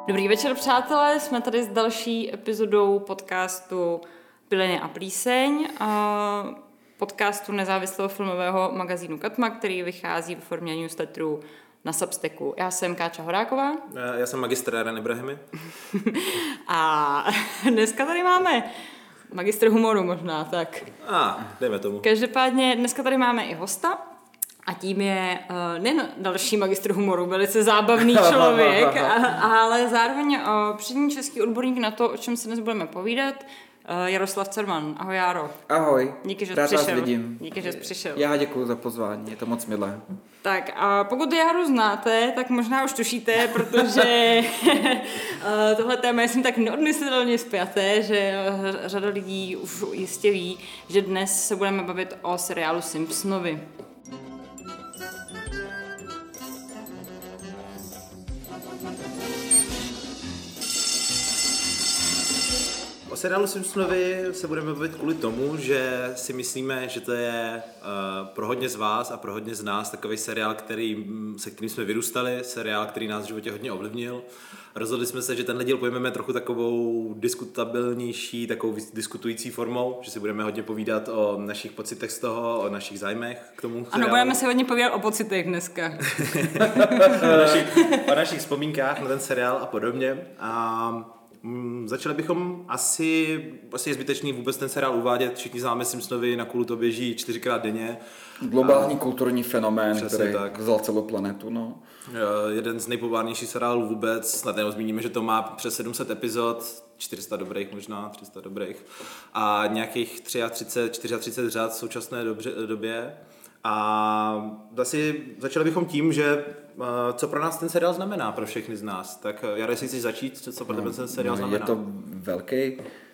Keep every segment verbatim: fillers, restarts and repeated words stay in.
Dobrý večer, přátelé, jsme tady s další epizodou podcastu Pileně a plíseň, podcastu nezávislého filmového magazínu Katma, který vychází ve formě newsletteru na Substacku. Já jsem Káča Horáková. Já jsem magistr Eren Ibrahimi. A dneska tady máme magistr humoru možná, tak. A, ah, dejme tomu. Každopádně dneska tady máme i hosta. A tím je uh, nejen další magistr humoru, velice zábavný člověk, a, ale zároveň uh, přední český odborník na to, o čem se dnes budeme povídat, uh, Jaroslav Cerman. Ahoj, Járo. Ahoj. Díky, že jsi přišel. vidím. Díky, že jsi přišel. Já děkuji za pozvání, je to moc milé. Tak a pokud Járu znáte, tak možná už tušíte, protože uh, tohle téma je s ním tak neodmyslitelně spjaté, že řada lidí už jistě ví, že dnes se budeme bavit o seriálu Simpsonovi. O seriálu Simpsonovi se budeme bavit kvůli tomu, že si myslíme, že to je uh, pro hodně z vás a pro hodně z nás takový seriál, který, se kterým jsme vyrůstali, seriál, který nás v životě hodně ovlivnil. Rozhodli jsme se, že tenhle díl pojmeme trochu takovou diskutabilnější, takovou diskutující formou, že si budeme hodně povídat o našich pocitech z toho, o naších zájmech k tomu seriálu. Ano, budeme si hodně povídat o pocitech dneska. o, našich, o našich vzpomínkách na ten seriál a podobně. A Mm, začali bychom asi, asi je zbytečný vůbec ten seriál uvádět, všichni známe Simpsonovi, na Kulu to běží čtyřikrát denně. Globální a kulturní fenomén, který tak. vzal celou planetu. No. Jeden z nejpopulárnějších seriálů vůbec, snad jenom zmíníme, že to má přes sedm set epizod, čtyři sta dobrých možná, tři sta dobrých a nějakých třicet tři, třicet čtyři řad v současné dobře, době. A asi začali bychom tím, že co pro nás ten seriál znamená, pro všechny z nás. Tak Jaro, jestli chceš začít, co pro tebe no, ten seriál no, znamená? Je to velký,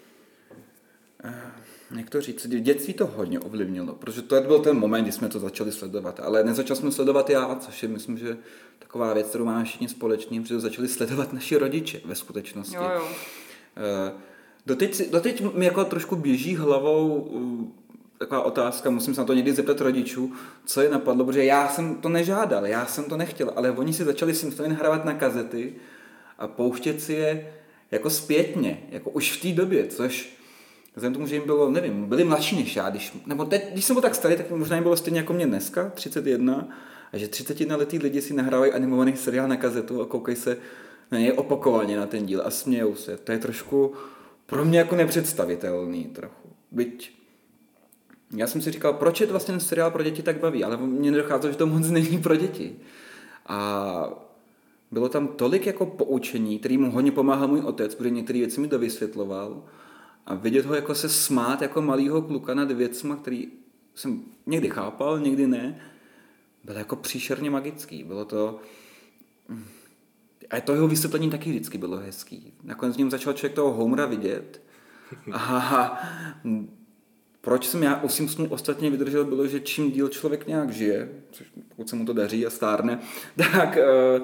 jak to říct, v dětství to hodně ovlivnilo, protože to byl ten moment, kdy jsme to začali sledovat, ale nezačal jsme sledovat já, což je, myslím, že taková věc, kterou máme všichni společný, protože to začali sledovat naši rodiče ve skutečnosti. Jo, jo. Doteď, doteď mi jako trošku běží hlavou taková otázka, musím se na to někdy zeptat rodičů, co je napadlo, protože já jsem to nežádal, já jsem to nechtěl, ale oni si začali Simpsony hrávat na kazety a pouštět si je jako zpětně, jako už v té době, což vzhledem tomu, že jim bylo, nevím, byli mladší než já, když, nebo teď, když jsem byl tak starý, tak možná jim bylo stejně jako mě dneska, třicet jedna, a že třicetiletí lidi si nahrávají animovaný seriál na kazetu a koukají se na něj opakovaně na ten díl a smějou se. To je trošku pro mě jako nepředstavitelný trochu, byť já jsem si říkal, proč je to vlastně ten seriál pro děti tak baví, ale mně nedocházelo, že to moc není pro děti. A bylo tam tolik jako poučení, který mu hodně pomáhal můj otec, protože některé věci mi dovysvětloval a vidět ho jako se smát jako malýho kluka nad věcma, který jsem někdy chápal, někdy ne, bylo jako příšerně magický. Bylo to... A to jeho vysvětlení taky vždycky bylo hezký. Nakonec v něm začal člověk toho Homera vidět a proč jsem já u Simpsonů ostatně vydržel, bylo, že čím díl člověk nějak žije, což pokud se mu to daří a stárne, tak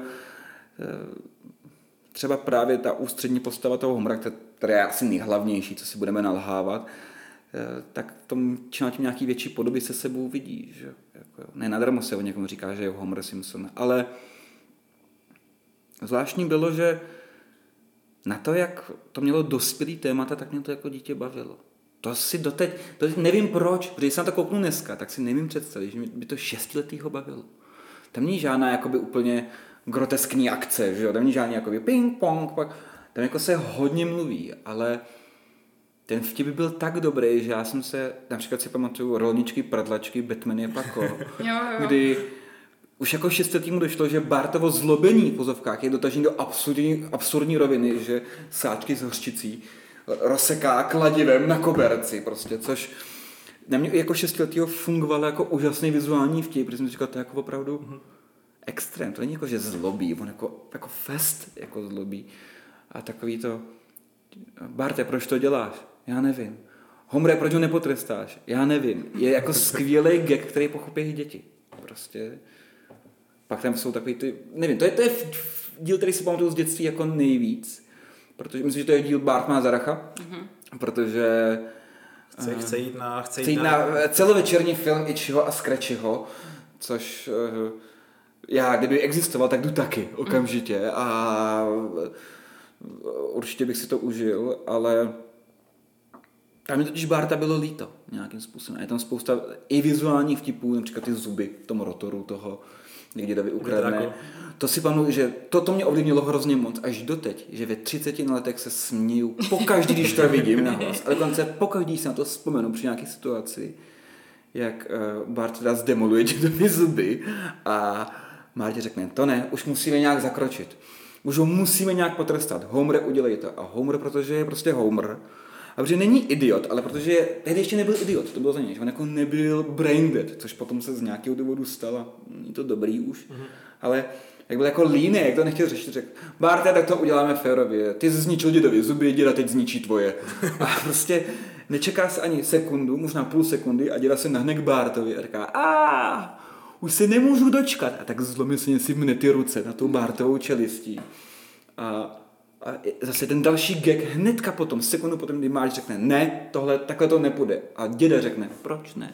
třeba právě ta ústřední postava toho Homera, která je asi nejhlavnější, co si budeme nalhávat, tak v tom čím tím nějaký větší podoby se sebou vidí. Že? Jako, ne nadarmo se o někomu říká, že je Homer Simpson, ale zvláštní bylo, že na to, jak to mělo dospělý témata, tak mě to jako dítě bavilo. To si doteď, doteď nevím proč, protože když jsem na to kouknu dneska, tak si nevím představit, že by to šestiletýho bavilo. Tam není žádná jakoby úplně groteskní akce, že jo? Tam není žádný jakoby ping pong, pak. Tam jako se hodně mluví, ale ten vtip byl tak dobrý, že já jsem se, například si pamatuju rolničky, pradlačky, Batmany a Pako, jo, jo. kdy už jako šestiletýmu došlo, že Bartovo zlobení v pozovkách je dotažený do absurdní, absurdní roviny, že sáčky s hořčicí rozseká kladivem na koberci, prostě, což na mě jako šestiletýho fungovalo jako úžasný vizuální vtip, protože jsem říkal, to je jako opravdu mm-hmm. extrém, to není jako, že zlobí, on jako, jako fest jako zlobí. A takový to, Barte, proč to děláš? Já nevím. Homre, proč ho nepotrestáš? Já nevím. Je jako skvělý gag, který pochopí děti. Prostě. Pak tam jsou takový ty, nevím, to je, to je díl, který si pamatuju z dětství jako nejvíc. Protože myslím, že to je díl Bart má Zaracha, mm-hmm. protože chce, chce jít na, chce chce jít na, na celovečerní film Itchyho a Scratchyho, což já, kdyby existoval, tak jdu taky okamžitě. A určitě bych si to užil, ale tam mi totiž Barta bylo líto nějakým způsobem. A je tam spousta i vizuálních vtipů, například ty zuby v tom rotoru toho, kdy David ukradne. To si pamatuju, že to, to mě ovlivnilo hrozně moc, až doteď, že ve třiceti letech se směju pokaždý, když to vidím nahlas. A dokonce pokaždý se na to vzpomenu při nějaké situaci, jak uh, Bart teda zdemoluje Jadovi zuby a Martě řekne, to ne, už musíme nějak zakročit. Už ho musíme nějak potrestat. Homer, udělej to. A Homer, protože je prostě Homer, a protože není idiot, ale protože tehdy ještě nebyl idiot, to bylo za něj, že on jako nebyl brain dead, což potom se z nějakého důvodu stalo, není to dobrý už, mm-hmm. ale jak byl jako líný, jak to nechtěl řešit, řekl, Barte, tak to uděláme férově, ty jsi zničil dědovi zuby, děda teď zničí tvoje. A prostě nečeká se ani sekundu, možná půl sekundy a děda se nahne k Bartovi a říká, a už se nemůžu dočkat. A tak zlomyslně si mne ty ruce na tou Bartovou čelistí. A A zase ten další gag hnedka potom, sekundu potom, kdy Marge řekne, ne, tohle, takhle to nepůjde. A děda řekne, proč ne?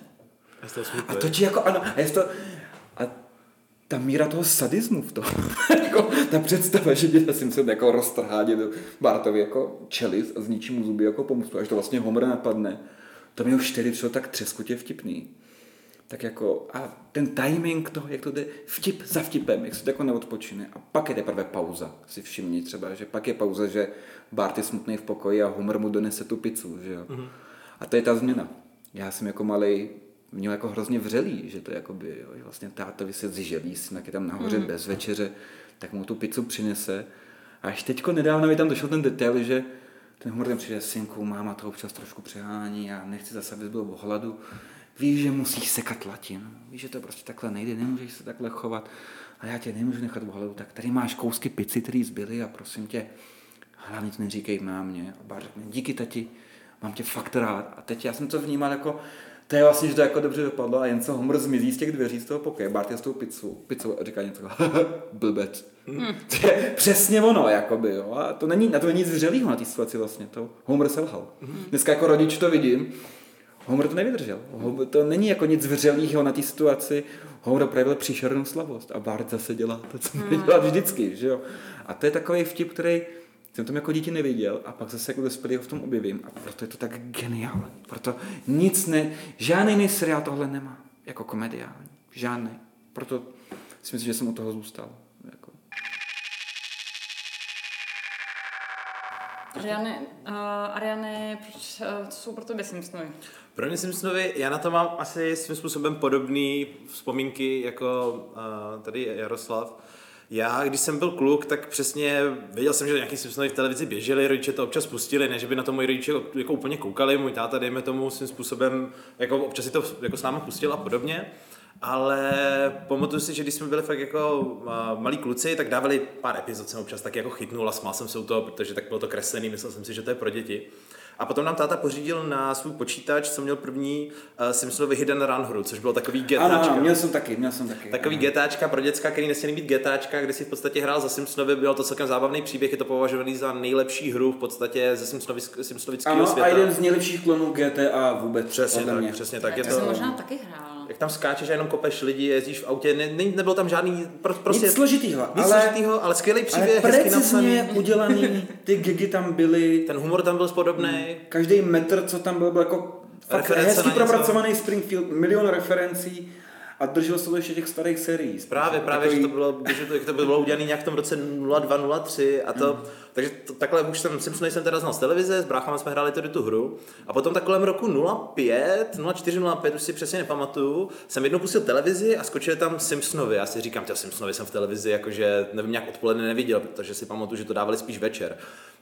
A to ti jako, ano, a je to, a ta míra toho sadismu v tom, jako ta představa, že děda Simpson jako roztrhá dědu Bartovi jako čelist a zničí mu zuby jako pomstu, až to vlastně Homer napadne, to mi už tedy přišlo tak třeskutě vtipný. Tak jako, a ten timing toho, jak to jde vtip za vtipem, jak se to jako neodpočine. A pak je teprve pauza, si všimni třeba, že pak je pauza, že Bart je smutný v pokoji a Homer mu donese tu pizzu, že jo. Mm-hmm. A to je ta změna. Já jsem jako malej měl jako hrozně vřelý, že to jakoby, jo, že vlastně tátovi se zželí, synak je tam nahoře mm-hmm. bez večeře, tak mu tu pizzu přinese. A až teďko nedávno mi tam došel ten detail, že ten Homer tam přijde, synku, máma to občas trošku přehání, já nechci zase, abys byl v hladu. Víš, že musíš sekat latin. Víš, že to prostě takhle nejde, nemůžeš se takhle chovat. A já tě nemůžu nechat v hladu. Tak tady máš kousky pici, které zbyly a prosím tě, hlavně to neříkej mámě. A Bart řekne, díky tati, mám tě fakt rád. A teď já jsem to vnímal jako, to je vlastně, že to jako dobře dopadlo a jen co Homer zmizí z těch dveří z toho pokoje. Bart je s tou pizzou, pizzou a říká něco blbec. Hmm. To je přesně ono, jakoby, jo. A to není, na to není nic vřelýho na té situaci vlastně. To Homer selhal. Hmm. Dneska jako rodič to vidím, Homer to nevydržel. Homer, to není jako nic vřelýho na té situaci. Homer projevil příšernou slavost a Bart zase dělá to, co může dělat vždycky. Že jo? A to je takový vtip, který jsem tam jako dítě neviděl a pak zase jako dospělý ho v tom objevím. A proto je to tak geniální. Proto nic ne, žádný jiný seriál tohle nemá jako komediální. Žádný. Proto si myslím, že jsem u toho zůstal. Jako. Ariane, uh, Ariane, proč, uh, co jsou pro tebe Simpsonovi? Pro mě Simpsonovi, já na to mám asi svým způsobem podobný vzpomínky jako uh, tady Jaroslav. Já, když jsem byl kluk, tak přesně věděl jsem, že nějaký Simpsonovi v televizi běželi, rodiče to občas pustili, ne, že by na to moji rodiče jako úplně koukali, můj táta, dejme tomu, svým způsobem, jako občas si to jako s námi pustil a podobně. Ale pamatuju si, že když jsme byli fakt jako uh, malí kluci, tak dávali pár epizod, jsem občas tak jako chytnul a smál jsem se u toho, protože tak bylo to kreslený, myslel jsem si, že to je pro děti. A potom nám táta pořídil na svůj počítač, co měl první uh, Simpsonovi Hidden Run hru, což bylo takový GTáčka. Ano, měl jsem taky, měl jsem taky. Takový GTáčka pro děcka, který nesměli být GTáčka, kde si v podstatě hrál za Simpsonovi, byl to celkem zábavný příběh, je to považovaný za nejlepší hru v podstatě ze Simpsonovického světa. Ano, a jeden z nejlepších klonů G T A vůbec. Přesně tak, přesně tak. Je to jsem možná taky hrál. Jak tam skáčeš a jenom kopeš lidi, jezdíš v autě, ne, ne, nebylo tam žádný, pro, prostě... Nic složitýho, nic ale, složitýho, ale skvělý příběh, ale hezky napsaný. precizně udělaný, ty gigy tam byly. Ten humor tam byl podobný. Každý metr, co tam byl, byl jako fakt hezky propracovaný Springfield, milion referencí a držel se to ještě těch starých serií. Právě, právě, takový... že to bylo, že to, to bylo udělané nějak v tom roce nula dva nula tři a to, mm. takže to, takhle už jsem, Simpsony jsem teda znal z televize, s bráchama jsme hráli tady tu hru a potom tak kolem roku nula pět, nula čtyři nula pět, už si přesně nepamatuju, jsem jednou pustil televizi a skočili tam Simpsonovi, já si říkám, že Simpsonovi jsem v televizi jakože nevím, nějak odpoledne neviděl, protože si pamatuju, že to dávali spíš večer.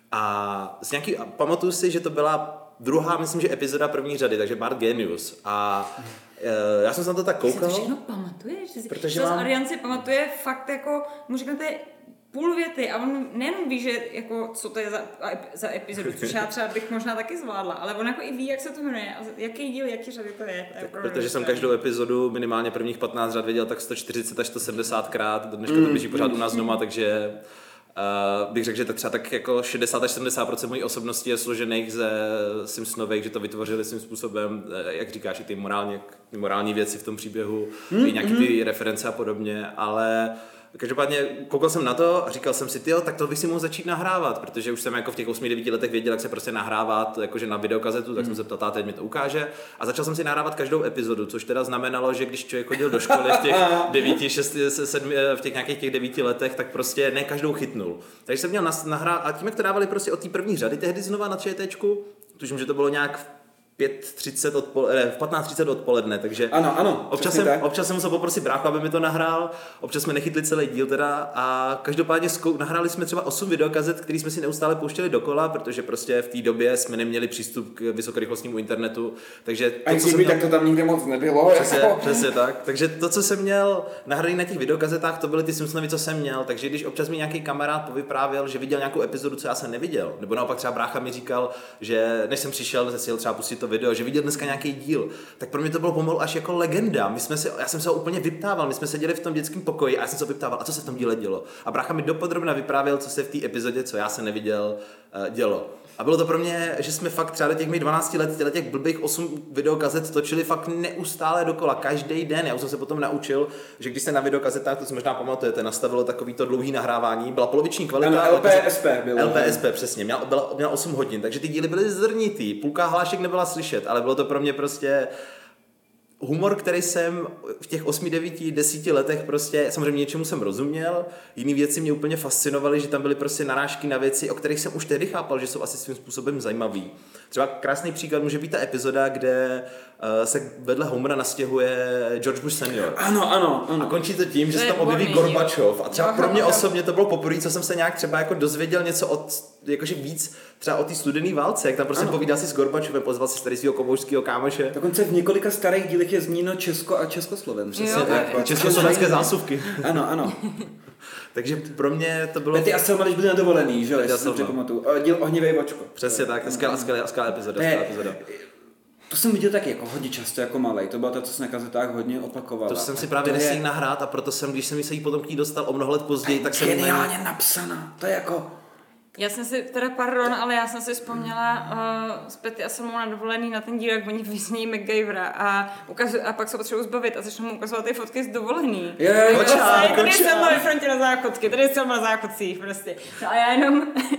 A z nějaký, a pamatuju si, že to byla druhá, myslím, že epizoda první řady, takže Bart Genius a já jsem se na to tak koukal. Si to všechno pamatuješ? Protože mám... mám... Arian si pamatuje fakt jako, mu řeknete půl věty a on nejenom ví, že jako, co to je za, za epizodu, což já třeba bych možná taky zvládla, ale on jako i ví, jak se to jmenuje a jaký díl, jaký řady to je. Tak, jako, protože jsem každou epizodu minimálně prvních patnáct řad viděl tak sto čtyřicet až sto sedmdesát krát, do dneška to běží pořád u nás doma, takže Uh, bych řekl, že tak třeba tak jako šedesát až sedmdesát procent mojí osobnosti je složených ze Simpsonových, že to vytvořili svým způsobem, jak říkáš, i ty morální, ty morální věci v tom příběhu, mm, i nějaký ty mm. reference a podobně, ale Každopádně koukal jsem na to a říkal jsem si, tyjo, tak to bych si mohl začít nahrávat, protože už jsem jako v těch osmi devíti letech věděl, jak se prostě nahrává, jakože na videokazetu, tak mm. jsem se ptal, táta, teď mi to ukáže. A začal jsem si nahrávat každou epizodu, což teda znamenalo, že když člověk chodil do školy v těch devíti, šesti, sedmi, v těch nějakých těch devíti letech, tak prostě ne každou chytnul. Takže jsem měl nahrát a tím, jak to dávali prostě od té první řady tehdy znova na ČTčku, tuším, že to bylo nějak pět třicet odpoledne, v patnáct třicet odpoledne, takže ano, ano, občas jsem, občas jsem musel poprosit bráchu, aby mi to nahrál, občas jsme nechytli celý díl teda a každopádně zkou, nahráli jsme třeba osm videokazet, který jsme si neustále pouštěli dokola, protože prostě v té době jsme neměli přístup k vysokorychlostnímu internetu, takže to, a co jsem měl, tak to tam nikde moc nebylo. Přesně, jako. přesně tak, takže to, co jsem měl nahraný na těch videokazetách, to byly ty Simpsonovi, co jsem měl, takže když občas mi nějaký kamarád povyprávěl, že viděl nějakou epizodu, co já jsem neviděl, nebo naopak třeba brácha mi říkal, že než jsem přišel, si třeba pustit to video, že viděl dneska nějaký díl, tak pro mě to bylo pomalu až jako legenda. My jsme se, já jsem se ho úplně vyptával, my jsme seděli v tom dětském pokoji a já jsem se ho vyptával, a co se v tom díle dělo. A brácha mi dopodrobna vyprávěl, co se v té epizodě, co já jsem neviděl, dělo. A bylo to pro mě, že jsme fakt třeba do těch mých dvanácti let, těle těch blbých osm videokazet točili fakt neustále dokola, každý den. Já už jsem se potom naučil, že když se na videokazetách, to si možná pamatujete, nastavilo takový to dlouhý nahrávání, byla poloviční kvalita. Ano, L P S P bylo. L P S P, přesně, měl, byla, měl osm hodin, takže ty díly byly zrnitý, půlka hlášek nebyla slyšet, ale bylo to pro mě prostě humor, který jsem v těch osmi, devíti, desíti letech prostě, samozřejmě něčemu jsem rozuměl, jiný věci mě úplně fascinovaly, že tam byly prostě narážky na věci, o kterých jsem už tehdy chápal, že jsou asi svým způsobem zajímavý. Třeba krásný příklad může být ta epizoda, kde uh, se vedle Homera nastěhuje George Bush senior. Ano, ano, ano. A končí to tím, že se tam objeví Gorbačov. A třeba pro mě osobně to bylo poprvé, co jsem se nějak třeba jako dozvěděl něco od, jakože víc třeba o té studené válce, jak tam prostě ano. povídá si s Gorbačovem, pozval si tady svého komoušského kámoše. Dokonce v několika starých dílech je zmíněno Česko a Československo. Československé zásuvky. Ano, ano. Takže pro mě to bylo... Betty a Selma, když byli na dovolený, že jo, jestli si pamatuju. Díl Ohnivej vočko. Přesně tak, skvělá, skvělá, skvělá epizoda, skvělá epizoda. To jsem viděl taky jako hodně často jako malej, to byla ta, co se na kazetách hodně opakovala. To jsem si právě nesl je... nahrát a proto jsem, když jsem se jí potom k ní dostal o mnoho let později, tak jsem... Geniálně napsaná, to je jako... Já jsem si, teda pardon, ale já jsem si vzpomněla uh, s Petty a Selmou na dovolený na ten díl, jak oni vyznějí MacGyvera a, ukazu, a pak se potřebuji zbavit a začnu mu ukazovat ty fotky z dovolený. Je, je, je, tady je Selma ve frontě na záchodky, tady je Selma na záchodcích prostě. No a já jenom,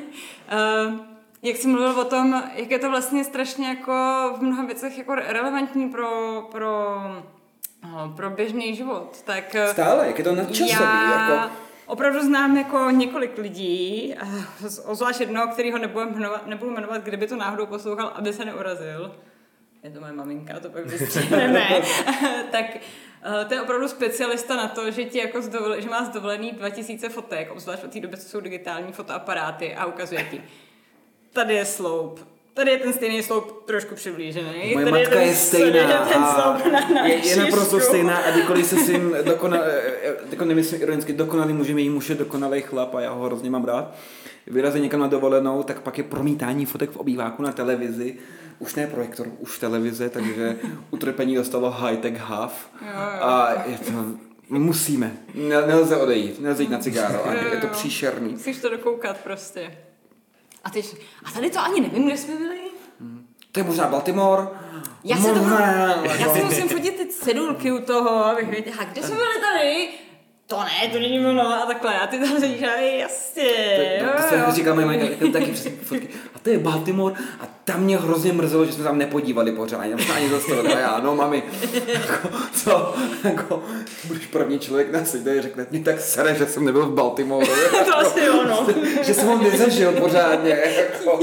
uh, jak jsi mluvil o tom, jak je to vlastně strašně jako v mnoha věcech jako relevantní pro, pro, uh, pro běžný život, tak... Stále, jak je to nadčasový, já... jako... Opravdu znám jako několik lidí, zvlášť jednoho, kterýho nebudu jmenovat, nebudu jmenovat, kdyby to náhodou poslouchal, aby se neurazil. Je to moje maminka, to pak vystřihneme. Tak to je opravdu specialista na to, že, ti jako zdovol, že má zdovolený dva tisíce fotek, obzvlášť v té době, co jsou digitální fotoaparáty a ukazuje ti. Tady je sloup. Tady je ten stejný sloup trošku přiblížený. Moje tady matka je, ten, je stejná je, ten a na je, je naprosto stejná a kdykoliv se svým dokonalým, jako nemyslím ironicky, dokonalý můžeme jí muž je dokonalý chlap a já ho hrozně mám rád. Vyrazí někam na dovolenou, tak pak je promítání fotek v obýváku na televizi. Už ne projektor, už televize, takže utrpení dostalo high-tech half. A je to... Musíme. Nelze odejít, nelze jít na cigáro. A je to příšerný. Musíš to dokoukat prostě. A, ty, a tady to ani nevím, kde jsme byli. Hmm. To je možná Baltimore. Já, se to, já si musím fotit ty cedulky u toho, abych věděl, a kde jsme byli tady? To ne, to není ono a takhle. A ty tam sedíš a jasně. To, to, to se říká moje majka, taky přesně fotky. A to je Baltimore a tam mě hrozně mrzelo, že jsme tam nepodívali pořádně. Tam jsme ani zastavili. A já, no mami, jako, co, jako, budeš první člověk na světě, řekne mě tak sere, že jsem nebyl v Baltimore. To asi ono. Že jsem ho nezažil pořádně. Jako.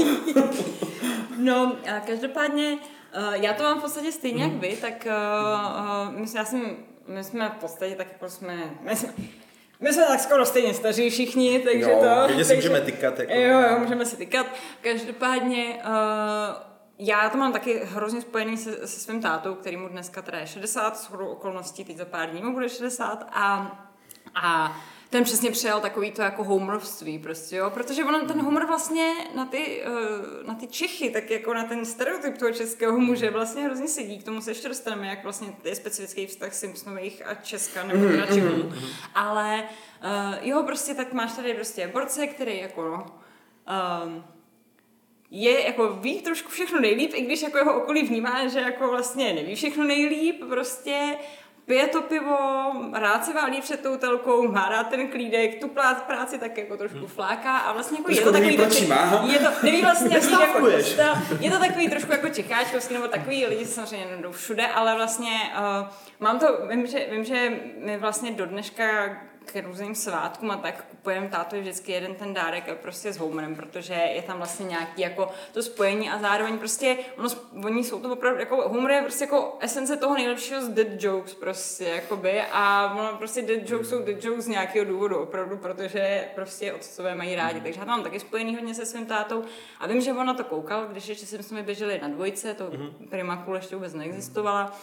No, a každopádně, já to mám v podstatě stejně jak vy, tak uh, myslím, já jsem my jsme v podstatě tak jako jsme, my jsme, my jsme tak skoro stejně staří všichni, takže jo, to... takže si můžeme tykat. Jako. Jo, jo, můžeme si tykat. Každopádně uh, já to mám taky hrozně spojený se, se svým tátou, který mu dneska teda je šedesát, shodou okolností, teď za pár dní mu bude šedesát a, a ten přesně přijal takový to jako homerovství prostě, jo, protože on, ten humor vlastně na ty, uh, na ty Čechy, tak jako na ten stereotyp toho českého muže vlastně hrozně sedí, k tomu se ještě dostaneme, jak vlastně je specifický vztah Simpsonových a Česka nebo teda Čechů, mm-hmm. ale uh, jo, prostě tak máš tady prostě borce, který jako no, um, je jako ví trošku všechno nejlíp, i když jako jeho okolí vnímá, že jako vlastně neví všechno nejlíp, prostě pije to pivo, rád se válí před tou telkou, má rád ten klídek, tu práci tak jako trošku fláká a vlastně jako je to takový trošku, je to, neví vlastně, jako, je to takový trošku jako čecháčkovský, nebo takový lidi samozřejmě jdou všude, ale vlastně uh, mám to, vím že, vím, že my vlastně do dneška k různým svátkům a tak kupujeme tátovi vždycky jeden ten dárek prostě s Homerem, protože je tam vlastně nějaký jako to spojení a zároveň prostě ono, oni jsou to opravdu jako Homer je prostě jako esence toho nejlepšího z dead jokes prostě jakoby a ono prostě dead jokes jsou dead jokes z nějakého důvodu opravdu, protože prostě otcové mají rádi, takže já to mám taky spojený hodně se svým tátou a vím, že on na to koukal, když ještě jsme s nimi běželi na dvojce, to mm-hmm. Prima Cool ještě vůbec neexistovala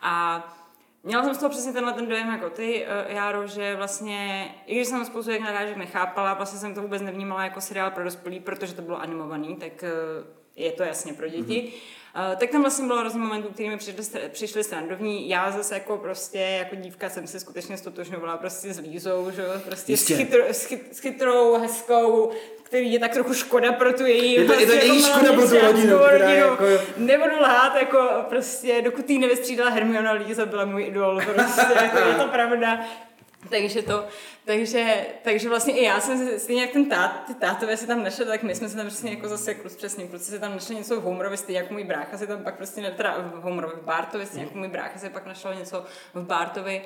a měla jsem z toho přesně tenhle ten dojem jako ty, Járo, že vlastně, i když jsem spoustu jak narážek nechápala, vlastně jsem to vůbec nevnímala jako seriál pro dospělí, protože to bylo animovaný, tak je to jasně pro děti. Mm-hmm. Uh, tak tam vlastně bylo hrozný momentů, který mi přišli, přišli srandovní. Já zase jako prostě, jako dívka jsem se skutečně stotožňovala prostě s Lízou, že prostě s, chytr, s, chyt, s chytrou, hezkou, který je tak trochu škoda pro tu její... Je to, je to její jako škoda pro tu rodinu, která jako... Nebudu lhát, jako prostě, dokud jí nevystřídala Hermiona, Líza byla můj idol, prostě, jako je to pravda. Takže to, takže, takže vlastně i já jsem si, stejně jak ten tát, ty tátové si tam našel, tak my jsme se tam prostě jako zase klus přesně, kluci si tam našli něco v Homerovi, stejně jako můj brácha si tam pak prostě, ne, teda v Homerovi, v Bartovi, stejně jako můj brácha si pak našel něco v Bartovi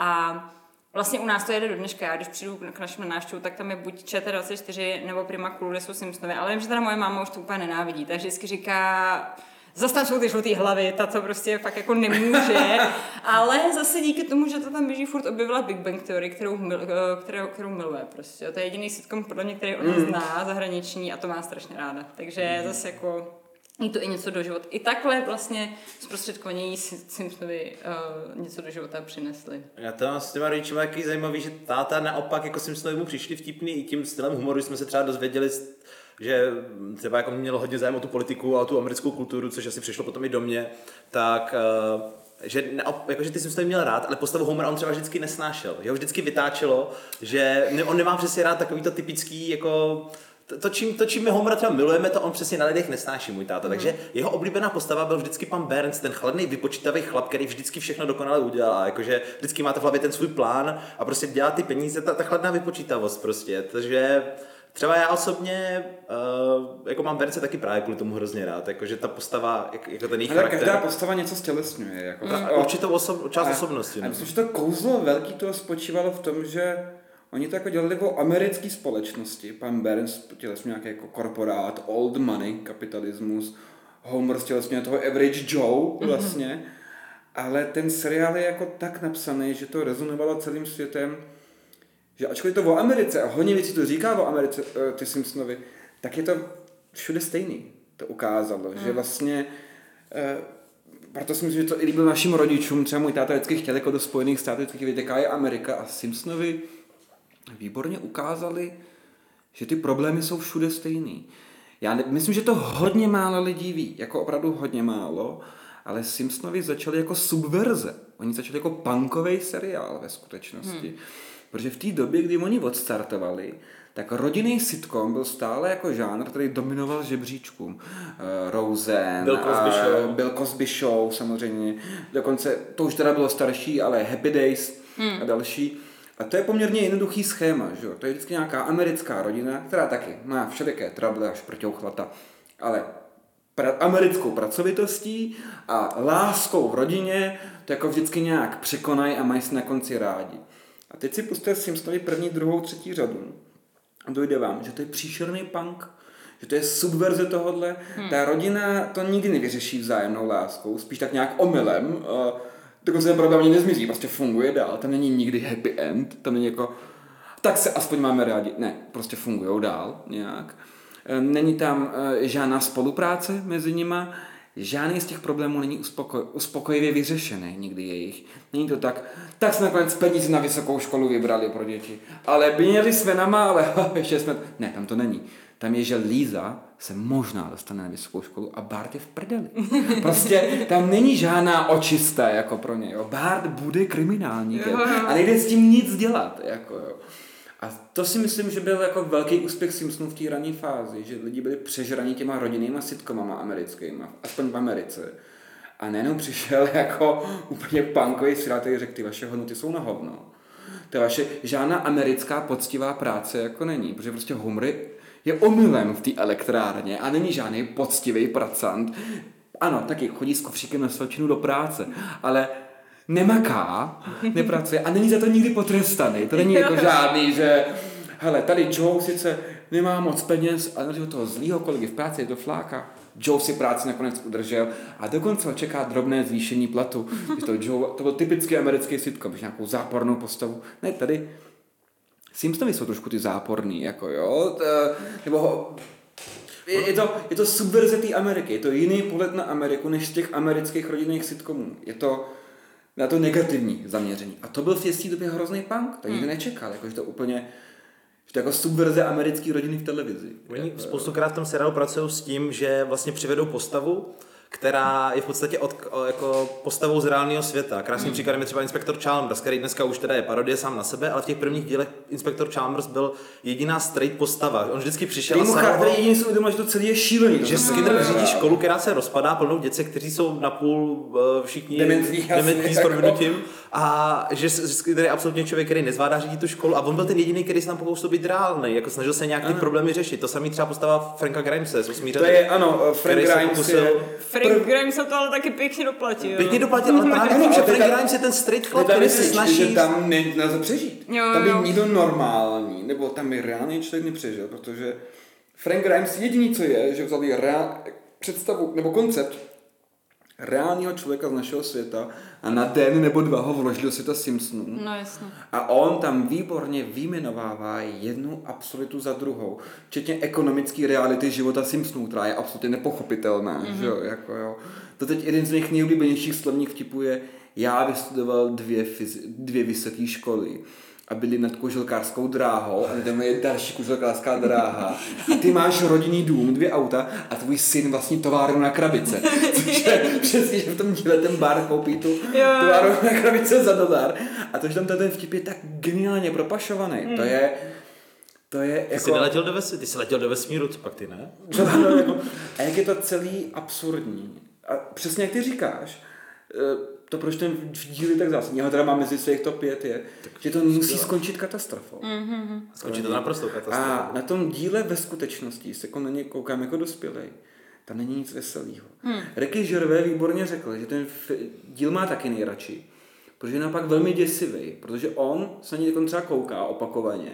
a vlastně u nás to jede do dneška, já když přijdu k našemu návštěvu, tak tam je buď Č T dvacet čtyři nebo Prima Cool, kde jsou Simpsonovi, ale vím, že teda moje máma už to úplně nenávidí, takže vždycky říká, zase tam jsou ty žlutý hlavy, ta co prostě fakt jako nemůže, ale zase díky tomu, že to tam běží, furt objevila Big Bang Theory, kterou, mil, kterou, kterou miluje prostě. To je jediný sitcom podle mě, který ona zná, zahraniční a to má strašně ráda. Takže zase jako jí to i něco do života. I takhle vlastně zprostředkovaně jí Simpsonovi uh, něco do života přinesli. Já to mám s těma rodičima jaký zajímavý, že táta naopak jako Simpsonovi mu přišli vtipný i tím stylem humoru, jsme se třeba dozvěděli, že třeba jako mělo hodně zájem o tu politiku a tu americkou kulturu, což asi přišlo potom i do mě, tak uh, že, jakože ty Simpsonovi měl rád, ale postavu Homera on třeba vždycky nesnášel. Jeho vždycky vytáčelo, že on nemá přesně rád takový to typický jako To, čím, to, čím my Homera třeba milujeme, to on přesně na lidech nesnáší, můj táta. Mm. Takže jeho oblíbená postava byl vždycky pan Burns, ten chladný, vypočítavý chlap, který vždycky všechno dokonale udělá. Jakože vždycky máte v hlavě ten svůj plán a prostě dělá ty peníze, ta, ta chladná vypočítavost prostě. Takže třeba já osobně uh, jako mám Burnse taky právě kvůli tomu hrozně rád, jakože ta postava, jak, jako ten jejich charakter. Každá postava něco stělesňuje. Jako mm. Určitou osob, část a, osobnosti. A myslím, že to kouzlo velký toho spočívalo v tom, že oni to jako dělali o americké společnosti. Pan Burns tělesňuje nějaký jako korporát, old money, kapitalismus, Homer tělesňuje toho average Joe vlastně. Mm-hmm. Ale ten seriál je jako tak napsaný, že to rezonovalo celým světem, že ačkoliv to o Americe, a hodně věcí to říká o Americe, ty Simpsonovi, tak je to všude stejný. To ukázalo, mm. že vlastně proto si myslím, že to i líbilo našim rodičům, třeba můj táta vždycky chtěl jako do Spojených států, vždycky vědět, jaká je Amerika a Simpsonovi výborně ukázali, že ty problémy jsou všude stejný. Já ne, myslím, že to hodně málo lidí ví, jako opravdu hodně málo, ale Simpsonovi začali jako subverze. Oni začali jako punkový seriál ve skutečnosti. Hmm. Protože v té době, kdy oni odstartovali, tak rodinný sitcom byl stále jako žánr, který dominoval žebříčkům. Uh, Roseanne, Bill Cosby Show. Uh, Bill Cosby Show samozřejmě. Dokonce, to už teda bylo starší, ale Happy Days hmm. a další. A to je poměrně jednoduchý schéma, že jo? To je vždycky nějaká americká rodina, která taky má všelijaké trable až proťouchlata, ale pra- americkou pracovitostí a láskou v rodině to jako vždycky nějak překonají a mají se na konci rádi. A teď si pustíte Simpsonovi první, druhou, třetí řadu a dojde vám, že to je příšerný punk, že to je subverze tohodle. Hmm. Ta rodina to nikdy nevyřeší vzájemnou láskou, spíš tak nějak omylem. Uh, dokonce ten problém ani nezmizí, prostě funguje dál. Tam není nikdy happy end, tam není jako, tak se aspoň máme rádi. Ne, prostě fungujou dál nějak. Není tam uh, žádná spolupráce mezi nima, žádný z těch problémů není uspokoj, uspokojivě vyřešený, nikdy jejich. Není to tak, tak jsme nakonec peníze na vysokou školu vybrali pro děti. Ale měli jsme nama, ale ještě jsme... Ne, tam to není. Tam je, že Líza se možná dostane na vysokou školu a Bart je v prdeli. Prostě tam není žádná očista jako pro něj. Bart bude kriminálníkem a nejde s tím nic dělat. Jako, jo. A to si myslím, že byl jako velký úspěch Simpsonů v té ranní fázi, že lidi byli přežraní těma rodinnýma sitcomama americkýma, aspoň v Americe. A nejenom přišel jako úplně punkový seriál, který řekl, ty vaše hodnoty jsou na hovno. To je vaše žádná americká poctivá práce jako není, protože prostě Homer je omylem v té elektrárně a není žádný poctivý pracant. Ano, taky chodí s kufříkem na svačinu do práce, ale nemaká, nepracuje a není za to nikdy potrestaný. To není jako žádný, že hele, tady Joe sice nemá moc peněz, ale od toho zlýho kolegy v práci je to fláka. Joe si práci nakonec udržel a dokonce ho čeká drobné zvýšení platu. To, Joe, to byl typický americký sitcom, nějakou zápornou postavu. Ne, tady Simpsonovi jsou trošku ty záporný, jako jo, to, nebo ho, je, je, to, je to subverze té Ameriky, je to jiný pohled na Ameriku, než z těch amerických rodinných sitcomů. Je to na to negativní zaměření. A to byl v té době hrozný punk, to nikdy nečekal, jakože to úplně, že to jako subverze americké rodiny v televizi. Oni spoustukrát v tom seriálu pracují s tím, že vlastně přivedou postavu, která je v podstatě od, jako postavou z reálného světa. Krásným hmm. příkladem je třeba Inspektor Chalmers, který dneska už teda je parodie sám na sebe, ale v těch prvních dílech Inspektor Chalmers byl jediná straight postava. On vždycky přišel a sám... jediný si uvědomil, že to celé je šílený. Že Skinner řídí školu, která se rozpadá plnou dětce, kteří jsou napůl všichni dementní s prominutím. A že Skinner je absolutně člověk, který nezvládá řídit tu školu a on byl ten jediný, který se tam pokoušel být reálný, jako snažil se nějak ty problémy řešit. To samý třeba postava Franka Grimese z osmý řady. To je ano, Frank Grimes je... Frank Grimes se to ale taky pěkně doplatil. Pěkně doplatil, ale právě tím, že Frank Grimes je ten straight chlap, který se snaží... Že tam nelze přežít. Jo, jo. Tam by nikdo normální, nebo tam by reálný člověk nepřežil, protože Frank Grimes jediný, co je, že vzal reál, představu, nebo koncept reálného člověka z našeho světa a na den nebo dva ho vložil do světa Simpsonů. No jasně. A on tam výborně vyjmenovává jednu absurditu za druhou. Včetně ekonomické reality života Simpsonů, která je absolutně nepochopitelná. Mm-hmm. Že jo? Jako, jo. To teď jeden z mých nejoblíbenějších slovních vtipů je: já vystudoval dvě, fyzi- dvě vysoké školy a byli nad kuželkářskou dráhou a tam je další kuželkářská dráha a ty máš rodinný dům, dvě auta a tvůj syn vlastní továrnu na krabice. Což je přesně, že v tom díle ten bar koupí tu továrnu na krabice za dolar a to, že tam ten vtip je tak geniálně propašovaný. Mm. To je To je ty jako... jsi neletěl do vesmíru, ty jsi letěl do vesmíru, co pak ty, ne? A jak je to celý absurdní. A přesně jak ty říkáš, to proč ten díl je tak zásadní, jeho teda má mezi svých top pět je, tak že to musí skončit katastrofou. Mm-hmm. Skončí to naprosto katastrofou. A na tom díle ve skutečnosti se na ně koukám jako dospělej. Tam není nic veselého. Hmm. Ricky Gervais výborně řekl, že ten díl má taky nejradši, protože je naopak velmi děsivý, protože on se na něj třeba kouká opakovaně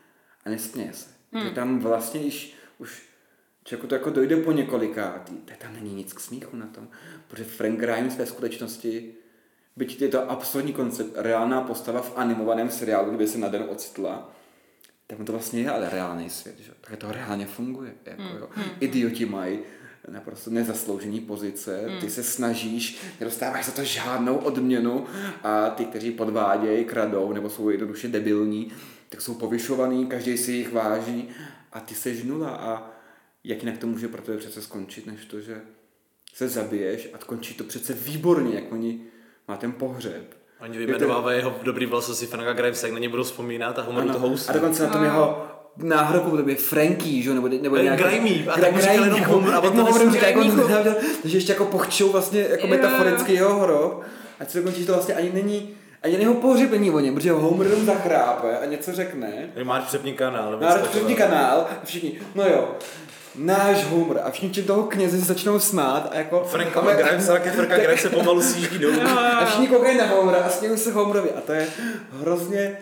a nesměje se. Hmm. Že tam vlastně již už jako to jako dojde po několikátý, tam není nic k smíchu na tom, protože Frank Grimes ve skutečnosti, byť je to absurdní koncept, reálná postava v animovaném seriálu, kdyby se na den ocitla, tak to vlastně je ale reálný svět, že? Tak to reálně funguje. Jako, jo. Idioti mají naprosto nezasloužený pozice, ty se snažíš, nedostáváš za to žádnou odměnu a ty, kteří podvádějí, kradou nebo jsou jednoduše debilní, tak jsou povyšovaný, každý si jich váží a ty seš nula a jak jinak to může pro tebe přece skončit, než to, že se zabiješ a končí to přece výborně, jak oni má ten pohřeb. Oni vyjmenovávají jeho dobrý vlasosti Franka Grimesa, jak na ně budou vzpomínat a Homeru to housí. A dokonce na tom jeho náhrobu to je Franky, že? Nebo, nebo nějaký... Grimey, a tak mu říkal jenom Homer, a on to říká, jak on takže ještě jako pochčou vlastně jako metaforicky jeho hrob. A co dokončí, že to vlastně ani není, ani jeho pohřeb není o něm, protože Homer jenom zachrápe a něco řekne. Máš přepní kanál. Máš přepní kanál a všichni, no jo. Náš Homer a všichni toho kněze se začnou smát a jako... Franka Grimes, taky Franka Grimes se pomalu sjíždí dolů. A všichni koukají na Homera a smějí se Homerovi a to je hrozně...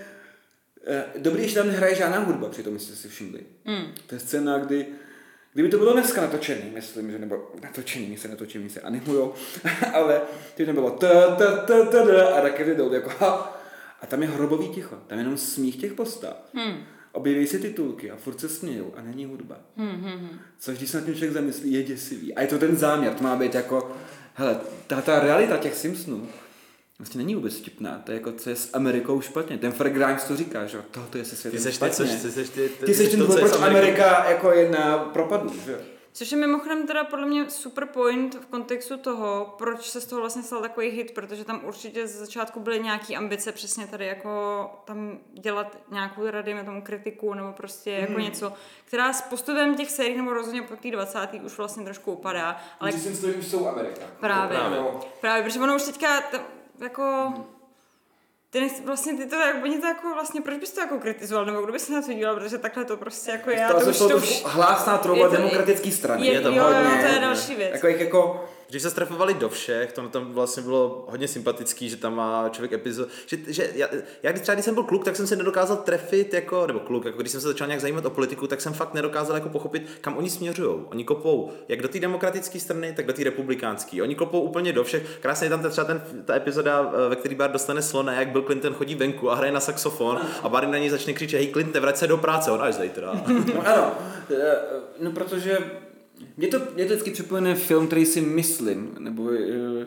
Eh, dobrý, že tam nehraje žádná hudba, přitom jste si všimli. Mm. To je scéna, kdy... Kdyby to bylo dneska natočený, myslím, že nebo natočený, my se natočí, my se animujou, ale kdyby tam bylo ta ta ta ta ta a rakety jdou jako... A tam je hrobový ticho, tam je jenom smích těch postav. Mm. Objeví se titulky a furt se smějou a není hudba. Hmm. Což když se na tím člověk zamyslí, je děsivý. A je to ten záměr, to má být jako, hele, ta, ta realita těch Simpsonů vlastně není vůbec vtipná, to je jako, co je s Amerikou špatně. Ten Frank Grimes to říká, že tohle je se světem ty špatně. Ty seš, ty, ty, ty seš ten důvod, proč Amerika jako je na propadu, že? Což je mimochodem teda podle mě super point v kontextu toho, proč se z toho vlastně stal takový hit, protože tam určitě z začátku byly nějaký ambice přesně tady jako tam dělat nějakou rady tomu kritiku nebo prostě jako mm. něco, která s postupem těch sérií nebo rozhodně po té dvacáté už vlastně trošku upadá. Ale si stojím, že jsou Amerika. Právě, právě, právě, protože ono už teďka t- jako... Mm. Ty nechci, vlastně ty to tak, oni to jako vlastně, proč bys to jako kritizoval, nebo kdo by se na to díval, protože takhle to prostě jako já, to, to už to, to už... Hlásná trouba demokratický strany. Je, je to jo, hodně, jo, to je další věc. Jako, jako... Když se strefovali do všech, to tam vlastně bylo hodně sympatický, že tam má člověk epizod, že, že já, já když třeba když jsem byl kluk, tak jsem se nedokázal trefit jako, nebo kluk, jako když jsem se začal nějak zajímat o politiku, tak jsem fakt nedokázal jako pochopit, kam oni směřujou. Oni kopou jak do té demokratické strany, tak do té republikánské. Oni kopou úplně do všech. Krásně je tam třeba ten, ta epizoda, ve které Bart dostane slona, jak Bill Clinton chodí venku a hraje na saxofon a Bart na něj začne křičet: "Hej Clinton, vrať se do práce, on až zítra." No, ano, no protože Mně to, mě to vždycky připomene film, který si myslím, nebo e,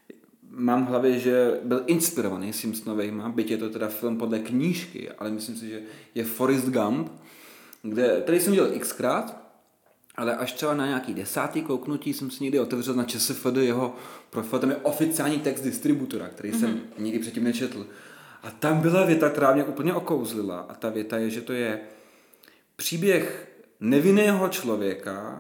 mám v hlavě, že byl inspirovaný Simpsonovejma, byť je to teda film podle knížky, ale myslím si, že je Forrest Gump, kde, který jsem dělal xkrát, ale až třeba na nějaký desátý kouknutí jsem si někdy otevřel na ČSFD jeho profil, tam je oficiální text distributora, který mm-hmm. jsem nikdy předtím nečetl. A tam byla věta, která mě úplně okouzlila, a ta věta je, že to je příběh nevinného člověka,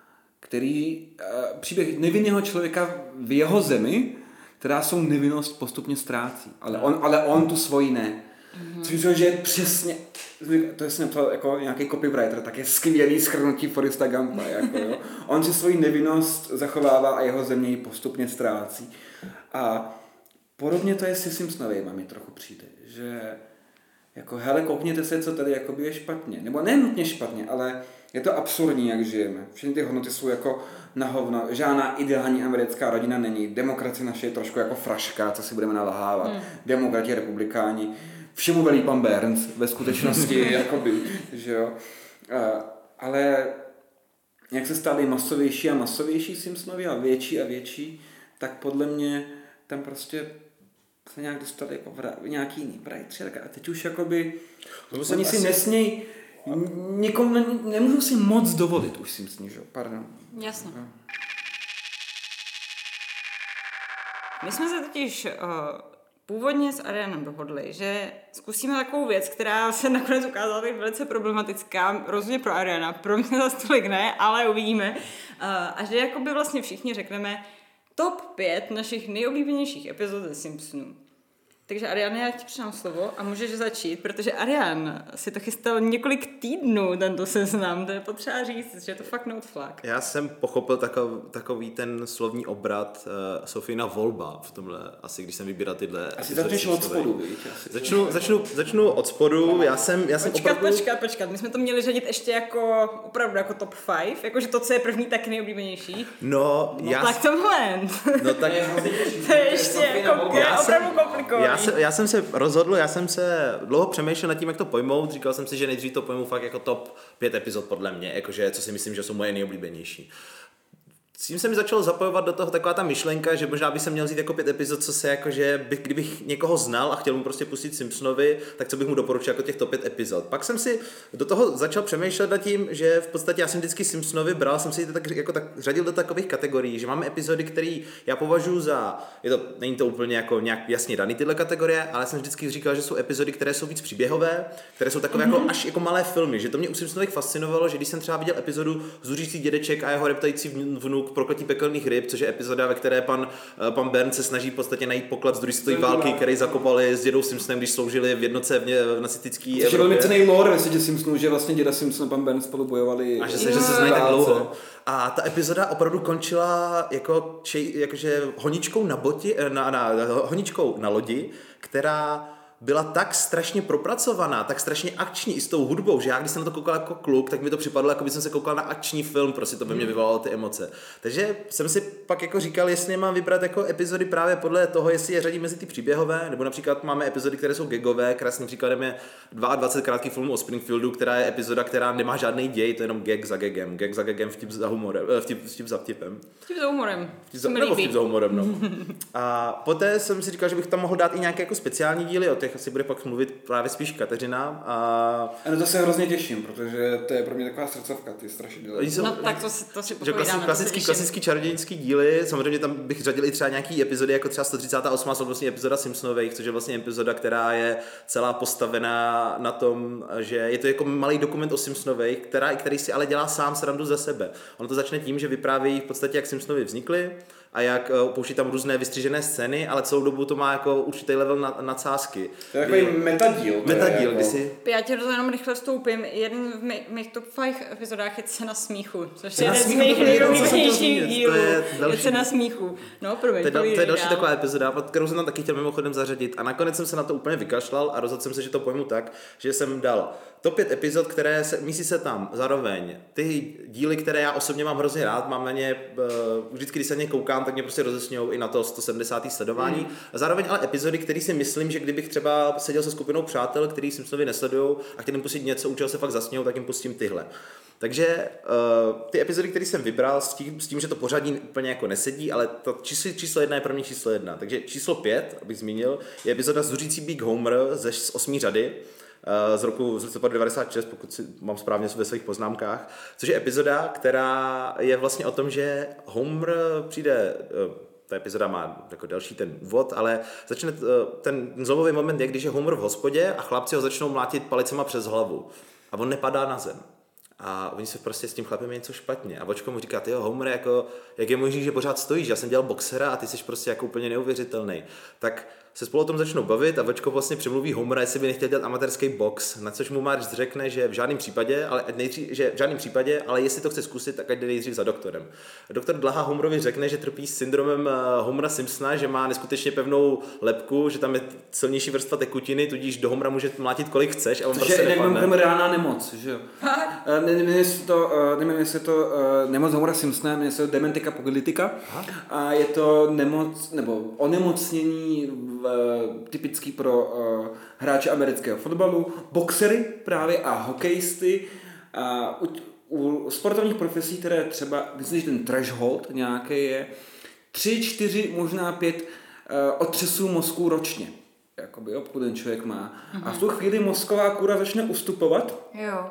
který, uh, příběh nevinného člověka v jeho zemi, která svou nevinnost postupně ztrácí. Ale on, ale on tu svoji ne. Mm-hmm. Což myslím, že je přesně, to je to jako nějaký copywriter, tak je skvělý shrnutí Forresta Gumpa. Jako, jo. On si svoji nevinnost zachovává a jeho země ji postupně ztrácí. A podobně to je s Simpsonovejma, mi trochu přijde, že jako hele, koukněte se, co tady jakoby je špatně. Nebo ne nutně špatně, ale je to absurdní, jak žijeme. Všechny ty hodnoty jsou jako na hovno. Žádná ideální americká rodina není. Demokracie naše je trošku jako fraška, co si budeme nalhávat. Hmm. Demokrati, republikáni. Všemu velí pan Burns ve skutečnosti, jakoby, že jo. Uh, ale jak se stály masovější a masovější Simpsonovi a větší a větší, tak podle mě tam prostě se nějak dostali jako v nějaký jiný brajtři. A teď už jakoby oni si asi... nesmějí Někomu ne, nemůžu si moc dovolit, už si myslím, že? Pardon. Jasně. No. My jsme se totiž uh, původně s Arianem dohodli, že zkusíme takovou věc, která se nakonec ukázala být velice problematická, rozhodně pro Ariana, pro mě zase tolik ne, ale uvidíme. Uh, a že jakoby vlastně všichni řekneme top pět našich nejoblíbenějších epizod ze Simpsonů. Takže Ariane, já ti předám slovo a můžeš začít, protože Arian si to chystal několik týdnů, tento seznam, to je potřeba říct, že je to fakt noutflak. Já jsem pochopil takov, takový ten slovní obrat uh, Sofína volba v tomhle, asi když jsem vybíral tyhle... Asi začneš od spodu, víš? Začnu, začnu, začnu od spodu, já jsem, já jsem počkat, opravdu... Počkat, počkat, my jsme to měli řadit ještě jako, opravdu jako top pět, jakože to, co je první, tak nejoblíbenější. No, no já... tak tohle. No tak... to je ještě jako, je opravdu komplikovaný. Já, já jsem se rozhodl, já jsem se dlouho přemýšlel nad tím, jak to pojmout. Říkal jsem si, že nejdřív to pojmu fakt jako top pět epizod podle mě, jakože co si myslím, že jsou moje nejoblíbenější. S tím se mi začalo zapojovat do toho taková ta myšlenka, že možná by se měl vzít jako pět epizod, co se jakože, bych, kdybych někoho znal a chtěl mu prostě pustit Simpsonovi, tak co bych mu doporučil jako těch top pět epizod. Pak jsem si do toho začal přemýšlet nad tím, že v podstatě já jsem vždycky Simpsonovi bral, jsem si to tak, jako tak řadil do takových kategorií, že máme epizody, které já považuji za, je to, není to úplně jako nějak jasně daný tyhle kategorie, ale jsem vždycky říkal, že jsou epizody, které jsou víc příběhové, které jsou takové mm-hmm. jako až jako malé filmy, že to mě u Simpsonových fascinovalo, že když jsem třeba viděl epizodu Zuřící dědeček a jeho reptající vnuk Prokletí pekelných ryb, což je epizoda, ve které pan, pan Burns se snaží v podstatě najít poklad z druhé světové války, který zakopali s dědou Simpsonem, když sloužili v jednotce v, v nacistický Evropě. Což je velmi cenný lore ve světě Simpsonů, že vlastně děda Simpson a pan Burns spolu bojovali. A že se, že se znají tak dlouho. A ta epizoda opravdu končila jako, či, jakože honičkou na, boti, na, na, honičkou na lodi, která byla tak strašně propracovaná, tak strašně akční i s tou hudbou, že já když jsem na to koukal jako kluk, tak mi to připadlo, jako by jsem se koukal na akční film, prostě to by mě vyvolalo ty emoce. Takže jsem si pak jako říkal, jestli mám vybrat jako epizody právě podle toho, jestli je řadí mezi ty příběhové, nebo například máme epizody, které jsou gagové, krásným příkladem je dvacet dva krátkých filmů o Springfieldu, která je epizoda, která nemá žádný děj, to je jenom gag za gagem, gag za gagem, vtip za humorem, vtip, vtip za vtipem. Vtip za humorem. Vtip za, nebo vtip za humorem, no. A poté jsem si říkal, že bych tam mohl dát i nějaké jako speciální díly o těch těch asi bude pak mluvit právě spíš Kateřina. A... a to se hrozně těším, protože to je pro mě taková srdcovka, ty strašidelné. No tak to si, to si popovídáme. Klasický, klasický čarodějnický díly, samozřejmě tam bych řadil i třeba nějaký epizody, jako třeba sto třicátá osmá jsou vlastně epizoda Simpsonových, což je vlastně epizoda, která je celá postavená na tom, že je to jako malý dokument o Simpsonových, která, který si ale dělá sám srandu ze sebe. Ono to začne tím, že vypráví v podstatě, jak Simpsonovi vznikly a jak uh, pouští tam různé vystřižené scény, ale celou dobu to má jako určitý level na, nadsázky. To je takový metadíl. Metadíl, jako... kdy si... Já tě do toho jenom rychle vstoupím. Jeden v mých, mých top pět epizodách je Cena smíchu, což Cena je jeden z smíchu, mých to je jedno, co jsem chtěl nejoblíbenějších zmínit, dílů. to je Je další- Cena smíchu. No, promiň, To je, dal- to je povídej další dál. taková epizoda, kterou jsem tam taky chtěl mimochodem zařadit a nakonec jsem se na to úplně vykašlal a rozhodl jsem se, že to pojmu tak, že jsem dal top pět epizod, které se, mísí se tam zároveň ty díly, které já osobně mám hrozně rád, mám na ně, vždycky, když se na ně koukám, tak mě prostě rozesňou i na to sto sedmdesátý sledování. Mm. A zároveň ale epizody, které si myslím, že kdybych třeba seděl se skupinou přátel, který Simpsonovi nesledujou a chtěl jim pustit něco, učil se fakt zasnějou, tak jim pustím tyhle. Takže uh, ty epizody, které jsem vybral s tím, s tím, že to pořadí úplně jako nesedí, ale to číslo, číslo jedna je pro mě číslo jedna. Takže číslo pět, abych zmínil, je epizoda Zuřící Bík Homer ze z osmý řady z roku z listopadu devadesát šest, pokud si mám správně ve svých poznámkách, což je epizoda, která je vlastně o tom, že Homer přijde, ta epizoda má jako další ten úvod, ale začne ten zlomový moment je, když je Homer v hospodě a chlapci ho začnou mlátit palicema přes hlavu a on nepadá na zem. A oni se prostě s tím chlapem je něco špatně. A Vočko mu říká, tyjo, Homer, jako, jak je možný, že pořád stojíš? Já jsem dělal boxera a ty jsi prostě jako úplně neuvěřitelný. Tak se spolu o tom začnou bavit a Vočko vlastně přemluví Homera, jestli by nechtěl dělat amatérský box, na což mu Marge řekne, že v žádném případě, ale nejdřív, že v žádném případě, ale jestli to chce zkusit, tak ať jde nejdřív za doktorem. Doktor Dlaha Homerovi řekne, že trpí syndromem Homera Simpsona, že má neskutečně pevnou lebku, že tam je silnější vrstva tekutiny, tudíž do Homera může mlátit kolik chceš a on což prostě je nepadne. jak reálná nemoc, že jo? Nevím, jestli to, nevím, jestli to uh, nemoc Homera Simpsona, jmenuje se to dementika pogylitica a je to nemoc, nebo onemocnění v, typický pro uh, hráče amerického fotbalu, boxery právě a hokejisty a u, u sportovních profesí, které třeba, myslím, že ten threshold nějaký je tři, čtyři, možná pět uh, otřesů mozku ročně. Jakoby, jo, pokud ten člověk má. Mm-hmm. A v tu chvíli mozková kůra začne ustupovat. Jo.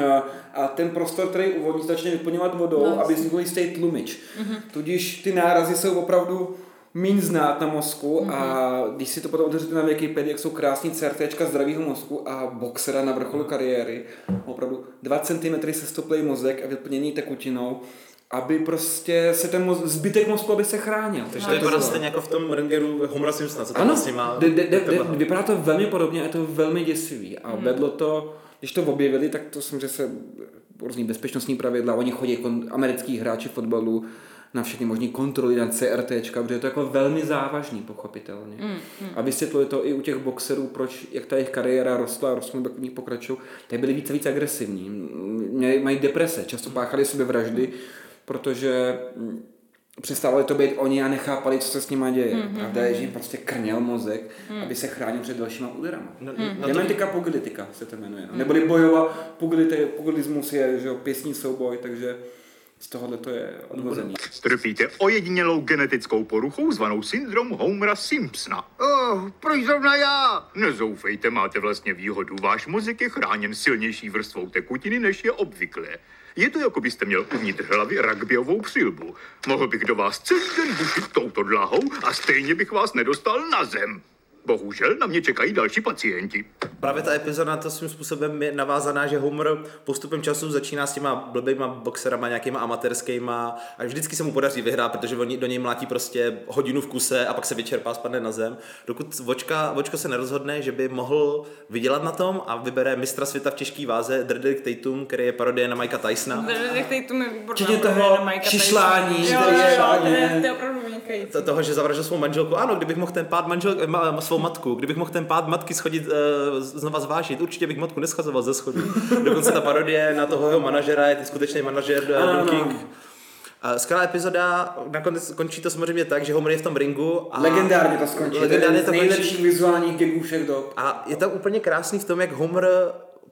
A ten prostor, který uvolní, začne vyplňovat vodou, no, aby vznikl jistý tlumič. Mm-hmm. Tudíž ty nárazy jsou opravdu míň znát na mozku mm-hmm. a když si to potom otevřete na Wikipedii, jak jsou krásný CRTčka zdravého mozku a boxera na vrcholu kariéry, opravdu dva centimetry se stoplej mozek a vyplněný tekutinou, aby prostě se ten moz, zbytek mozku, aby se chránil. Takže to vypadá stejně jako v tom Rangeru Homera Simpsona, co tam ano, vlastně má. De, de, de, de, vypadá to velmi podobně a je to velmi děsivý. A hmm. vedlo to, když to objevili, tak to samozřejmě se různý bezpečnostní pravidla, oni chodí kon, americký hráči fotbalu na všechny možný kontroly na CRTčka, protože je to jako velmi závažný, pochopitelně. Mm, mm. A vysvětluje to i u těch boxerů, proč, jak ta jejich kariéra rostla a rostla, jak v nich pokračují, tak byli více víc agresivní. Měli, mají deprese, často páchali sebevraždy, protože přestávali to být oni a nechápali, co se s nima děje. Mm-hmm. Pravda je, že jim prostě krněl mozek, mm. aby se chránil před dalšíma úderama. No, no, dementika pogylitica se to jmenuje. No. Mm. Neboli bojová pogylismus je, že jo, pěstní souboj, takže z tohohle to je odvozený. Trpíte ojedinělou genetickou poruchou zvanou syndrom Homera Simpsona. Oh, proč zrovna já? Nezoufejte, máte vlastně výhodu. Váš mozek je chráněn silnější vrstvou tekutiny, než je obvyklé. Je to, jako byste měl uvnitř hlavy rugbyovou přilbu. Mohl bych do vás celý den bušit touto dlahou a stejně bych vás nedostal na zem. Bohužel na mě čekají další pacienti. Právě ta epizoda to svým způsobem je navázaná, že Homer postupem času začíná s těma blbýma boxerama, nějakýma amatérskýma a vždycky se mu podaří vyhrát, protože oni do něj mlátí prostě hodinu v kuse a pak se vyčerpá, spadne na zem. Dokud Vočka, Vočko se nerozhodne, že by mohl vydělat na tom a vybere mistra světa v těžké váze Drederick Tatum, který je parodie na Mikea Tysona. Drederick Tatum je výborná. Včetně toho šišlání, který je to je opravdu vynikající. To, toho, že zavraždil svou manželku. Ano, kdybych mohl ten pád manžel, ma, svou matku, kdybych mohl ten pád matky schodit, uh, znova zvážit, určitě bych matku neschazoval ze schodu. Dokonce ta parodie na toho jeho manažera je skutečný manažer uh, King. Uh, skvělá epizoda, nakonec končí to samozřejmě tak, že Homer je v tom ringu. A legendárně to skončí. Legendárně to nejlepší vizuální gagů všech dob. A je to úplně krásný v tom, jak Homer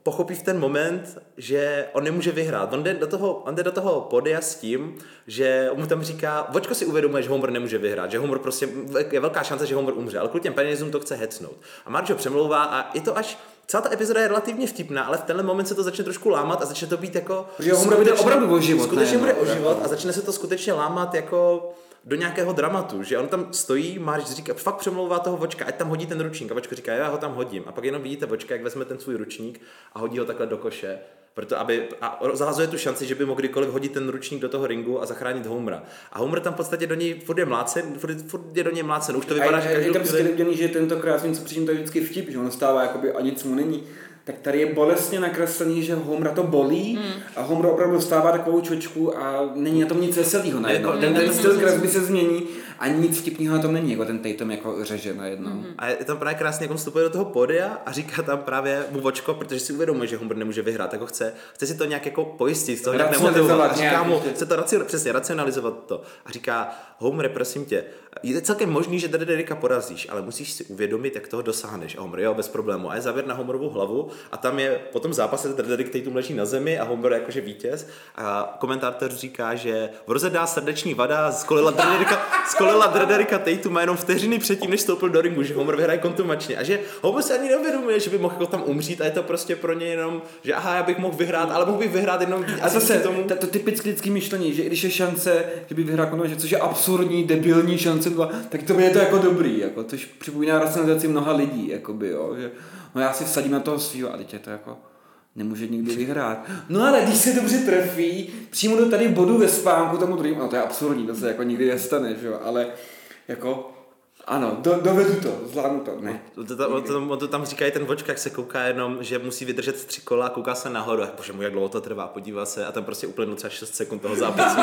pochopí v ten moment, že on nemůže vyhrát. On jde do toho, on jde do toho podia s tím, že mu tam říká, Vočko si uvědomuje, že Homer nemůže vyhrát, že Homer prostě, je velká šance, že Homer umře, ale kvůli těm penězům to chce hecnout. A Marge ho přemlouvá a je to až, celá ta epizoda je relativně vtipná, ale v tenhle moment se to začne trošku lámat a začne to být jako... Že Homer bude opravdu o život. Skutečně bude o život a začne se to skutečně lámat jako... do nějakého dramatu, že on tam stojí, Marge říká, fakt přemlouvá toho Vočka, ať tam hodí ten ručník a Vočko říká, já ho tam hodím a pak jenom vidíte Vočka, jak vezme ten svůj ručník a hodí ho takhle do koše, proto aby, a zahazuje tu šanci, že by mohl kdykoliv hodit ten ručník do toho ringu a zachránit Homera. A Homer tam v podstatě do něj furt je mlácen, furt, furt je do něj mlácen, už to vypadá, a že je, každou je tam chvíli... skvělý, že tentokrát něco přičím to je vždycky vtip, že on stává jakoby a nic mu není. Tak tady je bolestně nakreslený, že Homera to bolí hmm. a Homer opravdu stává takovou čočku a není na tom nic veselýho najednou. Jako, ten, ten styl kresby se změní a nic vtipného na tom není, jako ten Tatum jako řeže najednou. Hmm. A je tam právě krásně, jak on vstupuje do toho podia a říká tam právě mu Vočko, protože si uvědomuje, že Homer nemůže vyhrát, tak ho chce, chce si to nějak jako pojistit, z toho nějak nemotivovat a říká mu, chce to raci, přesně racionalizovat to a říká, Homer, prosím tě, je celkem možný, že Derricka porazíš, ale musíš si uvědomit, jak toho dosáhneš. A Homer, jo, bez problému. A je závěr na Homerovu hlavu a tam je po tom zápase Derrick Tatum leží na zemi a Homer jakože vítěz a komentátor říká, že rozedá srdeční vada skolila Derricka, skolila Derricka Tatuma jenom vteřiny předtím, než vstoupil do ringu, že Homer vyhraje kontumačně a že Homer se ani neuvědomuje, že by mohl jako tam umřít a je to prostě pro něj jenom, že aha, já bych mohl vyhrát, ale mohl bych vyhrát jenom a zase tomu... to, to typické lidské myšlení, že i když je šance, že by vyhrál kontumačně, což je absurdní, debilní šance dva, tak to je to jako dobrý, jako, což připomíná racionalizaci mnoha lidí, jakoby, jo, že no já si vsadím na toho svýho a teď je to jako nemůže nikdy vyhrát. No ale když se dobře trefí, přímo do tady bodu ve spánku tomu druhému, no to je absurdní, to se jako nikdy nestane, že jo, ale jako ano, do, dovedu to, zvládnu to, ne. On to, on to, on to tam říká i ten Vočka, jak se kouká jenom, že musí vydržet tři kola a kouká se nahoru. Bože můj, jak dlouho to trvá, podívá se a tam prostě uplynulo třeba šest sekund toho zápasu.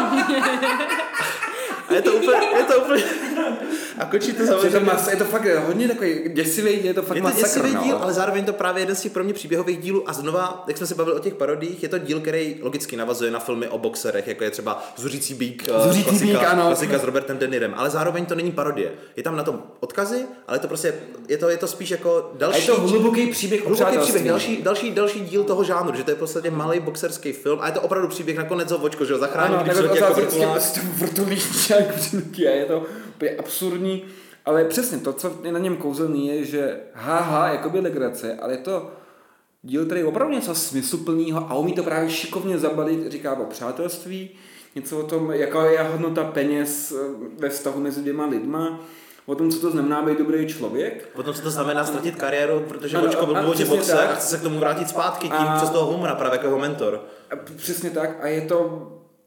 A je to úplně, je to úplně... A končí to samozřejmě... Je to, mas, je to fakt hodně takový děsivý, je to fakt je to masakr, děsivý no. díl, ale zároveň to právě jeden z těch pro mě příběhových dílů a znova, jak jsme se bavili o těch parodích, je to díl, který logicky navazuje na filmy o boxerech, jako je třeba Zuřící býk, Zuřící klasika, býk, ano. klasika s Robertem De Nirem, ale zároveň to není parodie. Je tam na tom odkazy, ale je to prostě, je to, je to spíš jako další... A je to hluboký příběh o hluboký příběh, další, další, další díl toho žánru, že to je v podstatě malý boxerský film a je to opravdu příběh nakonec ho Vočko, že ho zachrání, ano, když se jako vrtulák. Je to je absurdní, ale přesně to, co je na něm kouzelný, je, že haha, jakoby legrace, ale je to díl, který je opravdu něco smysluplného a umí to právě šikovně zabalit, říká o přátelství, něco o tom, jaká je hodnota peněz ve vztahu mezi dvěma lidma, o tom, co to znamená být dobrý člověk. Potom co to znamená ztratit kariéru, protože Vočko byl původně boxer a chce se k tomu vrátit zpátky tím a, přes toho Homera právě jako jeho mentor. A přesně tak a je to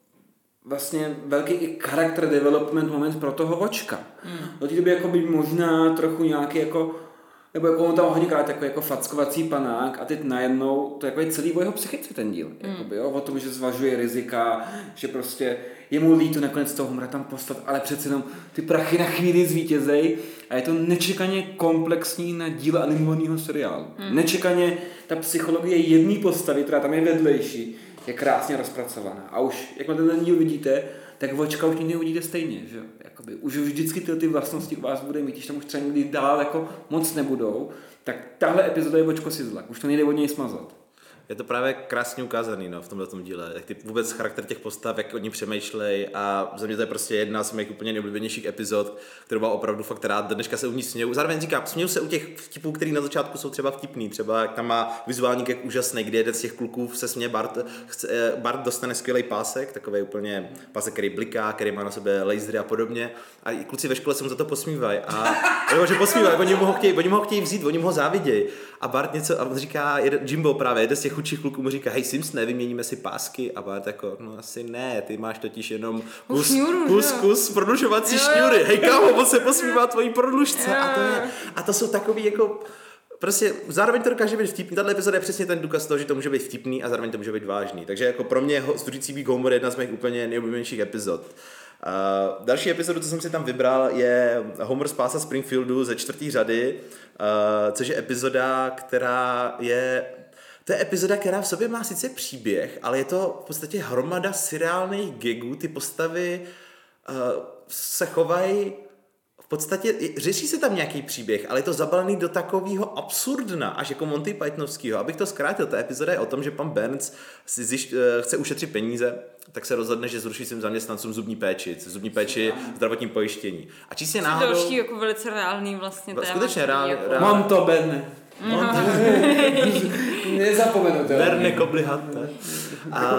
vlastně velký i character development moment pro toho Vočka. Hmm. Do té doby jako by možná trochu nějaký jako, nebo jako on tam hodně krát jako, jako fackovací panák a teď najednou to jako je celý o jeho psychice ten díl. Hmm. Jakoby, jo? O tom, že zvažuje rizika, že prostě je mu líto nakonec toho Homera tam postat, ale přece jenom ty prachy na chvíli zvítězej a je to nečekaně komplexní na díl animovaného seriálu. Hmm. Nečekaně ta psychologie jedné postavy, která tam je vedlejší, je krásně rozpracovaná. A už, jak na ten díl vidíte, tak Vočka už nikdy uvidíte stejně, že jo? Jakoby, už vždycky ty, ty vlastnosti u vás bude mít, když tam už třeba někdy dál jako moc nebudou, tak tahle epizoda je Vočko si zlak. Už to nejde od něj smazat. Je to právě krásně ukázaný, no, v tomto díle. Jak ty vůbec charakter těch postav, jak oni přemýšlej a za mě to je prostě jedna z mých úplně nejoblíbenějších epizod, kterou mám opravdu fakt rád. Dneška se u ní směju. Zároveň říkám, směju se u těch vtipů, který na začátku jsou třeba vtipný. Třeba jak tam má vizuální jak úžasný, kdy jeden z těch kluků se směje Bart, chce, Bart dostane skvělý pásek, takový úplně pásek, který bliká, který má na sebe lasery a podobně. A i kluci ve škole se mu za to posmívají. A nebo, že posmívají, oni mu ho chtějí, oni mu ho chtějí vzít, oni mu ho závidějí. A Bart něco, a on říká, Jimbo právě, jeden z těch chudších kluků mu říká, hej Simpsone, vyměníme si pásky a Bart jako, no asi ne, ty máš totiž jenom kus, šňůru, kus, kus prodlužovací šňůry, hej kámo, on se posmívá tvojí prodlužce a to je, a to jsou takový jako, prostě zároveň to dokáže být vtipný, tato epizoda je přesně ten důkaz toho, že to může být vtipný a zároveň to může být vážný, takže jako pro mě Zuřící býk Homer je jedna z mých úplně nejoblíbenějších epizod. Uh, další epizodu, co jsem si tam vybral, je Homer spása Springfieldu ze čtvrtý řady, uh, což je epizoda, která je... To je epizoda, která v sobě má sice příběh, ale je to v podstatě hromada seriálních gagů, ty postavy uh, se chovají v podstatě řeší se tam nějaký příběh, ale je to zabalený do takového absurdna, až jako Monty Pythonovskýho. Abych to zkrátil, ta epizoda je o tom, že pan Burns si zjišť, chce ušetřit peníze, tak se rozhodne, že zruší svým zaměstnancům zubní péči, zubní péči, zdravotním pojištění. A čísně náhodou... Další jako velice reálný vlastně téma. Skutečně reálný. Jako... Reál... Mám to, Ben. No. Nezapomenu to. Verne koblihatte. A...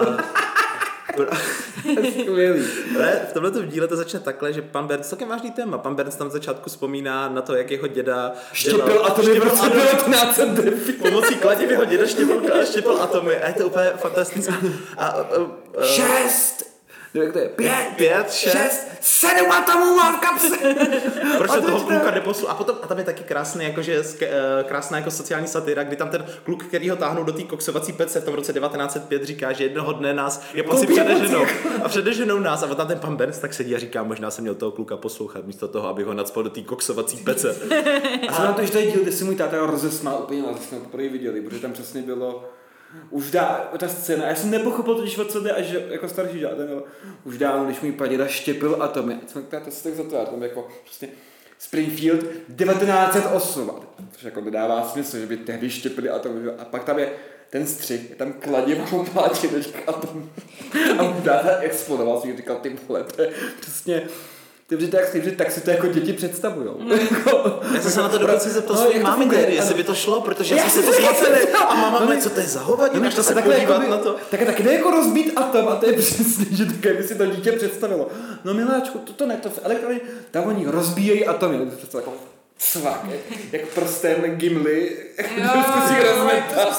Skvělý. V tomto díle to začne takhle, že pan Burns, celkem vážný téma, pan Burns tam v začátku vzpomíná na to, jak jeho děda štěpil atomy v roce devatenáct set devět. Pomocí kladivy jeho děda štěpil, štěpil atomy a je to úplně fantastické. A, a, a, Šest! To je pět, pět, šest, šest, sedm atomů mám v kapse. Proč se toho kluka neposlu? A potom a tam je taky krásný, jakože, krásná jako sociální satyra, kdy tam ten kluk, který ho táhnou do té koksovací pece v tom roce devatenáct set pět říká, že jednoho dne nás Japonci předeženou a předeženou nás a tam ten pan Burns tak sedí a říká, možná jsem měl toho kluka poslouchat místo toho, abych ho nacpal do té koksovací pece. A co na to, že tady díl, kde si můj táta rozesmál úplně, ale jsme to poprvé viděli, protože tam přesně bylo už dá, ta scéna, já jsem nepochopil totiž, o co jde, až jako starší žádný, ale už dávno, když můj praděda štěpil atomy, a jsme to se tak zatvář, tam jako prostě Springfield devatenáct set osm, což jako nedává smysl, že by tehdy štěpili atomy, a pak tam je ten střih, je tam kladivo páčinečka atom a můj táta explodoval, si říkal, ty vole, to je přesně... Ty tak, ty, tak si to jako děti představujou. No. Já jsem se na to dokonce zeptal svým mámy tehdy, jestli by to šlo, protože já jsem si to zmocili. A máma mě, co to je za hovadina, až to se podívat jako na to. Tak, tak jde jako rozbít atom a to je přesně, že tak, jak by si to dítě představilo. No miláčku, toto ne, to v elektroně, tam oni rozbíjejí atomy. To je jako svak, jak, jak prstem Gimli, zkusí rozmetat.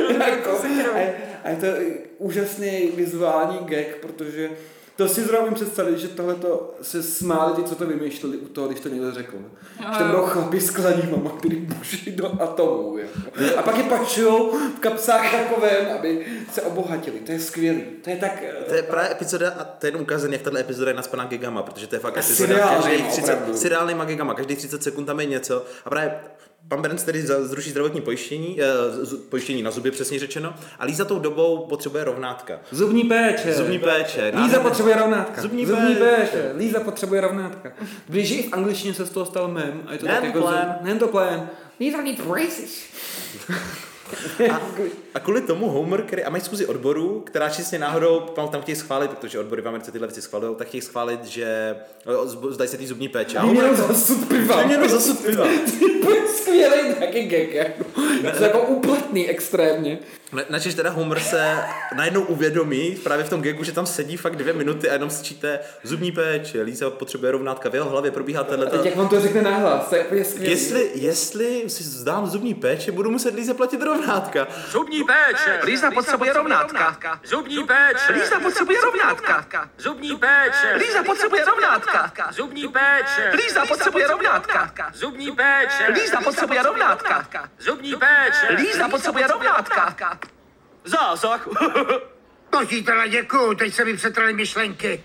A je to úžasný vizuální gag, protože to si zrovna představit, že tohleto se smáli ti, co to vymýšleli u toho, když to někdo řekl. Jo, že tam budou chlapi s kladivama, který buší do atomů. Jako. A pak je pačujou v kapsách takovém, aby se obohatili. To je skvělý. To je tak... To je právě epizoda, a to je jenom ukázán, jak tato epizoda je naspaná gigama, protože to je fakt epizoda každých třicet, seriálnýma gigama, každých třicet sekund tam je něco. A právě pan Burns tedy zruší zdravotní pojištění, eh, pojištění na zuby, přesně řečeno, a Líza tou dobou potřebuje rovnátka. Zubní péče. Zubní péče. Líza potřebuje rovnátka. Zubní, Zubní péče. péče. Líza potřebuje rovnátka. Když i v angličtině se z toho stal mem. A je to tak jako plan. Nen to plan. Líza needs braces. A, a kvůli tomu Homer, který, a mají zkuzi odborů, která čistě náhodou tam chtějí schválit, protože odbory v Americe tyhle věci schvalují, tak chtějí schválit, že zdají se ty zubní péče. Výměnou za sud piva. Výměnou za sud piva. Skvělej taky gag, jako. To je jako úplatný extrémně. Načež teda Homer se najednou uvědomí právě v tom gagu, že tam sedí fakt dvě minuty a jenom sčíte zubní péče, Líza potřebuje rovnátka, v jeho hlavě probíhá tenhle. A teď jak on to řekne nahlas, to je úplně skvělý. Jestli, jestli si vzdám zubní péče, budu muset Líze platit rovnátka. Zubní péče, Líza potřebuje rovnátka. Zubní péče, Líza potřebuje rovnátka. Zubní péče, Líza potřebuje rovnátka. Zubní péče, Líza potřebuje rovnátka. Zubní péče, Líza potřebuje rovnátka. Zubní péče, Líza potřebuje rovnátka. Zásah. Počítala, děkuju, teď se mi přetraly myšlenky.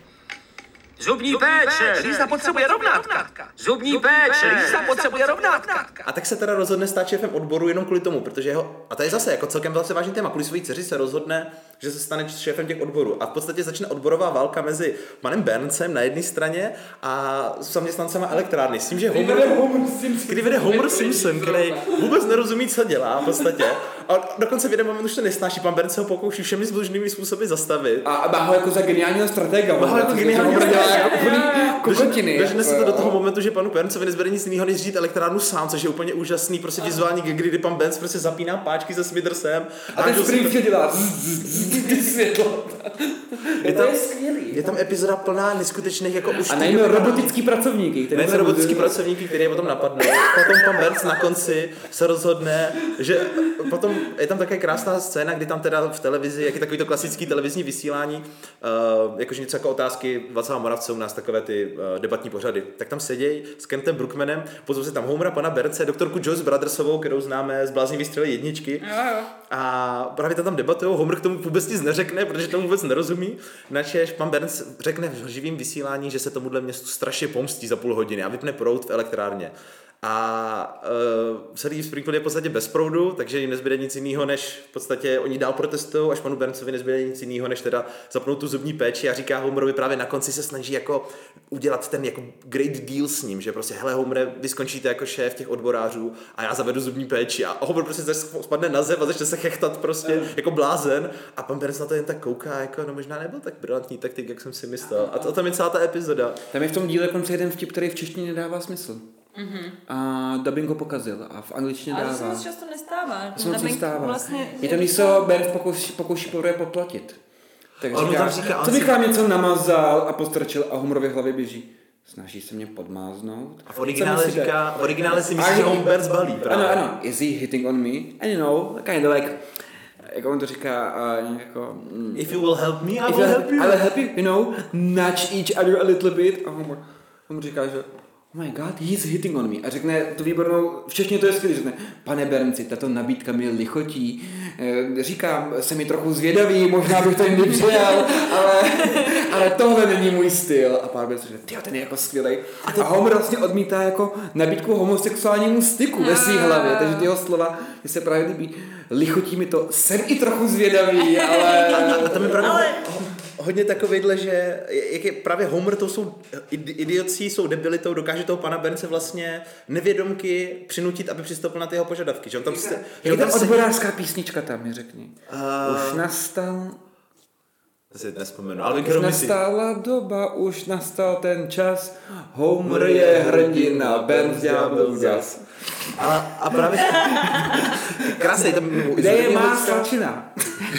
Zubní péče, Líza potřebuje rovnátka. Zubní péče, Líza potřebuje rovnátka. A tak se teda rozhodne stát šéfem odboru jenom kvůli tomu, protože jeho, a to je zase jako celkem velmi vážný téma, kvůli své dceři se rozhodne, že se stane šéfem těch odborů. A v podstatě začne odborová válka mezi panem Burnsem na jedné straně a zaměstnancema elektrárny. S tím, že Homer, který vede Homer Simpson, který vůbec nerozumí, co dělá v podstatě. A dokonce v jeden moment už to nesnáší, pan Burns se ho pokouší všemi zbožnými způsoby zastavit. A má ho jako za geniálního stratega. Má ho jako geniálního stratega. Jako úplný kokotiny. Dožne se to do toho momentu, že panu Burnsovi nezbere nic jiného, než řídit elektrárnu sám, což je úplně úžasný, prostě vizuální gag, kdy pan Burns prostě zapíná páčky se Smithersem. A ten Springfield dělá světlo. Je tam, je tam epizoda plná neskutečných jako už. A nejme robotický pracovníky. Nejme robotický pracovníky, který je potom napadnou. Potom pan Burns na konci se rozhodne, že potom je tam také krásná scéna, kdy tam teda v televizi, jak je takový to klasický televizní vysílání, uh, jakože něco jako otázky Václava Moravce u nás, takové ty uh, debatní pořady, tak tam sedějí s Kentem Brookmanem, pozvou se tam Homera, pana Burnse, doktorku Joyce Brothersovou, kterou známe z Bláznivý střely jedničky. Jo, jo. A právě tam debatujou, Homer k tomu vůbec nic neřekne, protože tomu vůbec nerozumí. Načež pan Burns řekne v živým vysílání, že se tomuhle městu strašně pomstí za půl hodiny a vypne proud v elektrárně. A uh, celý Springfield je v podstatě bez proudu, takže jim nezbyde nic jiného, než v podstatě oni dál protestují, až panu Burnsovi nezbyde nic jiného, než teda zapnout tu zubní péči a říká Homerovi právě na konci se snaží jako udělat ten jako great deal s ním, že prostě hele Homere, vy skončíte jako šéf těch odborářů a já zavedu zubní péči a Homer prostě spadne na zem a začne se chechtat prostě jako blázen a pan Burns na to jen tak kouká, jako no možná nebyl tak brilantní taktik, jak jsem si myslel. A to tam je celá ta epizoda. Tam je v tom díle konce jeden vtip, který v češtině nedává smysl. Mm-hmm. A dubbing ho pokazil a v angličtině dává. Ale to se často nestává. To se moc nestává. Vlastně je tam, když se Burns pokouší, pokouší poprvé poplatit. Tak on říká, říká, co bych vám něco namazal a postrčil a Homerovi hlavě běží. Snaží se mě podmáznout. A v originále říká, v originále si myslí, že on Burns balí právě. Ano, ano. Is he hitting on me? I don't know, kind of like, jak on to říká, uh, jako... Mm, if you will help me, I will help you. I will help you, you know, nudge each other a little bit. A Homer, Homer říká, že oh my god, he's hitting on me. A řekne tu výbornou, v češtině to je skvělý, řekne, pane Burnsi, tato nabídka mi lichotí. Říkám, jsem mi trochu zvědavý, možná bych to jindy přijal, ale, ale tohle není můj styl. A pán Burns řekne, tyjo, ten je jako skvělej. A Homer vlastně odmítá jako nabídku homosexuálnímu styku ve své hlavě, takže ty jeho slova mi se právě líbí. Lichotí mi to, jsem i trochu zvědavý, ale... A tam je právě ale... hodně takovejhle, že jak je právě Homer, to jsou idiocí, jsou debilitou, dokáže toho pana Burnse vlastně nevědomky přinutit, aby přistoupil na ty jeho požadavky. Že on tam jak je tam odborářská písnička tam, mi řekni. Uh... Už nastal... si nespomenu, ale už nastala doba, už nastal ten čas, Homer je hrdina, Burns ďábel ďas. A, a právě krásný tam... Kde je má svačina?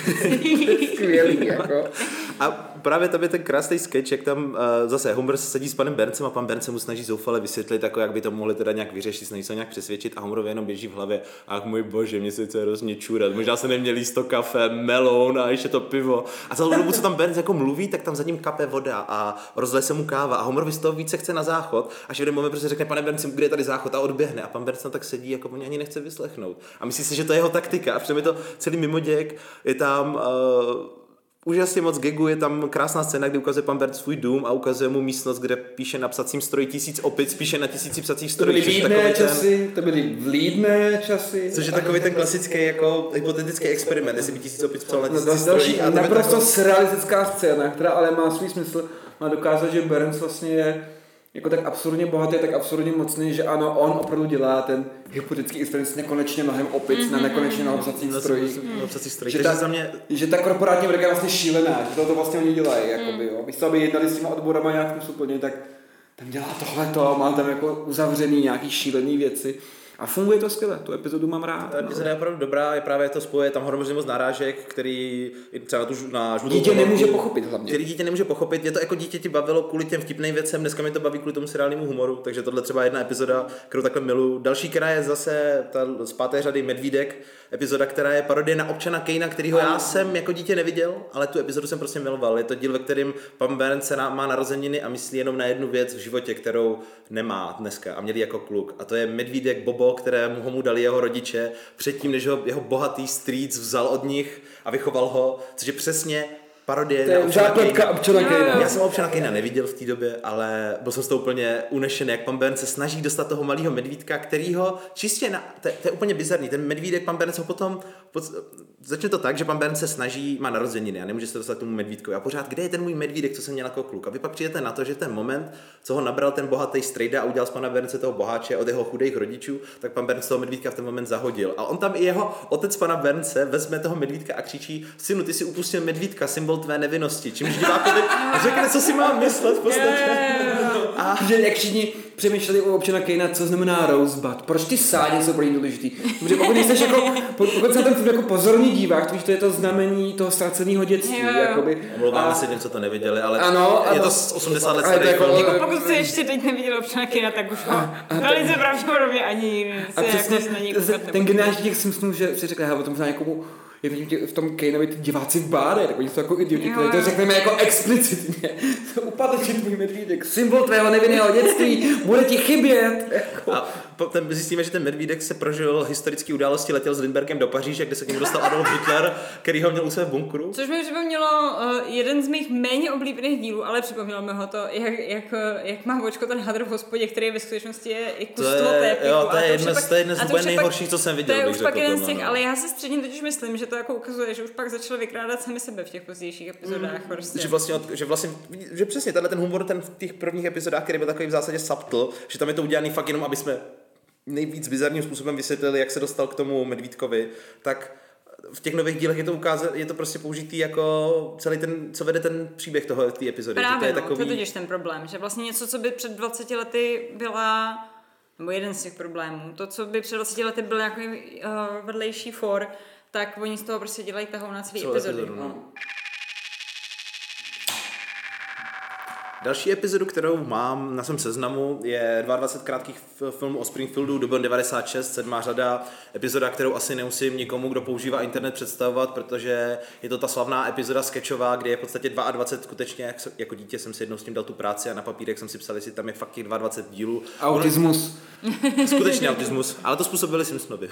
Skvělý, jako. A právě tam je ten krásný sketch, jak tam uh, zase Homer sedí s panem Burnsem a pan Burns se mu snaží zoufale vysvětlit, jako jak by to mohli teda nějak vyřešit, snaží se nějak přesvědčit a Homerovi jenom běží v hlavě, ach můj bože, mě se chce hrozně čůrat, možná se neměl jíst to kafe, melon a ještě to pivo. A celou dobu, co tam Burns jako mluví, tak tam za ním kape voda a rozleje se mu káva a Homerovi z toho více chce na záchod, až v jeden moment prostě řekne, pane Burns, kde je tady záchod a odběhne a pan Burns tam tak sedí, jako mě ani nechce vyslechnout. A myslí si, že to je jeho taktika a přitom je to celý mimoděk, je tam uh, úžasně moc gagu, je tam krásná scéna, kdy ukazuje pan Burns svůj dům a ukazuje mu místnost, kde píše na psacím stroji tisíc opic, píše na tisíci psacích strojích. To byly vlídné časy, ten, to byly vlídné časy. Což je takový ten klasický jako hypotetický experiment, jestli by tisíc opic psal na tisíci no, strojích. A naprosto takový... surrealistická scéna, která ale má svůj smysl, má dokázat, že Burns vlastně je jako tak absurdně bohatý, tak absurdně mocný, že ano, on opravdu dělá ten hypotetický experiment s nekonečně mnohem opic mm-hmm. na nekonečně mnoho psacích strojích. Mm-hmm. Že, ta, mě... že ta korporátní verga je vlastně šílená, že to, to vlastně oni dělají. Mm. Jakoby, jo. Místo, aby jednali s těma odborama nějakým způsobem, tak tam dělá tohleto, má tam jako uzavřený nějaký šílený věci. A funguje to skvěle, tu epizodu mám rád. Ta epizoda je opravdu dobrá, je právě to spoje, tam hrozně moc narážek, který třeba tu na žlutou dítě nemůže pochopit hlavně. Který dítě nemůže pochopit, je to jako dítě ti bavilo kvůli těm vtipným věcem, dneska mi to baví kvůli tomu seriálnímu humoru, takže tohle třeba jedna epizoda, kterou takhle miluji. Další, která je zase ta z páté řady Medvídek, epizoda, která je parodie na občana Kejna, kterýho já jsem jako dítě neviděl, ale tu epizodu jsem prostě miloval. Je to díl, ve kterém pan Burns se má narozeniny a myslí jenom na jednu věc v životě, kterou nemá dneska a měli jako kluk. A to je Medvídek Bobo, kterému ho mu dali jeho rodiče předtím, než ho jeho bohatý strýc vzal od nich a vychoval ho, což je přesně parodie na občana Kejna. občana Kejna. Já jsem občana Kejna neviděl v té době, ale byl jsem z toho úplně unešený, jak pan Burns se snaží dostat toho malého medvídka, kterýho čistě, na, to, to je úplně bizarní, ten medvídek, pan Burns ho potom, pod, začne to tak, že pan Burns se snaží, má narozeniny a nemůže se dostat k tomu medvídkovi a pořád, kde je ten můj medvídek, co jsem měl jako kluk. A vy pak přijdete na to, že ten moment, co ho nabral ten bohatý strejda a udělal z pana Burnse toho boháče od jeho chudých rodičů, tak pan Burns toho medvídka v ten moment zahodil. A on tam i jeho otec pana Burnse vezme toho medvídka a křičí: synu, ty si upustil medvídka, symbol tvé nevinnosti. Čímž divákovi řekne, co si mám myslet v podstatě. A že jak všichni přemýšleli u občana Kejna, co znamená rosebud. Proč ty sáně jsou pro ně důležitý? Protože pokud jsi jako, pokud se na ten film jako pozorný divák, to víš, to je to znamení toho ztraceného dětství. Omlouváme se těm, co to neviděli, ale ano, je to z osmdesát let starý jako, film. Pokud jsi ještě teď neviděl občana Kejna, tak už ho velice pravděpodobně ani se jako není koukat. Ten geniální těch Simpsonů, že si řekli, o tom možná někomu je v tom Kejnovi ty diváci v báre, tak oni jsou jako idioti, kteří to řekneme jako explicitně. Upadl ti tvůj medvídek, symbol tvého nevinného dětství, bude ti chybět. Jako. A potom zjistíme, že ten medvídek se prožil historické události, letěl s Lindbergem do Paříže, kde se k němu dostal Adolf Hitler, který ho měl u sebe v bunkru. Což mi připomnělo uh, jeden z mých méně oblíbených dílů, ale připomnělo mi ho to, jak, jak, jak má očko ten hadr v hospodě, který ve skutečnosti je i kus toho tépiku. Jo, to je jedna pak, z, to je jedna z úplně nejhorších, co jsem viděl. To je bych už pak řekl, jeden z těch, no. ale já se středně totiž myslím, že to jako ukazuje, že už pak začali vykrádat sami sebe v těch pozdějších epizodách. Mm. Prostě. Že vlastně, že vlastně, že přesně tenhle ten humor ten v těch prvních epizodách, který byl takový v zásadě subtle, že tam je to udělaný fakt jenom, aby jsme nejvíc bizarním způsobem vysvětlili, jak se dostal k tomu medvídkovi, tak v těch nových dílech je to ukázat, je to prostě použitý jako celý ten, co vede ten příběh toho té epizody. Právě, to je no, takový... to je totiž ten problém, že vlastně něco, co by před dvaceti lety byla, nebo jeden z těch problémů, to, co by před dvaceti lety byl nějaký uh, vedlejší for, tak oni z toho prostě dělají tahou na celý epizody. Epizodu, no. Další epizodu, kterou mám na svém seznamu, je dvacet dva krátkých filmů o Springfieldu, Duben devadesát šest, sedmá řada, epizoda, kterou asi nemusím nikomu, kdo používá internet, představovat, protože je to ta slavná epizoda sketchová, kde je v podstatě dvacet dva, skutečně, jako dítě jsem si jednou s tím dal tu práci a na papírek jsem si psal, jestli tam je fakt těch dvacet dva dílů. Autismus. Skutečně autismus, ale to způsobili Simpsonovi.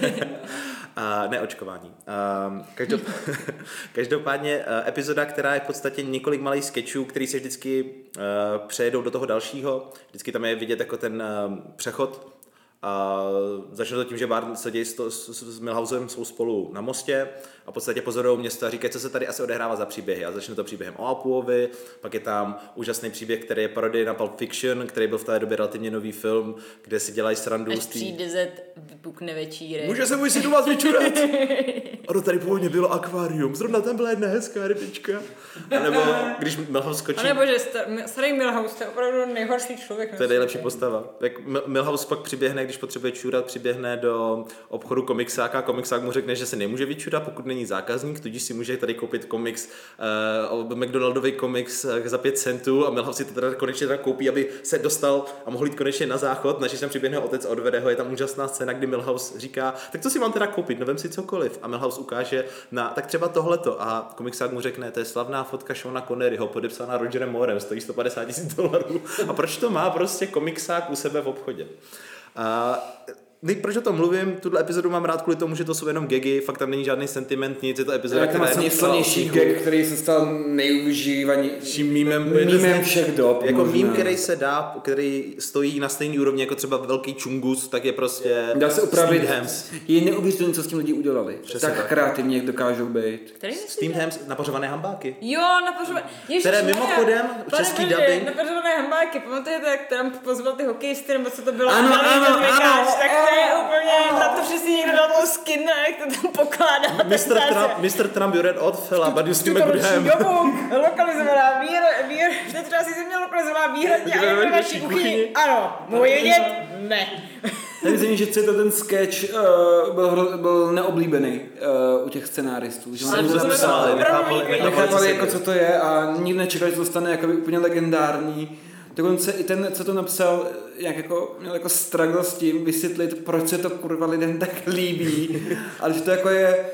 A ne očkování. Um, každop... Každopádně uh, epizoda, která je v podstatě několik malých sketchů, který se vždycky uh, přejedou do toho dalšího. Vždycky tam je vidět jako ten uh, přechod. A začne to tím, že Bart se dějí s, s, s Milhousem jsou spolu na mostě a v podstatě pozorují město a říkají, co se tady asi odehrává za příběhy. A začne to příběhem o Apuovi, pak je tam úžasný příběh, který je parodie na Pulp Fiction, který byl v té době relativně nový film, kde si dělají srandu. Až přijde Z, vypukne večírek. Může se můj syn u vás vyčurat? Ano, tady původně bylo akvárium, zrovna tam byla jedna hezká rybička. A nebo když Milhouse skočí... A nebo že starý Milhouse, to je opravdu nejhorší člověk. To je nejlepší postava. Jak Milhouse pak přiběhne, když potřebuje čůrat, přiběhne do obchodu komiksáka a komiksák mu řekne, že se nemůže vyčurat, pokud není zákazník, tudíž si může tady koupit komiks, uh, McDonaldový komiks uh, za pět centů a Milhouse si to teda konečně teda koupí, aby se dostal a mohl jít konečně na záchod, než tam přiběhne otec a odvede ho. Je tam úžasná scéna, kdy Milhouse říká, tak co si mám teda koupit, no vem si cokoliv. A Milhouse ukáže na, tak třeba tohleto a komiksák mu řekne, to je slavná fotka Seana Conneryho, podepsaná Rogerem Moorem, stojí sto padesát tisíc dolarů. A proč to má prostě komiksák u sebe v obchodě? A proč o tom mluvím? Tuhle epizodu mám rád kvůli tomu, že to jsou jenom gagy, fakt tam není žádný sentiment, nic, je to epizoda, která je nejsilnější gag, který se stal nejužívanějším mýmem, mýmem všech dob. Jako mým, který se dá, který stojí na stejný úrovni jako třeba velký Čungus, tak je prostě dá se upravit. Je neuvěřitelné, co s tím lidi udělali. Přesně tak, tak kreativně, jak dokážou být. Který Steamed Hams, napařované hambáky. Jo, napařované. Které mimochodem český dubbing. Napařované hambáky. Pamatujete, jak Trump pozval ty hokejisty, nebo co to bylo? Ano, ano, ano, ano. Tak to je úplně, na to přesně někdo dal tu skin, jak to tam pokládá. mister Trump, mister Trump, you're odd fella, but you still make good ham. Lokalizovaná výhra, výhra, třeba si země lokalizovaná výhradně a jako naší kuchyni. Ano, můj vědět? Ne. Myslím, že celý ten sketch uh, byl, byl neoblíbený uh, u těch scenáristů. Že ale to zapsali, nechápali, jako co to je a nikdy nečekali, že to stane jako úplně legendární. Dokonce i ten, co to napsal, jak jako, měl jako struggle s tím vysvětlit, proč se to kurva lidem tak líbí. Ale že to jako je...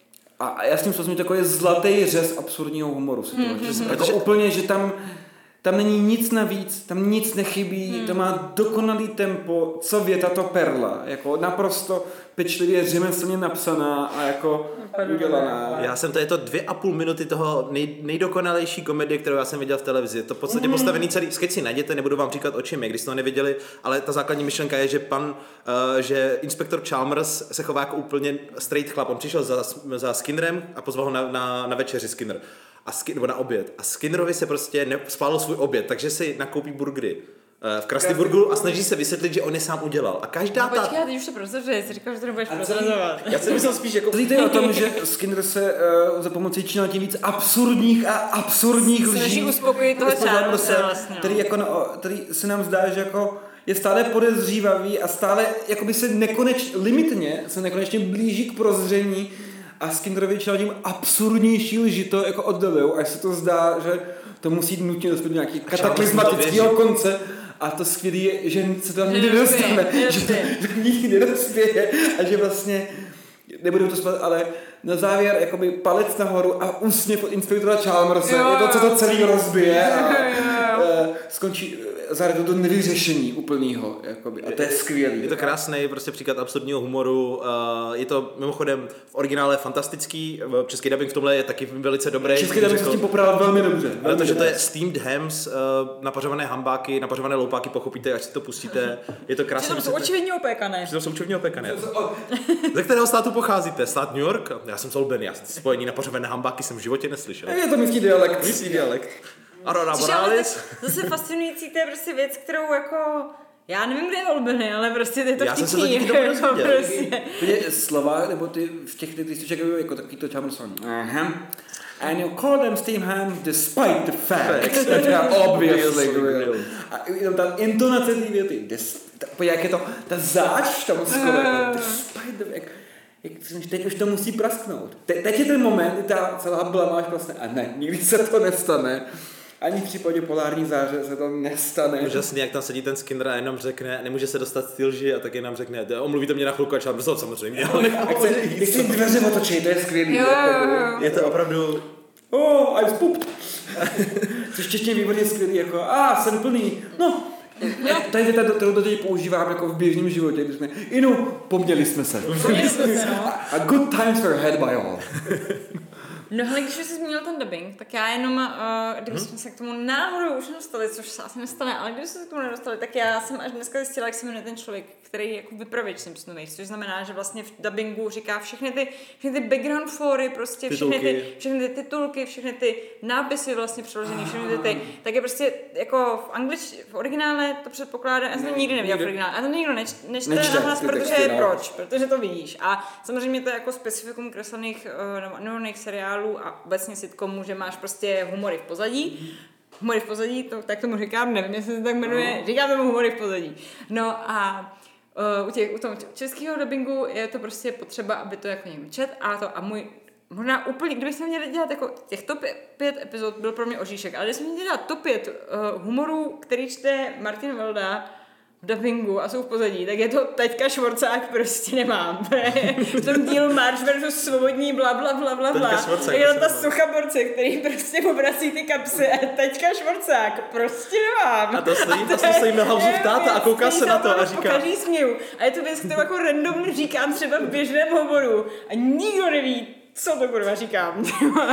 A já s tím souhlasím, že to je zlatý řez absurdního humoru. Mm-hmm. Protože úplně, že tam... Tam není nic navíc, tam nic nechybí, hmm. to má dokonalý tempo, co věta to perla, jako naprosto pečlivě řemeslně napsaná a jako udělaná. Já jsem to, je to dvě a půl minuty toho nej, nejdokonalejší komedie, kterou já jsem viděl v televizi. To v podstatě hmm. postavený celý, sketch si najděte, nebudu vám říkat o čem je, když jste to neviděli, ale ta základní myšlenka je, že pan, uh, že inspektor Chalmers se chová jako úplně straight chlap. On přišel za, za Skinnerem a pozval ho na, na, na večeři Skinner. A Skin, nebo na oběd. A Skinnerovi se prostě nespálil svůj oběd, takže si nakoupí burgery v Krusty Burgeru a snaží se vysvětlit, že on je sám udělal. A každá no, ta... Počkej, teď už to prozradil, jsi říkal, že to nebudeš prozrazovat. Já jsem myslel spíš jako... Tady to je o tom, že Skinner se uh, za pomocí činil tím víc absurdních a absurdních lží. Snaží uspokojit toho Charlesa vlastně. Který, jako, no, který se nám zdá, že jako je stále podezřívavý a stále jakoby se nekonečně, limitně se nekonečně blíží k prozření. A Skinnerovi čelal tím absurdnější lži to jako oddelujou, až se to zdá, že to musí jít nutně dospět do nějaký kataklizmatického konce. A to skvělé je, že se tam nikdy nedostane, že to nikdy nedospěje a že vlastně nebudu to spát, ale na závěr jakoby palec nahoru a úsměv od inspektora Chalmerse, je to, co to celý rozbije a, a skončí. zahrát do nevyřešení úplnýho, jakoby. A to je skvělý. Je to krásný prostě příklad absurdního humoru. Je to mimochodem v originále fantastický, český dubbing v tomhle je taky velice dobrý. Český dubbing s tím popravil velmi dobře. Ale to, že to je steamed hams, napařované hambáky, napařované loupáky, pochopíte, až si to pustíte. Je to krásné. To jsou očividně opékané. To jsou očividně opékané. Ze kterého státu pocházíte? Stát New York? Já jsem z Albany, já spojení napařované hambáky jsem v životě neslyšel. Je to místní dialekt. Místní dialekt. Aurora Což Borealis. Ale zase fascinující, to je prostě věc, kterou jako... Já nevím, kde je Albany, ale prostě to je to Já jsem se to vtipný. díky tomu dozvěděl. Prostě. Ty slova, nebo ty v těch lističek jako takový to čamrson. Aha. And you call them steam hams despite the fact that they are obviously real. A jenom ta intonace té věty. Jak je to, ta záč tam skoro jako despite the fact. Jak, teď už to musí prasknout. Te, teď je ten moment, kdy ta celá blamáž vlastně, a ne, nikdy se to nestane. Ani v případě polární záře se to nestane. Úžasný, jak tam sedí ten Skinner a jenom řekne, nemůže se dostat z té lži a taky nám řekne, omluvíte mě na chvilku a čas, brzo samozřejmě. Když si dveře otočí, to je skvělý. Jo, jo, jo. Je to opravdu... Oh, I'm spooked. Což čeště výborně skvělý, jako, a ah, jsem plný, no. To je věta, kterou to teď používám jako v běžném životě, když jsme, Inu, poměli jsme se. A good times were had by all. No ale když jsi zmínil ten dubbing, tak já jenom, uh, kdybychom hmm? se k tomu náhodou už nedostali, což se asi nestane, ale když jsme se k tomu nedostali, tak já jsem až dneska zjistila, jak se jmenuje ten člověk, který je jako vypravěč Simpsonových, což znamená, že vlastně v dubbingu říká všechny ty, všechny ty background fory, prostě všechny ty, všechny ty titulky, všechny ty nápisy vlastně přeložené, všechny ty, ty tak je prostě jako v anglič, v originále to předpoklá, já jsem to nikdy neviděla v originále, a to nikdo neč, nečte nahlas, protože proč, protože to vidíš. A samozřejmě to je jako specifikum kreslených uh, animovaných seriálů a obecně sitcomů, že máš prostě humory v pozadí. Humory v pozadí, to, tak tomu říkám, nevím, jestli se tak jmenuje, říkám tomu humory v pozadí. No a uh, u, těch, u toho českého dubbingu je to prostě potřeba, aby to jako někdo čet a to a můj, možná úplně, kdybychom měli dělat jako těch top pět epizod, byl pro mě oříšek, ale kdybychom měli dělat top pět uh, humorů, který čte Martin Velda v dubbingu a jsou v pozadí, tak je to Teďka Švorcák prostě nemám. V tom dílu Marš versus Svobodní bla bla bla bla bla. Je to ta Suchaborce, který prostě pobrací ty kapsy a Teďka Švorcák prostě nemám. A to stojí, to stojí, stojí Milhousův táta a kouká se na to a říká. Každý směju. A je to věc, kterou jako randomně říkám třeba v běžném hovoru a nikdo neví, co to kurva říkám.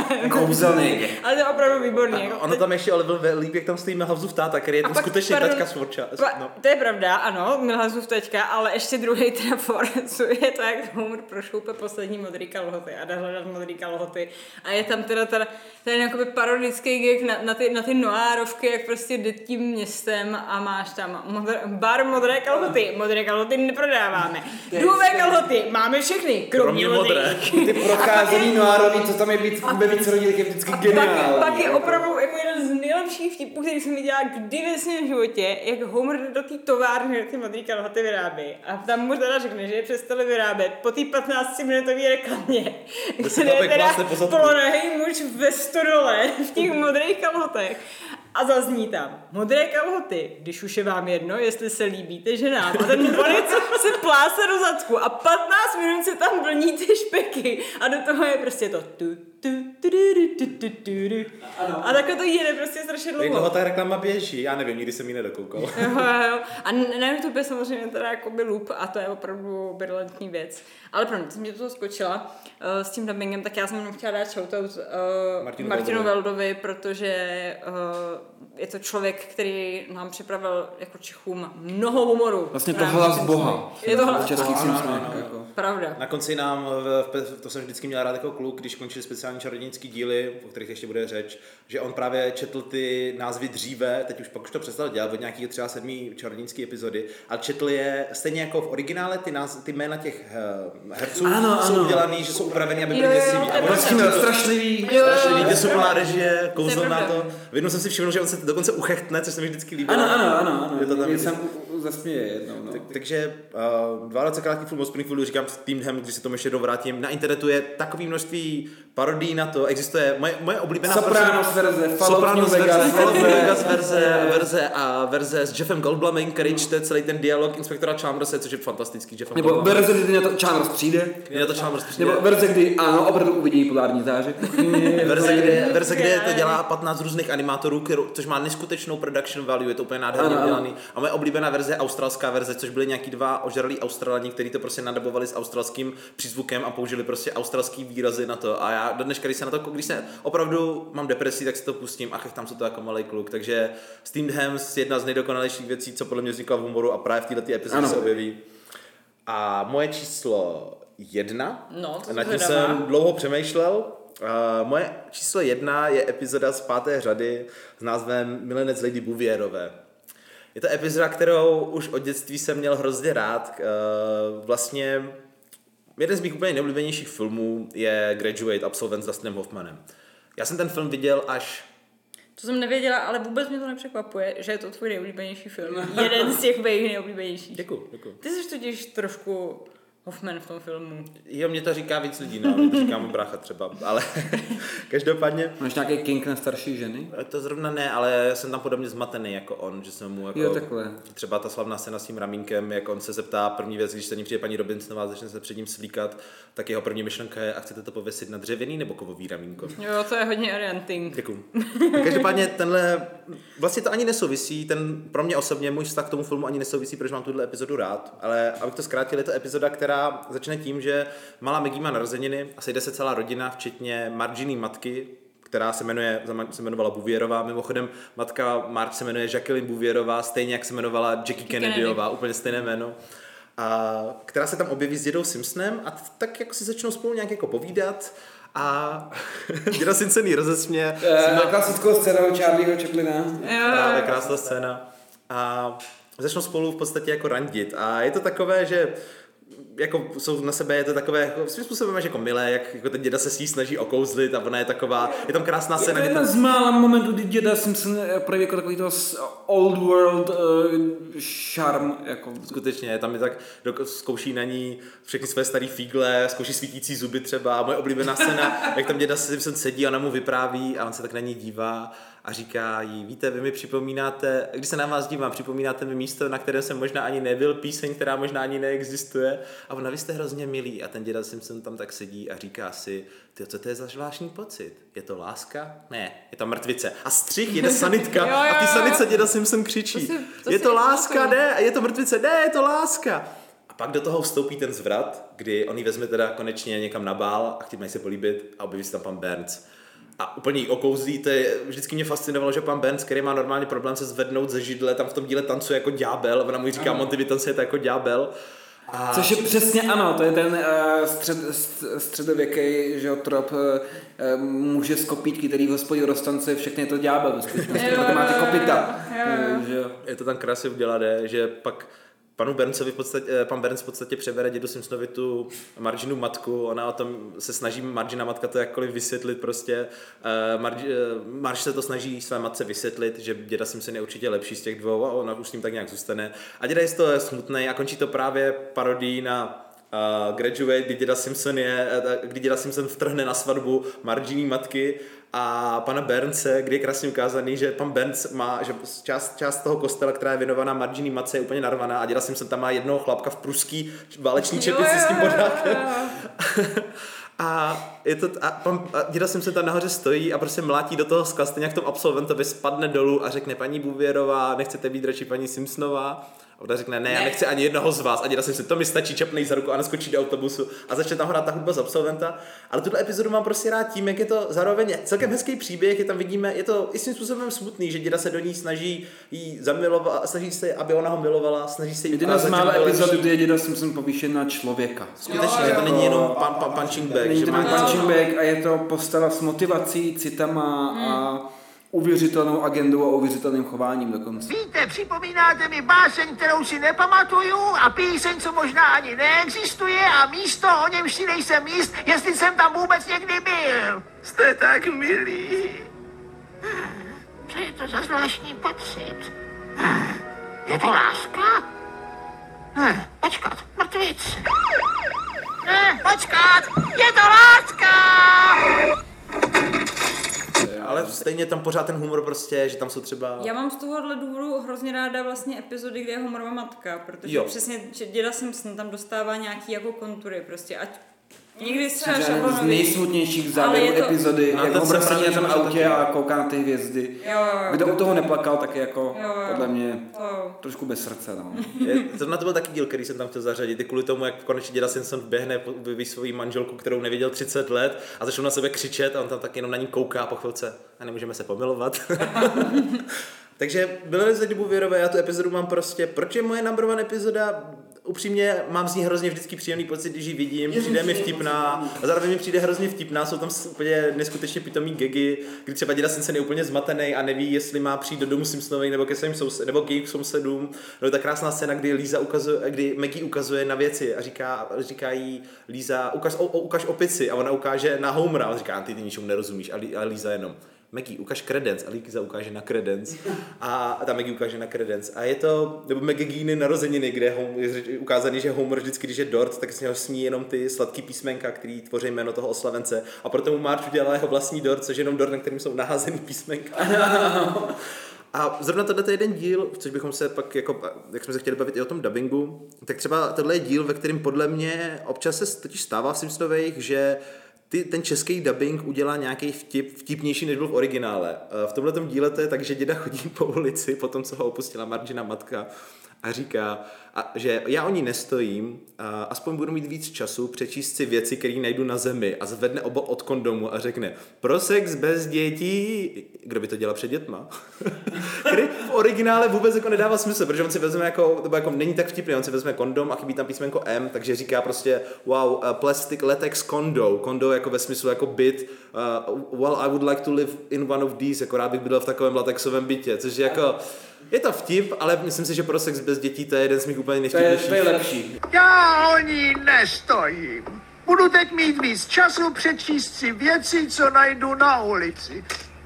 Kouzelný. Ale to je opravdu výborný. Jako ono tam ještě ale byl líp, jak tam stojí Milhousův táta, který je ten skutečný Teďka Švorčák. No. To je pravda, ano, Milhousův Teďka, ale ještě druhý trafor, co je to, jak Homer prošoupe poslední modrý kalhoty a dá hledat modrý kalhoty. A je tam teda, teda ten jakoby parodický gag na, na, ty, na ty noárovky, jak prostě jde tím městem a máš tam modr, bar modré kalhoty. Modré kalhoty neprodáváme. Duhové kalhoty máme všechny, kromě, kromě modré. Ty procházený noárový, co tam je víc, ve víc rodinách, je vždycky geniální. Pak, pak je opravdu jako jeden z nejlepších vtipů, který jsem viděla kdy ve svém životě, jak Homer do té továrny ty modrý kalhoty vyrábí. A tam mu teda řekne, že je přestali vyrábět po té patnáctiminutové reklamě, kde je teda polonahý muž ve stodole v těch modrých kalhotech. A zazní tam, modré kalhoty, když už je vám jedno, jestli se líbíte ženám. A ten bonec se pláse do zadku a patnáct minut se tam vlní ty špeky. A do toho je prostě to tu, tu, tu, tu, tu, tu, tu, tu. A takhle to jede prostě strašně dlouho. Jak dlouho ta reklama běží? Já nevím, nikdy jsem ji nedokoukal. Jo, jo. A na YouTube je samozřejmě teda jakoby loop a to je opravdu brilantní věc. Ale pro mě, jsem mě do toho skočila uh, s tím dubbingem, tak já jsem jenom chtěla dát shoutout uh, Martinu, Martinu Veldovi, protože uh, je to člověk, který nám připravil jako Čechům mnoho humoru. Vlastně to hlas Boha. Je to hlas Českých Boha. Pravda. Na konci nám, v, to jsem vždycky měl rád jako kluk, když končili speciální čarodějnický díly, o kterých ještě bude řeč, že on právě četl ty názvy dříve, teď už pak už to přestal dělat, od nějakých třeba sedmý čarodějnický epizody, ale četl je stejně jako v originále, ty, náz, ty jména těch uh, herců ano, jsou ano. udělaný, že jsou upravený, aby byly děsivý. A prostě strašlivý, strašlivý, děsuplná režie, kouzlo na to. V jednou jsem si všiml, že on se dokonce uchechtne, což se mi vždycky líbilo. Ano, ano, ano. ano. Je to tam jsem zasměje jednou. No. Tak, takže uh, dvacet krátký film o Springfieldu, říkám s Teamhem, když se tomu ještě jednou vrátím. Na internetu je takové množství parodí na to, existuje moje, moje oblíbená Sopranos verze, Sopranos verze, Fallout New Vegas verze, verze a verze s Jeffem Goldblumem, který čte celý ten dialog inspektora Chamberse, což je fantastický Jeffem Nebo Goldblumem. verze, kdy na to Chalmers přijde. Kdy na to Chalmers přijde. Nebo verze, kdy ano, opravdu uvidí polární zářek. verze, kde, verze, kde to dělá patnáct různých animátorů, kterou, což má neskutečnou production value, je to úplně nádherně udělaný. A moje oblíbená verze je australská verze, což byly nějaký dva ožralí Australani, kteří to prostě nadabovali s australským přízvukem a použili prostě australský výrazy na to. A já do dneška, když se na to, když se opravdu mám depresi, tak si to pustím a tam se to jako malý kluk. Takže Steamed Hams je jedna z nejdokonalejších věcí, co podle mě vznikla v humoru a právě v této epizodě se objeví. A moje číslo jedna, no, nad tím jsem dlouho přemýšlel. Uh, moje číslo jedna je epizoda z páté řady s názvem Milenec Lady Bouvierové. Je to epizoda, kterou už od dětství jsem měl hrozně rád. Uh, vlastně jeden z mých úplně nejoblíbenějších filmů je Graduate, Absolvent s Dustinem Hoffmanem. Já jsem ten film viděl až... To jsem nevěděla, ale vůbec mě to nepřekvapuje, že je to tvůj nejoblíbenější film. Jeden z těch mých nejoblíbenějších. Děkuju, děkuju. Ty jsi totiž trošku Hoffman v tom filmu. Jo, mě to říká víc lidí, no, mě to říká můj brácha třeba, ale každopádně... Máš nějaký kink na starší ženy? To zrovna ne, ale jsem tam podobně zmatený jako on, že jsem mu jako... Jo, takhle. Třeba ta slavná scéna s tím ramínkem, jak on se zeptá první věc, když se ní přijde paní Robinsonová, začne se před ním slíkat, tak jeho první myšlenka je, a chcete to pověsit na dřevěný nebo kovový ramínko? Jo, to je hodně orienting. Děkuju. Každopádně tenhle, vlastně to ani nesouvisí, ten pro mě osobně můj vztah k tomu filmu ani nesouvisí, protože mám tuhle epizodu rád, ale abych to zkrátil, je to epizoda, která začne tím, že malá Maggie má narozeniny a sejde se celá rodina, včetně Marginy matky, která se jmenuje, se jmenovala Bouvierová. Mimochodem matka Marge se jmenuje Jacqueline Bouvierová, stejně jak se jmenovala Jackie Kennedyová, Kennedy. Úplně stejné jméno. A která se tam objeví s dědou Simpsonem a tak jako si začnou spolu nějak jako povídat a děda Simpson jí rozesměje. Na klasickou scénou Charlieho Chaplina. Právě krásná scéna. A začnou spolu v podstatě jako randit a je to takové, že jako jsou na sebe, je to takové jako, svým způsobem až jako milé, jak jako ten děda se s ní snaží okouzlit a ona je taková, je tam krásná scéna. Je to jedna z mála momentů, kdy děda Simpson projeví jako takový to old world uh, charm. Jako. Skutečně, tam je tak, zkouší na ní všechny své staré fígle, zkouší svítící zuby třeba a moje oblíbená scéna, jak tam děda Simpson sedí a ona mu vypráví a on se tak na ní dívá a říká jí, víte, vy mi připomínáte, když se na vás dívám, připomínáte mi místo, na kterém jsem možná ani nebyl, píseň, která možná ani neexistuje. A ona, vy jste hrozně milý. A ten děda Simpson tam tak sedí a říká si, ty, co to je za zvláštní pocit? Je to láska? Ne, je to mrtvice. A střih jede sanitka jo, jo, a ty sanice děda Simpson křičí. To si, to je to láska? pamatuju. Ne, je to mrtvice? Ne, je to láska. A pak do toho vstoupí ten zvrat, kdy on ji vezme teda konečně někam na bál a chtějí se políbit a objeví se tam pan Burns. A úplně jí okouzlí, to je, vždycky mě fascinovalo, že pan Burns, který má normálně problém se zvednout ze židle, tam v tom díle tancuje jako ďábel, ona mu říká, Monty, vy tancujete jako ďábel. A... Což je přesně ano, to je ten uh, střed, středověký, že jo, trop uh, muže z kopítky, který v hospodě roztancuje, všechny je to ďábel ve skutečnosti, protože má ty kopyta. Uh, že jo. Je to tam krásně udělané, že pak panu Burnsovi v podstatě, pan Burns v podstatě přebere dědu Simpsonovi tu Marginu matku, ona o tom se snaží Margina matka to jakkoliv vysvětlit prostě. Marge, Marge se to snaží své matce vysvětlit, že děda Simpson je určitě lepší z těch dvou a ona už s ním tak nějak zůstane. A děda je z toho smutnej a končí to právě parodii na Uh, Graduate, kdy děda Simpson je, kdy děda Simpson vtrhne na svatbu Marginy matky a pana Burnse, kdy je krásně ukázaný, že pan Burns má, že část, část toho kostela, která je věnovaná Marginy matce, je úplně narvaná a děda Simpson tam má jednoho chlapka v pruský váleční čepici s tím pořádkem. A, je to, a, pan, a děda Simpson tam nahoře stojí a prostě mlátí do toho skla, stejně jak tomu absolventovi spadne dolů a řekne, paní Bouvierová, nechcete být radši paní Simpsonová? A ona řekne, ne, já nechci ani jednoho z vás. A děda Simpson, to mi stačí, čapnej za ruku a naskočí do autobusu a začne tam hrát ta hudba z absolventa. Ale tuto epizodu mám prostě rád tím, jak je to zároveň celkem hezký příběh, je tam vidíme, je to i svým způsobem smutný, že děda se do ní snaží jí zamilovat, snaží se, aby ona ho milovala, snaží se jí ukázat. Jedna z mála epizod, kdy je děda Simpson povýšen na člověka. Skutečně, že to není jenom pan, pan, punching bag. Není že to má punching bag a je to postava s motivací, citama hmm. a uvěřitelnou agendou a uvěřitelným chováním dokonce. Víte, připomínáte mi báseň, kterou si nepamatuju a píseň, co možná ani neexistuje a místo, o němž si nejsem jist, jestli jsem tam vůbec někdy byl. Jste tak milý. Co je to za zvláštní pocit? Je to láska? rád! Je to láska! Ale stejně tam pořád ten humor prostě, že tam jsou třeba... Já mám z tohohle důvodu hrozně ráda vlastně epizody, kde je humorová matka, protože Jo. přesně že děda Simpson tam dostává nějaký jako kontury prostě, ať někdy se Z šablonový, nejsmutnějších ale závěrů je to- epizody, No, jak ten Homer jsem sedí na právě tom možná autě taky. a kouká na ty hvězdy. Jo, jo, jo. Kdo u toho neplakal, tak je jako Jo, jo. podle mě To- trošku bez srdce. No. Je, zrovna to byl taky díl, který jsem tam chtěl zařadit, i kvůli tomu, jak konečně děda Simpson běhne, vyvíjí svoji manželku, kterou neviděl třicet let a začnou na sebe křičet a on tam tak jenom na ní kouká po chvilce a nemůžeme se pomilovat. Takže byly za dobu věrové, já tu epizodu mám prostě, proč je moje number one epizoda? Upřímně mám z ní hrozně vždycky příjemný pocit, když ji vidím, přijde mi vtipná a zároveň mi přijde hrozně vtipná, jsou tam úplně neskutečně pitomý gagy, kdy třeba děda Simpson je úplně zmatený a neví, jestli má přijít do domu Simpsonovej nebo ke svým soused, nebo k jejich sousedům. No je ta krásná scéna, kdy Lisa ukazuje, kdy Maggie ukazuje na věci a říká, říká jí Lisa, ukaž, o, o, ukaž opici a ona ukáže na Homera a on říká, ty, ty ničemu nerozumíš a, Li, a Lisa jenom. Maggie, ukaž Credence a Lisa ukáže na Credence a ta Maggie ukáže na Credence a je to, nebo Maggie narozeniny, kde je ukázaný, že Homer vždycky, když je dort, tak s něho sní jenom ty sladký písmenka, který tvoří jméno toho oslavence a proto mu Marge udělala jeho vlastní dort, což je jenom dort, na kterým jsou naházený písmenka. A zrovna tohle je jeden díl, což bychom se pak, jako, jak jsme se chtěli bavit i o tom dubbingu, tak třeba tohle je díl, ve kterém podle mě občas se totiž stává v Simpsonových, že ty, ten český dubbing udělá nějaký vtip, vtipnější, než byl v originále. V tomhletom díle to je tak, že děda chodí po ulici, po tom, co ho opustila Margina matka a říká, a, že já o ní nestojím, a aspoň budu mít víc času přečíst si věci, které najdu na zemi a zvedne obal od kondomu a řekne pro sex bez dětí. Kdo by to dělal před dětma? Který v originále vůbec jako nedává smysl, protože on si vezme jako, to jako není tak vtipný, on si vezme kondom a chybí tam písmenko M, takže říká prostě wow, uh, plastic latex condo, condo jako ve smyslu jako byt, uh, well I would like to live in one of these, jako rád bych bydlel v takovém latexovém bytě, což je jako, je to vtip, ale myslím si, že pro sex bez dětí to je jeden z mých úplně To je, nejvtipnějších. to je lepší. Já o ní nestojím. Budu teď mít víc času přečíst si věci, co najdu na ulici.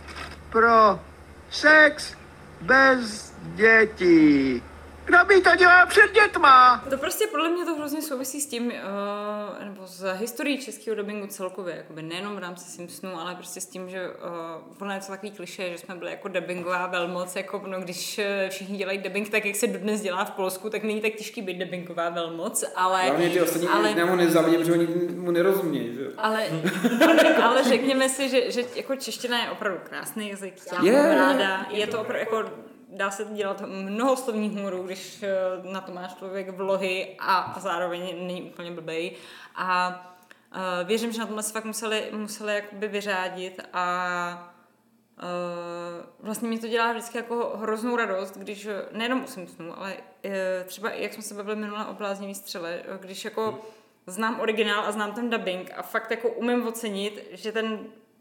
Pro sex bez dětí. Kdo by to dělal před dětma? To prostě podle mě to hrozně souvisí s tím, uh, nebo s historií českého dubbingu celkově, jakoby nejenom v rámci Simpsonů, ale prostě s tím, že uh, ono je to takový klišé, že jsme byli jako dubbingová velmoc, jako no, když všichni dělají dubbing tak, jak se dodnes dělá v Polsku, tak není tak těžký být dubbingová velmoc, ale... Hlavně ty ostatní ale, ale... nezávidím, že oni mu nerozumějí. Že? ale, ale řekněme si, že, že jako čeština je opravdu krásný jazyk, já Je. mám ráda, je to opravdu jako... Dá se dělat mnoho slovních humorů, když na to má člověk vlohy a zároveň není úplně blbej. A uh, věřím, že na tomhle se fakt museli, museli jakoby vyřádit a uh, vlastně mi to dělá vždycky jako hroznou radost, když nejenom u Simpsonů, ale uh, třeba i jak jsme se bavili minule o Bláznivý střele, když jako znám originál a znám ten dubbing a fakt jako umím ocenit, že ten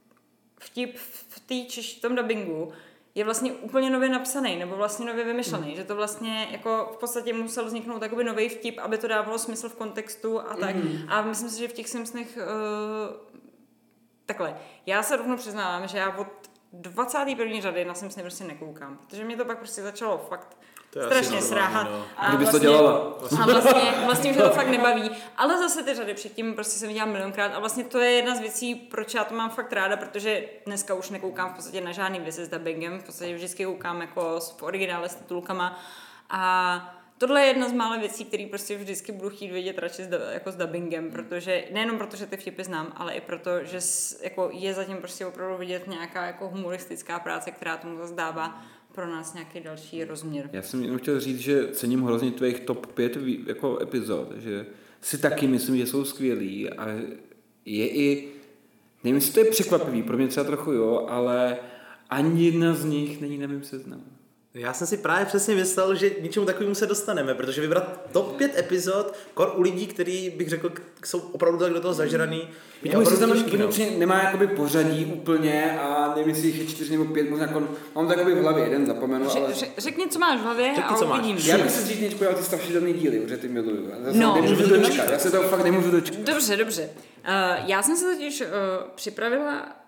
vtip v té češ, v tom dubbingu je vlastně úplně nově napsaný, nebo vlastně nově vymyšlený, mm. že to vlastně jako v podstatě musel vzniknout takový nový vtip, aby to dávalo smysl v kontextu a tak. Mm. A myslím si, že v těch Simpsonech uh, takhle. Já se rovnou přiznávám, že já od dvacáté první řady na Simpsony prostě nekoukám, protože mě to pak prostě začalo fakt strašně sráhat. No. A Kdybys vlastně, to dělala. A vlastně, vlastně už to fakt nebaví. Ale zase ty řady předtím prostě jsem viděla milionkrát a vlastně to je jedna z věcí, proč já to mám fakt ráda, protože dneska už nekoukám v podstatě na žádný věci s dubbingem, v podstatě vždycky koukám jako v originále s titulkama a tohle je jedna z mála věcí, které prostě vždycky budu chtít vidět radši s, jako s dubbingem, protože nejenom proto, že ty vtipy znám, ale i proto, že s, jako je zatím prostě opravdu vidět nějaká jako humoristická práce, která tomu zase dává pro nás nějaký další rozměr. Já jsem jenom chtěl říct, že cením hrozně tvých top pět jako epizod, že si taky myslím, že jsou skvělý a je i, nevím, jestli to je překvapivý, pro mě třeba trochu jo, ale ani jedna z nich není na mém seznamu. Já jsem si právě přesně myslel, že ničemu takovému se dostaneme, protože vybrat top pět epizod, kor u lidí, který bych řekl, jsou opravdu tak do toho zažraný. Víte, můj seznam nemá jakoby pořadí úplně a nevím, jestli jich je čtyři nebo pět, možná jako, mám takový v hlavě jeden, zapomenu, ale... Řek, řekni, co máš v hlavě Řekni, a co máš. uvidím. Já bych se dřív něčko ty strašidelný díly, protože ty miluju. Já se No. nemůžu dočkat, já se to fakt nemůžu dočkat. Dobře, dobře. Uh, já jsem se totiž uh, připravila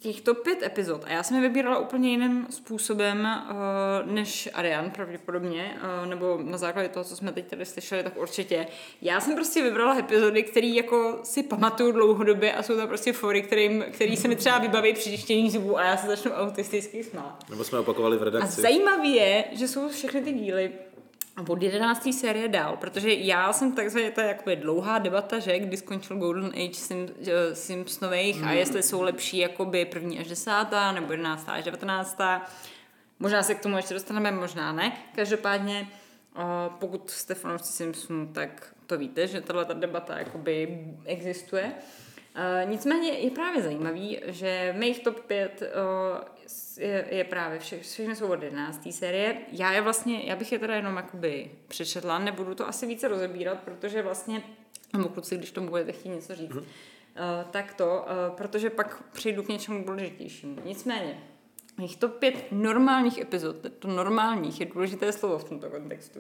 těchto pět epizod, a já jsem je vybírala úplně jiným způsobem uh, než Arian pravděpodobně, uh, nebo na základě toho, co jsme teď tady slyšeli, tak určitě. Já jsem prostě vybrala epizody, které jako si pamatuju dlouhodobě a jsou to prostě fory, kterým, který se mi třeba vybaví při čištění zubů a já se začnu autisticky smát. Nebo jsme opakovali v redakci. A zajímavé je, že jsou všechny ty díly od jedenácté série dál, protože já jsem takzvaně, to je jakoby dlouhá debata, že kdy skončil Golden Age Sim, Simpsonových mm. a jestli jsou lepší jakoby první až desátá, nebo jedenáctá až devatenáctá. Možná se k tomu ještě dostaneme, možná ne. Každopádně, pokud jste fanoušci Simpsonů, tak to víte, že tato debata jakoby existuje. Uh, nicméně je právě zajímavý, že mých top pět uh, je, je právě vše, všechny jsou od jedenácté série. Já je vlastně, já bych je teda jenom jakoby přečetla, nebudu to asi více rozebírat, protože vlastně, nebo kluci, když tomu budete chtít něco říct, mm-hmm. uh, tak to, uh, protože pak přejdu k něčemu důležitějšímu. Nicméně, mých top pět normálních epizod, to normálních je důležité slovo v tomto kontextu.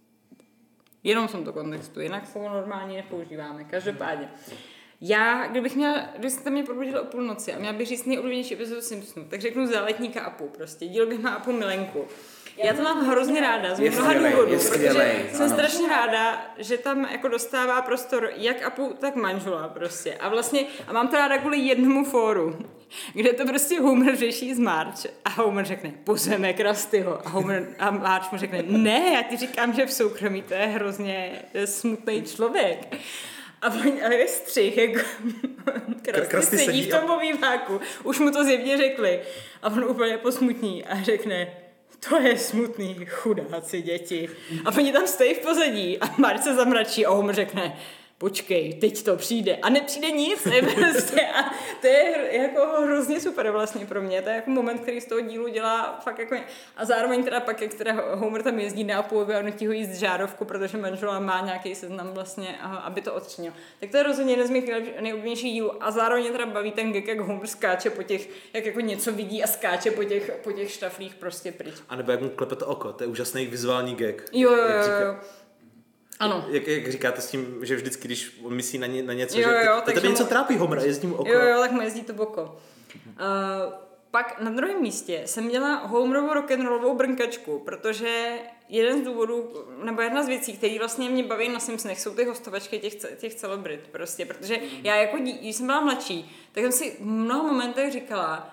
Jenom v tomto kontextu, jinak slovo normální nepoužíváme, každopádně. Já, kdybych měla, kdybyste mě probudili o půlnoci a měla bych říct nejoblíbenější epizodu Simpsonů, tak řeknu Záletníka Apu prostě. Díl bych má Apu milenku. Já to mám hrozně ráda, z mnoha důvodů, protože jsem strašně ráda, že tam jako dostává prostor jak Apu, tak manžela prostě. A vlastně, a mám to ráda kvůli jednomu fóru, kde to prostě Homer řeší z Marge a Homer řekne, pozveme Krustyho. A Homer a Marge mu řekne, ne, já ti říkám, že v soukromí to je hrozně smutný člověk. A on, ale je střih, jako Krusty sedí v tom obýváku, už mu to zjevně řekli. A on úplně posmutní a řekne, to je smutný, chudáci děti. A oni tam stojí v pozadí a Marge se zamračí a Homer řekne, počkej, teď to přijde. A nepřijde nic, ne, prostě. A to je jako hrozně super vlastně pro mě. To je jako moment, který z toho dílu dělá fakt jako... A zároveň teda pak, jak teda Homer tam jezdí na Apuovi a nutí ho jíst žárovku, protože manžela má nějaký seznam vlastně, aby to odčinil. Tak to je rozhodně jeden z mých nejoblíbenějších dílů. A zároveň teda baví ten gag, jak Homer skáče po těch, jak jako něco vidí a skáče po těch, po těch štaflích prostě pryč. A nebo jak mu klepe to oko, to je úžasný vizuální gag. Jo, jo, jo, jo. Ano. Jak, jak říkáte s tím, že vždycky, když on myslí na, ně, na něco, jo, že jo, to tebe něco mu... trápí Homer a jezdí mu oko. Jo, jo, tak mu jezdí to oko. Uh, pak na druhém místě jsem měla Homerovou rock'n'rollovou brnkačku, protože jeden z důvodů, nebo jedna z věcí, které vlastně mě baví na Simpsonech, jsou ty hostovačky těch, těch celebrit prostě, protože já jako, když jsem byla mladší, tak jsem si v mnoha momentech říkala,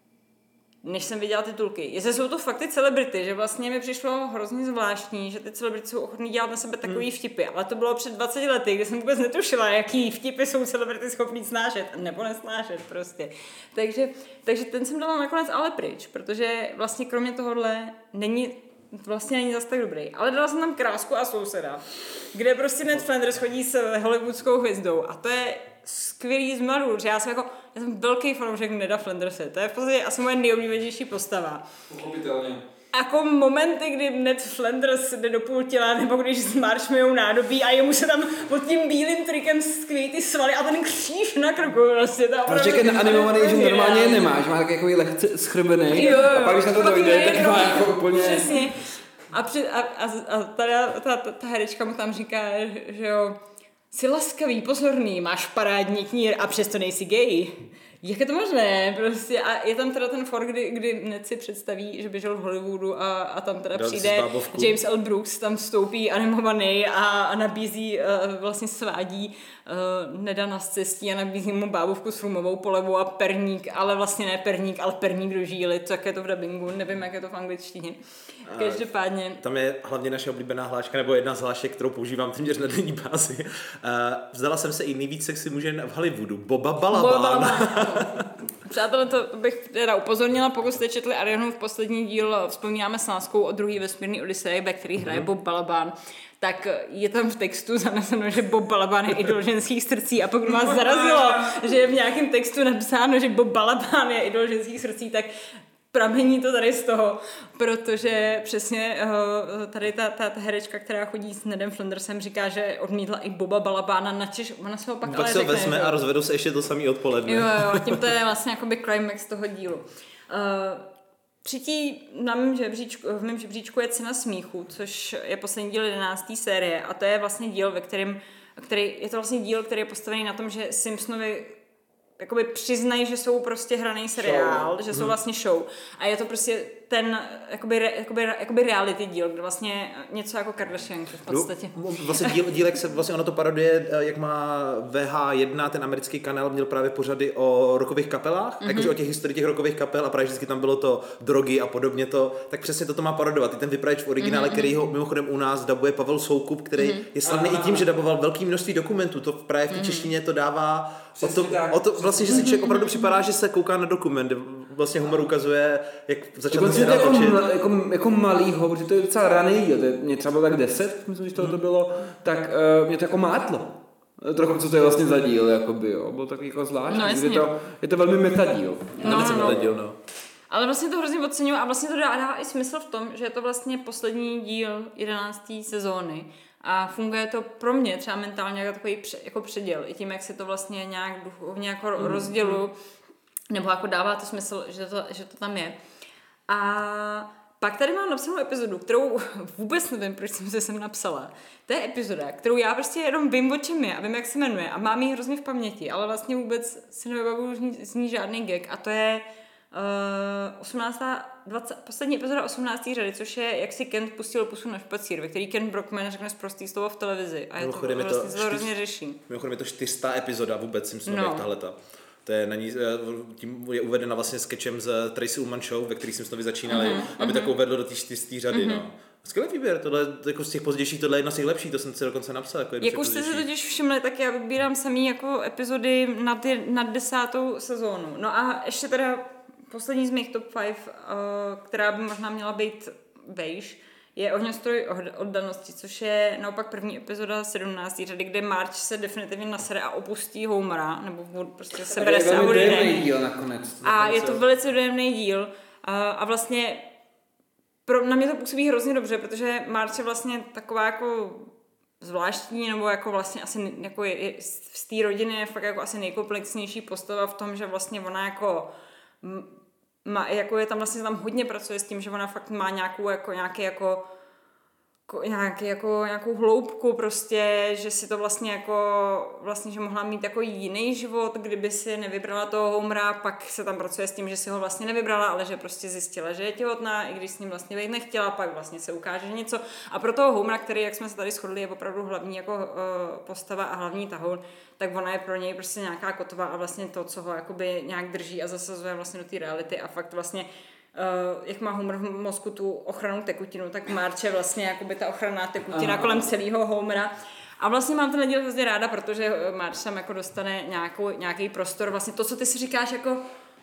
než jsem viděla titulky. Jestli jsou to fakt ty celebrity, že vlastně mi přišlo hrozně zvláštní, že ty celebrity jsou ochotní dělat na sebe takový vtipy, ale to bylo před dvaceti lety, kdy jsem vůbec netušila, jaký vtipy jsou celebrity schopní snášet, nebo nesnášet prostě. Takže, takže ten jsem dala nakonec ale pryč, protože vlastně kromě tohohle není vlastně není zase tak dobrý. Ale dala jsem tam Krásku a souseda, kde prostě Ned Flanders chodí s hollywoodskou hvězdou a to je skvělý zmadu, že já jsem jako, já jsem velký fanoušek Neda Flanderse, to je v podstatě asi moje nejoblíbenější postava. Pochopitelně. Jako momenty, kdy Ned Flanders jde do půl těla, nebo když s Marge myjou nádobí a jemu se tam pod tím bílým trikem skvějí ty svaly a ten kříž na krku, vlastně to opravdu... Protože ten animovaný, že normálně je nemáš, má takový lehce schrbený a pak když na to dojde, tak má jako úplně... Přesně. A, při, a, a, a tady, ta, ta, ta herečka mu tam říká, že jo, jsi laskavý, pozorný, máš parádní knír a přesto nejsi gay. Jak je to možné? Prostě a je tam teda ten for, kdy, kdy Ned si představí, že běžel v Hollywoodu a, a tam teda Dal přijde James L. Brooks, tam vstoupí animovaný a, a nabízí, uh, vlastně svádí uh, Neda na cestí a nabízí mu bábovku s rumovou polevou a perník, ale vlastně ne perník, ale perník do žíly, tak je to v dabingu, nevím, jak je to v angličtině. Každopádně. Tam je hlavně naše oblíbená hláška, nebo jedna z hlášek, kterou používám téměř na denní bázi. Uh, vzdala jsem se i nejvíc sexy muže v Hollywoodu, Boba Balabana. Přátelé, to bych teda upozornila, pokud jste četli Arianův poslední díl Vzpomínáme s láskou o druhý vesmírný Odyseji, ve který hraje Bob Balaban, tak je tam v textu zaneseno, že Bob Balaban je idol ženských srdcí a pokud vás zarazilo, že je v nějakém textu napsáno, že Bob Balaban je idol ženských srdcí, tak pramení to tady z toho, protože přesně tady ta, ta, ta herečka, která chodí s Nedem Flandersem, říká, že odmítla i Boba Balabána, načež ona se ho pak, pak ale se řekne. Pak se vezme a rozvedou se ještě to samý odpoledne. Jo, jo, tím to je vlastně jakoby climax toho dílu. Uh, třetí na mém žebříčku, v mém žebříčku je Cena smíchu, což je poslední díl jedenácté série a to je vlastně díl, ve kterém, který, je to vlastně díl, který je postavený na tom, že Simpsonovi jakoby přiznají, že jsou prostě hraný seriál, show. Že jsou hmm. vlastně show. A je to prostě ten jakoby, re, jakoby, jakoby reality díl, kde vlastně něco jako Kardashianky v podstatě. No, vlastně díl, dílek se, vlastně ono to parodie, jak má V H jedna, ten americký kanál, měl právě pořady o rockových kapelách, mm-hmm. jakože o těch historii těch rockových kapel a právě vždycky tam bylo to drogy a podobně to, tak přesně toto má parodovat. I ten vypravěč v originále, mm-hmm. který ho mimochodem u nás dabuje Pavel Soukup, který mm-hmm. je slavný i tím, že daboval velké množství dokumentů, to právě v té mm-hmm. češtině to dává o to, o to, vlastně, že si člověk opravdu připadá, že se kouká na dokument, vlastně humor ukazuje, jak začal se jako, jako, jako malýho, protože to je docela raný díl, mě třeba bylo tak deset, myslím, že to bylo, tak uh, mě to jako mátlo. Trochu, co to je vlastně za díl, jakoby, jo, bylo takový jako zvláštní, no, je, to, je to velmi metadíl. No, no, no. Metadíl, no. Ale vlastně to hrozně oceňuji a vlastně to dává i smysl v tom, že je to vlastně poslední díl jedenácté sezóny a funguje to pro mě třeba mentálně jako takový pře, jako předěl, i tím, jak se to vlastně nějak duchovně jako mm, rozdělu, mm. nebo jako dává to smysl, že to, že to tam je. A pak tady mám napsanou epizodu, kterou vůbec nevím, proč jsem se sem napsala. To je epizoda, kterou já prostě jenom vím, o čem je a vím, jak se jmenuje a mám ji hrozně v paměti, ale vlastně vůbec si nevybavuju z ní, z ní žádný gag a to je uh, osmnáctá, dvacátá poslední epizoda osmnácté řady, což je, jak si Kent pustil pusu na špacír, ve který Kent Brockman řekne zprostý slovo v televizi a je to, je vlastně to, to hrozně řeší. Mimochodem je to čtyřstá epizoda vůbec Simpsonových no. tahleta. To je na ní, tím je uvedena vlastně sketchem z Tracy Ullman Show, ve který Simpsonovi začínali, mm-hmm. aby to uvedlo do té čtyřsté řady. Mm-hmm. No. Skvělý výběr, tohle jako z těch pozdějších, tohle je jedna z těch lepších, to jsem si dokonce napsal. Jako Jak už jste si totiž všimli, tak já vybírám samý jako epizody nad, nad desátou sezónu. No a ještě teda poslední z mých top pět, uh, která by možná měla být vejš, je Ohňostroj oddanosti, což je naopak první epizoda sedmnácté řady, kde Marge se definitivně nasere a opustí Homera, nebo prostě sebere se a odejde. díl nakonec. A je to velice dojemný díl a, a vlastně pro, na mě to působí hrozně dobře, protože Marge je vlastně taková jako zvláštní, nebo jako vlastně asi jako je, je, z té rodiny je fakt jako asi nejkomplexnější postava v tom, že vlastně ona jako má, jako je tam vlastně tam hodně pracuje s tím, že ona fakt má nějakou jako nějaký jako nějaký, jako, nějakou hloubku prostě, že si to vlastně jako vlastně, že mohla mít jako jiný život, kdyby si nevybrala toho Homera, pak se tam pracuje s tím, že si ho vlastně nevybrala, ale že prostě zjistila, že je těhotná, i když s ním vlastně být nechtěla, pak vlastně se ukáže něco. A pro toho Homera, který, jak jsme se tady shodli, je opravdu hlavní jako uh, postava a hlavní tahoun, tak ona je pro něj prostě nějaká kotová a vlastně to, co ho jakoby nějak drží a zasazuje vlastně do té reality a fakt vlastně Uh, jak má Homer v mozku tu ochranu tekutinu, tak Marge je vlastně jakoby ta ochranná tekutina Aha. kolem celého Homera. A vlastně mám tenhle díl hrozně ráda, protože Marge tam jako dostane nějakou, nějaký prostor. Vlastně to, co ty si říkáš jako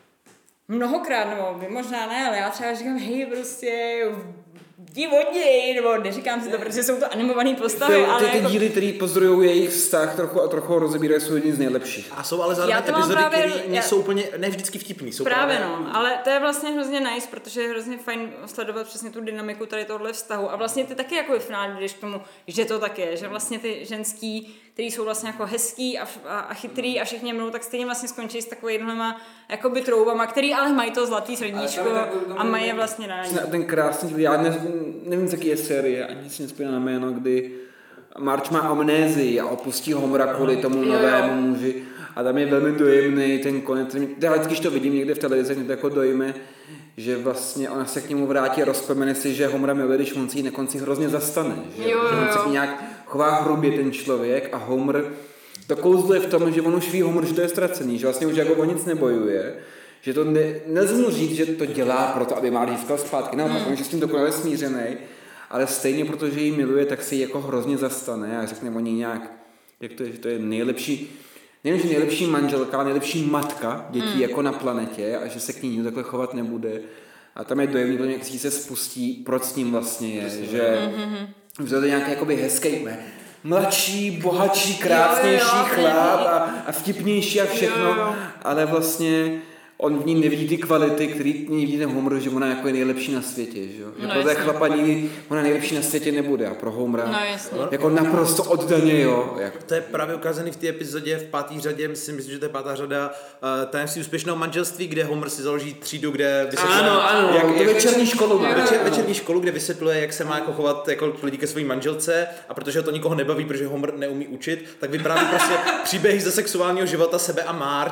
mnohokrát, nebo vy možná ne, ale já třeba říkám, hej, prostě jdi od něj, nebo neříkám si to, protože jsou to animované postavy, ty, ale ty, ty jako... díly, které pozorují jejich vztah trochu a trochu rozebírají, jsou jedni z nejlepších. A jsou ale zároveň epizody, právě... které nejsou já... úplně, ne vždycky vtipný. Jsou právě, právě no, ale to je vlastně hrozně nice, protože je hrozně fajn sledovat přesně tu dynamiku tady tohle vztahu. A vlastně ty taky jako v finále jdeš k tomu, že to tak je, že vlastně ty ženský, který jsou vlastně jako hezký a, a, a chytrý a všichni mnou, tak stejně vlastně skončí s takovýhlema jakoby troubama, který ale mají to zlatý srdíčko a mají je vlastně rádi. Ten krásný, já ne, nevím, jaký je série, ani si nespomínám na jméno, kdy Marge má amnézii a opustí Homera kvůli tomu novému muži a tam je velmi dojemný ten konec. Já vždycky, když to vidím někde v televizi, mě to jako dojme, že vlastně ona se k němu vrátí a rozpomene si, že Homera miluje, když on si ji na konci hrozně zastane. Že, jo, jo. že on se k ní nějak chová hrubě ten člověk a Homer, to kouzlo je v tom, že on už ví Homer, že to je ztracený, že vlastně už jako o nic nebojuje, že to ne, nelze mu říct, že to dělá proto, aby Marge získal zpátky, naopak, on je s tím dokonale smířený, ale stejně, protože ji miluje, tak se jí jako hrozně zastane a řekne o ní nějak, jak to je, že to je nejlepší, nejen, že nejlepší manželka, nejlepší matka dětí mm. jako na planetě a že se k ní nikdo takhle chovat nebude. A tam je dojemný, jak si se spustí, proč s ním vlastně je, Přesně. že mm-hmm. to je nějaký jakoby hezký, mladší, bohatší, krásnější jo, jo, chlap a, a vtipnější a všechno, jo, jo. ale vlastně on v ní nevidí ty kvality, který v ní vidí ten Homer, že ona jako je nejlepší na světě, že, že no, pro té chlapa nikdy ona nejlepší na světě nebude a pro Homera no, jako naprosto oddaně, jo. Jako. To je právě ukázaný v té epizodě v páté řadě, myslím, myslím, že to je pátá řada uh, Tajemství úspěšného manželství, kde Homer si založí třídu, kde vysvětluje... Ano, ano, jak, to jak, večerní školu. Večer, večerní školu, kde vysvětluje, jak se má jako chovat jako lidi ke své manželce a protože to nikoho nebaví, protože Homer neumí učit, tak vypráví prostě příběhy ze sexuálního života sebe a Marge.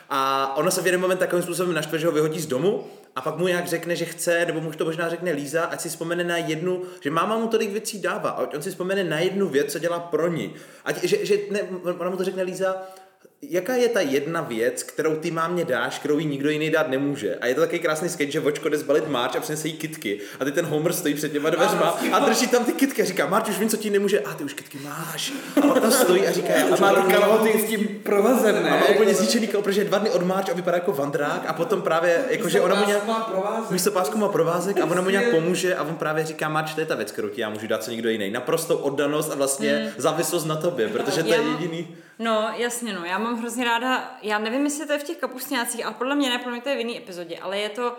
A ono se v jeden moment takovým způsobem naštve, že ho vyhodí z domu a pak mu nějak řekne, že chce, nebo mu to možná řekne Líza, ať si vzpomene na jednu, že máma mu tolik věcí dává, a on si vzpomene na jednu věc, co dělá pro ní. Ať, že, že ne, ona mu to řekne Líza, jaká je ta jedna věc, kterou ty mámě dáš, kterou jí nikdo jiný dát nemůže. A je to takový krásný sketch, že Vočko jde zbalit Marge a přinese jí kytky. A ty ten Homer stojí před těma dveřma a drží tam ty kytky a říká, Marge, už vím, co ti nemůže. A ty už kytky máš. A pak tam stojí a říká, a má kalhoty s tím provazem, ne? A má úplně zničený kalhoty, protože je dva dny od Marge a vypadá jako vandrák a potom právě, jakože ona mu nějak... Místo pásku má provázek a ona mu nějak pomůže a on právě říká, Marge, to je ta věc, kterou ti já můžu dát co nikdo jiný. Naprostou oddanost a vlastně hmm. závislost na tobě, protože to je jediný. No, jasně, no. Já mám hrozně ráda, já nevím, jestli to je v těch kapustňácích, ale podle mě ne, podle mě to je v jiný epizodě, ale je to...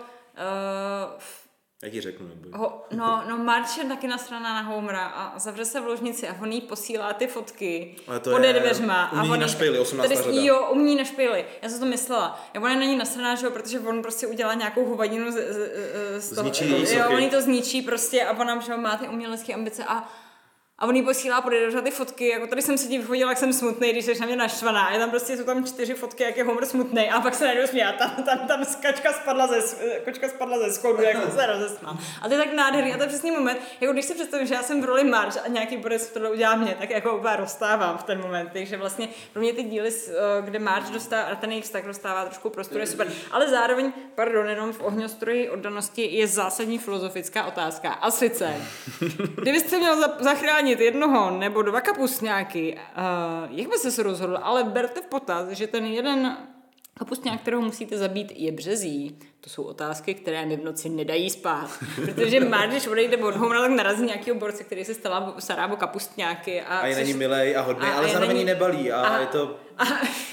Uh, Já ti řeknu. Ho, no, no, Marge je taky nasraná na Homera a zavře se v ložnici a on jí posílá ty fotky pod dveřma. Umění na špejli, osmnáctá řada. Jo, umění na špejli. Já jsem to myslela. Já ona není nasraná, že jo, protože on prostě udělá nějakou hovadinu z, z, z, z toho. Zničí, jo, on jí to zničí prostě a ona že má ty umělecké ambice a A on jí posílá pod jednou ty fotky, jako tady jsem se ti vyhodila, jak jsem smutnej, když jsi na mě naštvaná. A je tam prostě, jsou tam čtyři fotky, jak je Homer smutnej. A pak se najednou směla, tam, tam, tam kačka spadla ze, kočka spadla ze schodu, jak se rozesmál. A to je tak nádherný. A to je přesný moment, jako když si představím, že já jsem v roli Marge a nějaký borec tohle udělá mě, tak jako úplně rozstávám v ten moment. Takže vlastně pro mě ty díly, kde Marge dostává, a ten jejich vztah dostává trošku prostoru, je super. Ale zároveň, pardon, jenom v ohňostroji oddanosti je zásadní filozofická otázka. A sice, kdybyste měl zachránit jednoho nebo dva kapustňáky, uh, jak by se se rozhodl, ale berte v potaz, že ten jeden kapustňák, kterého musíte zabít, je březí. To jsou otázky, které mi v noci nedají spát. Protože Marge, když odejde od Homera, tak narazí nějakýho borce, který se stará, stará o kapustňáky. A, a je což, na ní milej a hodnej, a, ale zároveň ní nebalí. A, a je to... A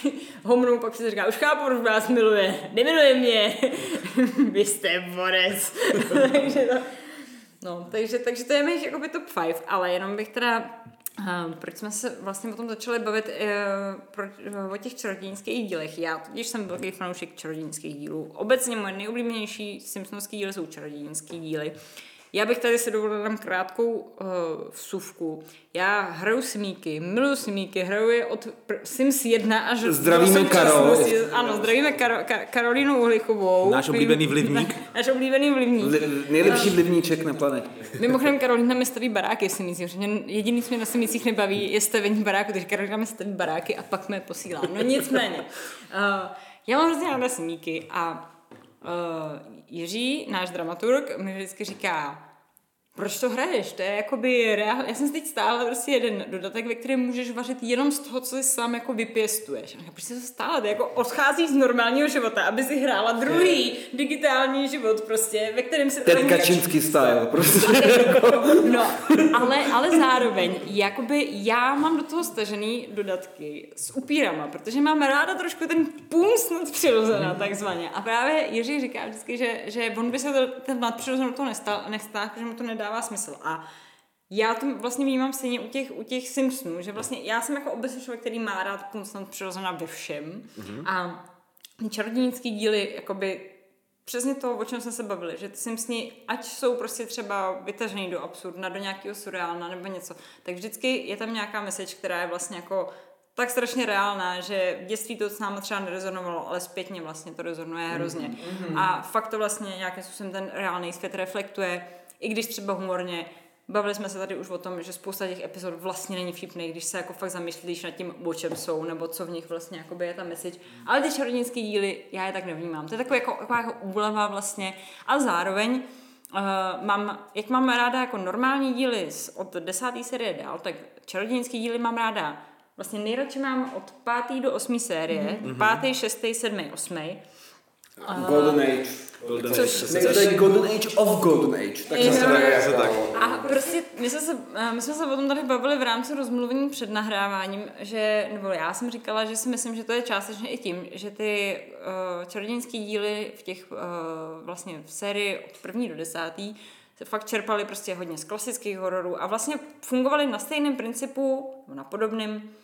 Homeru pak si říká, už chápu, proč vás miluje. Nemiluje mě. Vy jste borec. Takže to... No, takže, takže to je mých jakoby top five, ale jenom bych teda, uh, proč jsme se vlastně o tom začali bavit uh, pro, uh, o těch čarodějnických dílech. Já totiž jsem velký fanoušek čarodějnických dílů. Obecně moje nejoblíbenější Simpsonovský díly jsou čarodějnický díly. Já bych tady se dovolila dám krátkou uh, vsuvku. Já hraju Simíky, miluji Simíky, hraju je od pr- Sims jedna až zdravíme do Karol. Ano, zdravíme Karo- Ka- Karolínu Uhlichovou. Náš oblíbený vlivník. Náš oblíbený vlivník. Li- nejlepší vlivníček na planetě. Mimochodem Karolína mi staví baráky v Simících, protože jediný, co mě na Simících nebaví, je stavení baráku, takže Karolína mi staví baráky a pak mě posílá. No nicméně. Uh, já mám hrozně ráda Simíky a uh, Jiří, náš dramaturg, mi vždycky říká, proč to hraješ? To je jakoby reál... Já jsem si teď stála prostě jeden dodatek, ve kterém můžeš vařit jenom z toho, co si sám jako vypěstuješ. A proč si to stále? Ty jako odcházíš z normálního života, aby si hrála druhý digitální život prostě, ve kterém si... Ten Kačinský style, prostě. No, ale, ale zároveň, jakoby já mám do toho stažený dodatky s upírama, protože mám ráda trošku ten punc nadpřirozená, takzvaně. A právě Jiří říká vždycky, že, že on by se to, ten nadpřirozený toho nestal, nestal, protože mu to nedává smysl. A já to vlastně vnímám stejně u těch, u těch Simpsonů, že vlastně já jsem jako obecně člověk, který má rád punc nadpřirozená ve všem. Mm-hmm. A ty čarodějnický díly, jakoby přesně to, o čem jsme se bavili, že ty Simpsoni, ať jsou prostě třeba vytažený do absurdna, do nějakého surreálna nebo něco, tak vždycky je tam nějaká message, která je vlastně jako tak strašně reálná, že v dětství to s námi třeba nerezonovalo, ale zpětně vlastně to rezonuje hrozně. Mm-hmm. A fakt to vlastně nějakým způsobem ten reálný svět reflektuje, i když třeba humorně. Bavili jsme se tady už o tom, že spousta těch epizod vlastně není vtipný, když se jako fakt zamýšlíš nad tím, o čem jsou, nebo co v nich vlastně jakoby je ta message. Ale ty čarodějnické díly, já je tak nevnímám. To je taková jako, taková jako úleva vlastně. A zároveň uh, mám, jak mám ráda jako normální díly od desáté série dál, tak čarodějnické díly mám ráda. Vlastně nejradši mám od páté do osmé série, mm-hmm. pátý, šestý, sedmý, osmý. Uh, Golden Age. Golden což, Age. To je Golden Age of Golden Age. Tak je, se tak, tak. A prostě my jsme, se, my jsme se o tom tady bavili v rámci rozmluvení před nahráváním, že, nebo já jsem říkala, že si myslím, že to je částečně i tím, že ty uh, čarodějnické díly v těch uh, vlastně v sérii od první do desátý se fakt čerpali prostě hodně z klasických hororů a vlastně fungovaly na stejném principu, na podobném,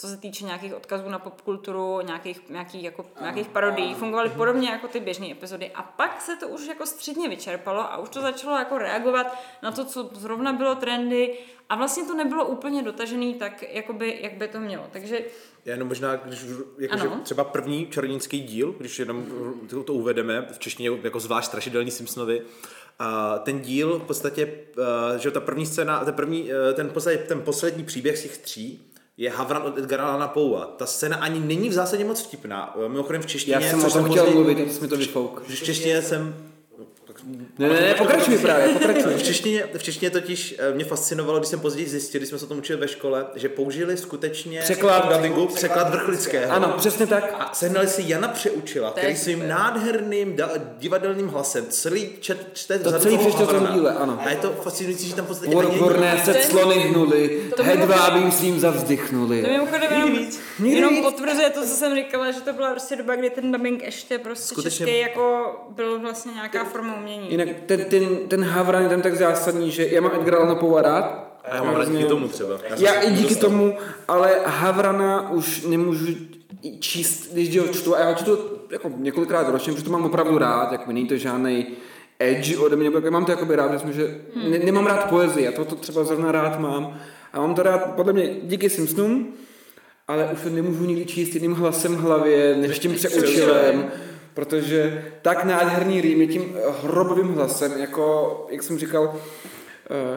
co se týče nějakých odkazů na popkulturu, nějakých, nějakých, jako, nějakých parodií, fungovaly podobně jako ty běžné epizody. A pak se to už jako středně vyčerpalo a už to začalo jako reagovat na to, co zrovna bylo trendy a vlastně to nebylo úplně dotažený tak, jakoby, jak by to mělo. Takže Já jenom možná, když jakože třeba první čarodějnický díl, když jenom to, to uvedeme, v češtině jako zvlášť strašidelný Simpsonovi, a ten díl v podstatě, že ta první scéna, ten, první, ten, podstatě, ten poslední příběh z těch tří je Havran od Edgara Allana Poea. Ta scéna ani není v zásadě moc vtipná. Mimochodem v češtině... Já jsem o tom chtěl mluvit, teď jsi mi to vyfouk. V češtině jsem... Ne, ne, ne, pokračuj právě, pokračuj. V češtině, v češtině totiž mě fascinovalo, když jsem později zjistil, když jsme se o tom učili ve škole, že použili skutečně překlad, dubbingu, překlad Vrchlického. Ano, přesně tak. A sehnali si Jana Přeučila, který svým nádherným da- divadelným hlasem celý čet, čte to celý přečte v tom díle, ano. A je to fascinující, že tam v podstatě... Purpurné se clony hnuly, hedvábím svým zavzdychnuli. To mimochodem jenom, jenom potvrzuje to, co jsem říkala, že to byla prostě doba, kdy ten dubbing ještě prostě skutečně český jako byl vlastně nějaká forma umění. Jinak ten, ten, ten Havran je tam tak zásadní, že já mám Edgara Allana Poea rád. A já mám rád díky tomu třeba. Já, já i díky dostal. tomu, ale Havrana už nemůžu číst, když ho čtu, a já ho čtu jako několikrát ročně, protože to mám opravdu rád, jako není to žádnej edgy ode mě, já mám to jakoby rád, myslím, že ne, nemám rád poezii, a to, to třeba zrovna rád mám. A mám to rád podle mě díky Simpsonům, ale už to nemůžu nikdy číst jedním hlasem v hlavě, než tím Přeučilem. Protože tak nádherný rým je tím hrobovým hlasem, jako, jak jsem říkal, uh,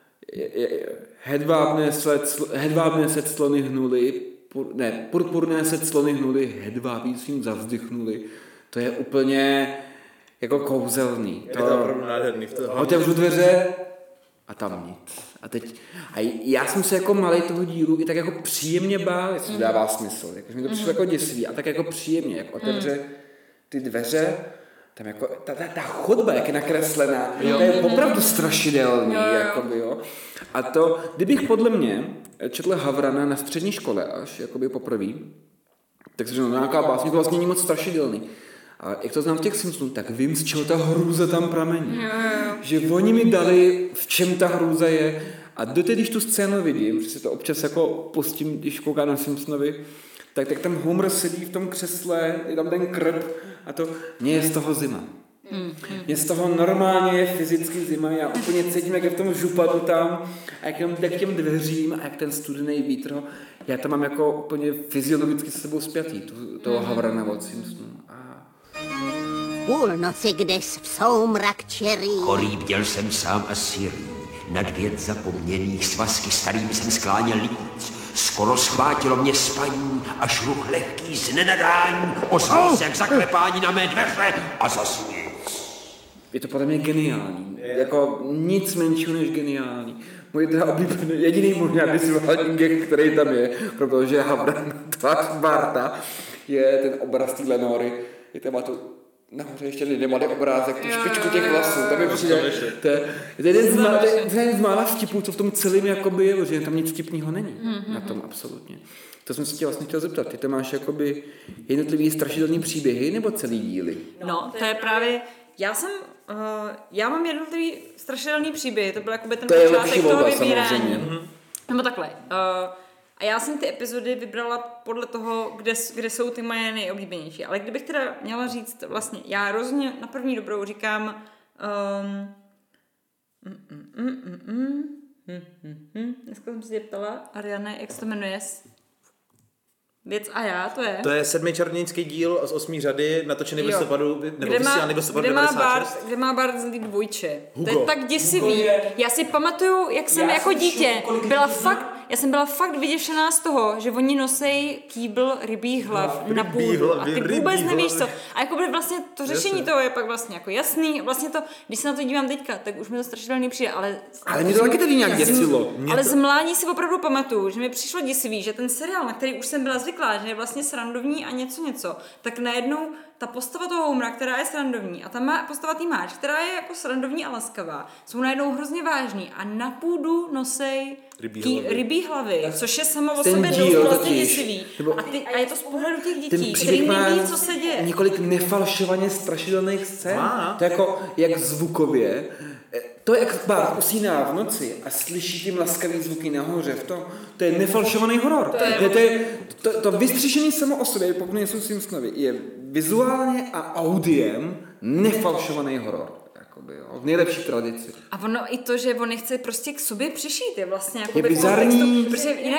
hedvábné, sled, hedvábné se clony hnuly, pur, ne, purpurné se clony hnuly, hedvábícím zavzdychnuli. To je úplně jako kouzelný. To, je to opravdu nádherný. Otevřu dveře a tam nic. A teď, a já jsem se jako malej toho dílu i tak jako příjemně bál, jestli to dává smysl, jakože mi to přišlo jako děsivý, a tak jako příjemně, jako otevře ty dveře, tam jako, ta, ta, ta chodba, jak je nakreslená, jo. To je opravdu strašidelný, jo, jo. Jakoby, jo. A to, kdybych podle mě četl Havrana na střední škole až, jakoby poprvé, tak si říkám, no, nějaká básník vlastně není moc strašidelný. A jak to znám v těch Simpsonů, tak vím, z čeho ta hrůza tam pramení. Jo, jo. Že oni mi dali, v čem ta hrůza je. A doteď, když tu scénu vidím, že si to občas jako pustím, když koukám na Simpsonovi, tak, tak tam Homer sedí v tom křesle, je tam ten krb a to, mně je z toho zima. Mně z toho normálně je fyzicky zima, já úplně cítím, jak je v tom županu tam a jak jde k těm dveřím a jak ten studený vítr, já tam mám jako úplně fyziologicky se sebou spjatý, tu, toho Havrana od Simpsonů. Půlnoci, kdes v soumrak čerí. Chorý bděl jsem sám a sirý, nad věc zapomněných svazky starým jsem skláněl líc. Skoro schvátilo mě spaní, až ruch lehký z nenadání ozval se k zaklepání na mé dveře a zas nic. Je to podle mě geniální, jako nic menšího než geniální. Můj teda oblíbený, jediný možná visuální gag, který tam je, protože Havran tvář Barta, je ten obraz té Lenory, je tam tu nahoře ještě nemalý obrázek, tu špičku těch vlasů, tam je přijde, to je jeden z, má, z mála vtipů, co v tom celém jakoby je, že tam nic vtipného není, mm-hmm. na tom absolutně. To jsem se tě vlastně chtěl zeptat, ty to máš jakoby jednotlivý strašidelný příběhy nebo celý díly? No, to je právě, já jsem, uh, já mám jednotlivý strašidelný příběh, to byl jakoby ten to počátek toho vybírání. Mm-hmm. Nebo takhle, uh, a já jsem ty epizody vybrala podle toho, kde, kde jsou ty moje nejoblíbenější. Ale kdybych teda měla říct, vlastně, já rozhodně na první dobrou říkám um, mm, mm, mm, mm, mm, mm, mm, mm. Dneska jsem se tě ptala, Ariane, jak se to jmenuje? Věc a já, to je? To je sedmý čarodějnický díl z osmý řady, natočený v listopadu, nebo vysílaný v listopadu kde má devadesát šest. Bart, kde má Bart zlý dvojče. Hugo. To je tak děsivý. Já si pamatuju, jak jsem já jako jsem dítě byla fakt, já jsem byla fakt vyděšená z toho, že oni nosejí kýbl rybích hlav no, na půdu. A ty vůbec nevíš co. A jako by vlastně to řešení toho je pak vlastně jako jasný. Vlastně to, když se na to dívám teďka, tak už mi to strašidelný přijde, ale... Ale mě to taky tady nějak děsilo. Ale z mládí si opravdu pamatuju, že mi přišlo děsivý, že ten seriál, na který už jsem byla zvyklá, že je vlastně srandovní a něco něco, tak najednou ta postava toho Homera, která je srandovní, a ta má postava tý Máč, která je jako srandovní a laskavá, jsou najednou hrozně vážný a na půdu nosej rybí ký, hlavy, rybí hlavy což je samo o ten sobě díl, dost vlastně totiž, děsivý. Nebo, a, ty, a je to z pohledu těch dětí, ten který neví, co se děje. Několik nefalšovaně strašidelných scén. Má. To je jako, jak zvukově To, jak Bart usíná v noci a slyší tím laskavý zvuky nahoře, v tom, to je nefalšovaný horor. To, je, to, je, to, to vystřišení samo o sobě, pokud nejsou Simpsonovi, je vizuálně a audiem nefalšovaný horor. Jakoby, jo, v nejlepší tradici. A ono i to, že on nechce prostě k sobě přišít, je vlastně jako je bizarní, protože jinak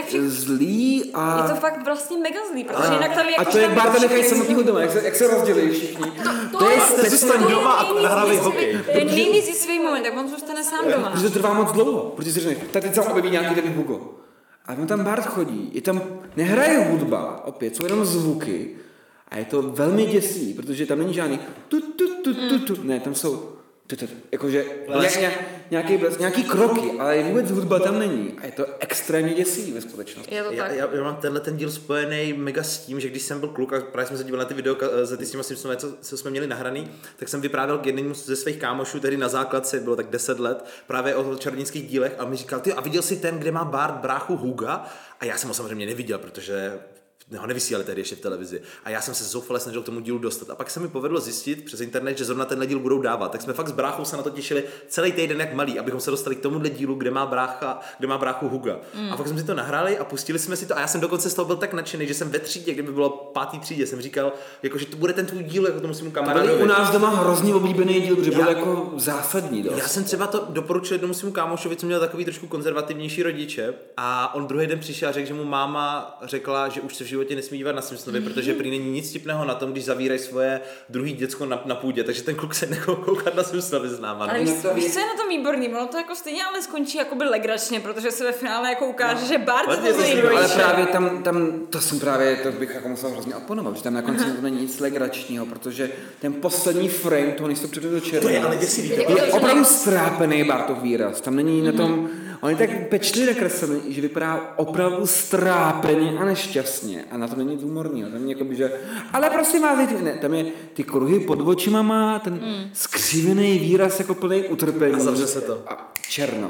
zlý a... je to fakt vlastně mega zlý, protože jinak tam je... A to jak Barta nechají samotného doma, jak se, jak se rozdělí všichni. To, to, to je zůstaň doma a nahrávej hokej. To je nejvíc moment, tak on zůstane sám doma. Protože to trvá moc dlouho, protože si řekne, tady se objeví nějaký ten Hugo. A on tam Bart chodí, je tam, nehraje hudba, opět, jsou jenom zvuky a je to velmi děsivý, protože tam není žádný tu, tu, tu, tu, tu. Ne, tam jsou jakože nějaký, nějaký, nějaký kroky, ale vůbec hudba tam není. A je to extrémně děsivý ve skutečnosti. Je to tak. Já, já, já mám tenhle ten díl spojený mega s tím, že když jsem byl kluk a právě jsme se dívali na ty videa za ty s těma Simpsonové, co, co jsme měli nahraný, tak jsem vyprávěl k jednému ze svých kámošů, tedy na základce, bylo tak deset let, právě o čarodějnických dílech a mi říkal, ty a viděl jsi ten, kde má Bart bráchu Huga? A já jsem ho samozřejmě neviděl, protože ho nevysílali tehdy ještě v televizi. A já jsem se zoufale snažil k tomu dílu dostat. A pak se mi povedlo zjistit přes internet, že zrovna tenhle díl budou dávat. Tak jsme fakt s bráchou se na to těšili celý týden jak malí, abychom se dostali k tomuhle dílu, kde má brácha, kde má bráchu Huga. Mm. A pak jsme si to nahráli a pustili jsme si to. A já jsem dokonce z toho byl tak nadšený, že jsem ve třídě, kdyby bylo pátý třídě, jsem říkal, jako, že to bude ten tvůj díl, jako to musím kamarádovi. U nás doma hrozně oblíbený díl, protože byl jako zásadní. Dost. Já jsem třeba to doporučil jednomu svému kámošovi, co měl takový trošku konzervativnější rodiče, a on druhý den přišel a řekl, že mu máma řekla, že už se v životě nesmí dívat na Simpsonovi, protože prý není nic vtipného na tom, když zavírají svoje druhý děcko na, na půdě, takže ten kluk se nechal koukat na Simpsonovi s náma. Ale víš, víš, co je na tom výborný? Ono to jako stejně ale skončí jakoby legračně, protože se ve finále jako ukáže, no. že Bart je to nejlepší. Ale právě tam, tam, to jsem právě, to bych jako musel hrozně oponovat, že tam na konci to není nic legračního, protože ten poslední frame toho nejsou předu do červeného. To je ale děsivý. Je, je opravdu strápený Bartov výraz, tam není na tom, on je tak pečlivě nakreslený, že vypadá opravdu strápeně a nešťastně a na to není humorního, tam je jakoby, že, ale prosím vás, ne, tam je ty kruhy pod očima má, ten mm. skřivený výraz jako plný utrpení. A zavře se to. A černo.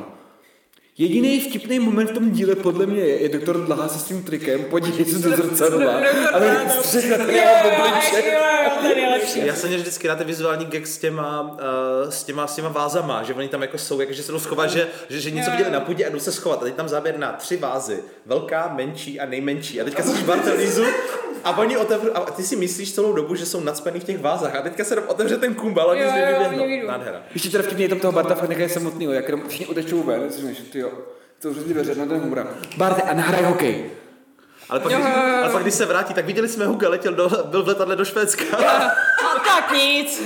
Jediný vtipný moment v tom díle podle mě je, je doktor Dlaha se svým trikem, podívej se do zrcadla, ale střih na ten bobliček. Já jsem měl vždycky rád vizuální gag s těma, uh, s těma, s těma vázama, že oni tam jako jsou, jako, že se jdou schovat, že, že, že něco viděli na půdě a jdou se schovat. A teď tam záběr na tři vázy, velká, menší a nejmenší. A teďka si Barta Lízu a oni otevřou, a ty si myslíš celou dobu, že jsou nacpený v těch vázách. A teďka se tam otevře ten kumbal a oni z něj vyběhnou. Nádhera. Ještě teda vtipně je tam toho Barta fakt nechají samotnýho, jak jenom všichni utečou ven, si říkáš, tyjo, to už dveře na ten humora. Barte, a nahraj hokej. Ale pak, když, ale pak, když se vrátí, tak viděli jsme Huga, letěl do, byl v letadle do Švédska. No tak nic.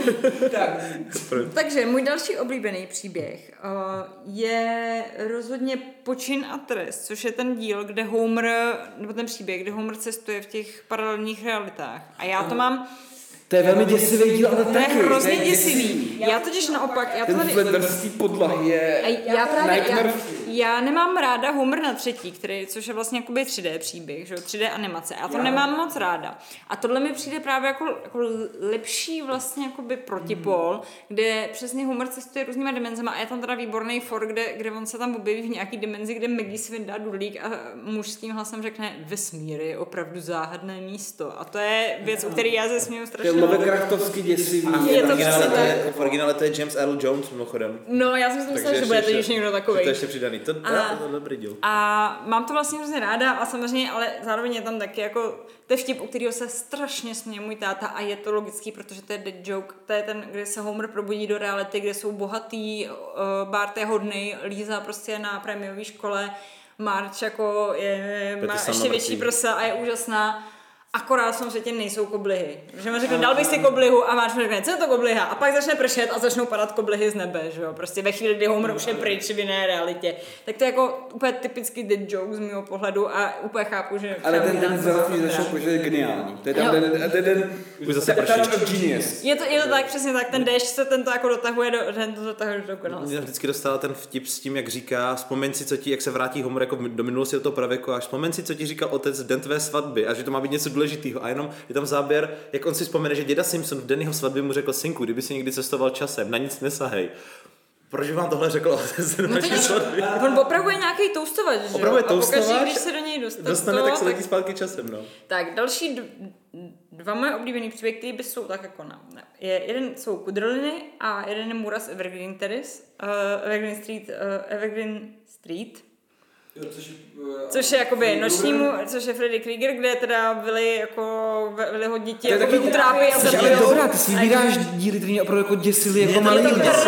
tak. Takže můj další oblíbený příběh uh, je rozhodně Počin a trest, což je ten díl, kde Homer, nebo ten příběh, kde Homer cestuje v těch paralelních realitách. A já to mám... To je velmi děsivý díl, ale to taky. To je hrozně děsivý. Já totiž naopak... Já ten tady... flenderský podlahy je... Já právě... Já, já nemám ráda Homer na třetí, který, což je vlastně jakoby tři dé příběh, že? tři dé animace. Já to já. nemám moc ráda. A tohle mi přijde právě jako, jako lepší vlastně jakoby protipol, hmm. kde přesně Homer cestuje různýma dimenzema a je tam teda výborný for, kde, kde on se tam objeví v nějaký dimenzi, kde Maggie si vyndá dudlík a mužským hlasem řekne vesmír je opravdu záhadné místo. A to je věc, u které já se směju strašně. Lovecraftovsky děsivý. A je to v originále to je James Earl Jones mimochodem. No, já jsem si myslela, že bude teď někdo takovej. To ještě přidaný. To, to, a, to, to dobrý díl. A mám to vlastně hrozně ráda a samozřejmě, ale zároveň je tam taky jako to je vtip, u kterého se strašně směje můj táta a je to logický, protože to je dead joke. To je ten, kde se Homer probudí do reality, kde jsou bohatý, uh, Bart je hodnej, Lisa prostě na prémiové škole, Marge jako je, má ještě větší prsa a je úžasná. Akorát v tom světě nejsou koblihy. Že mi řekne, dal bych si koblihu a máš mi řekne, co je to kobliha? A pak začne pršet a začnou padat koblihy z nebe, že jo? Prostě ve chvíli, kdy Homer už je pryč v jiné realitě. Tak to je jako úplně typický dead joke z mého pohledu a úplně chápu, že... Ale ten ten zelfí začal že je geniální. To je tam ten, ten, ten, už zase prší. Genius. Je to, je to tak, přesně tak, ten déšť se tento jako dotahuje do, ten to dotahuje do dokonalosti. Já vždycky dostala ten vtip s tím, jak říká, vzpomeň si, co ti, jak se vrátí Homer jako do minulosti do toho pravěku, a vzpomeň si, co ti říkal otec den tvé svatby a že to má být něco důležitého. A jenom je tam záběr, jak on si vzpomene, že děda Simpson v den jeho svatby mu řekl, synku, kdyby si někdy cestoval časem, na nic nesahej. Proč vám tohle řekl otec den vaší svatby? On opravuje nějaký toustovač, že jo? Opravuje toustovač, a pokaždé, když se do něj dostane, dostane, tak se letí zpátky časem, no. Tak, další d- dva moje oblíbený příběhy, které by jsou tak jako na... Ne. Je, jeden jsou Kudrliny a jeden je Muras Evergreen Terrace, uh, Evergreen Street, uh, Evergreen Street. Jo, což, uh, což je jakoby nočnímu, což je Freddy Krueger, kde teda byli jako byli ho děti jako by utrápí a zabijou. Dobrá, ty si vybíráš díly, které mě opravdu jako děsily jako malý.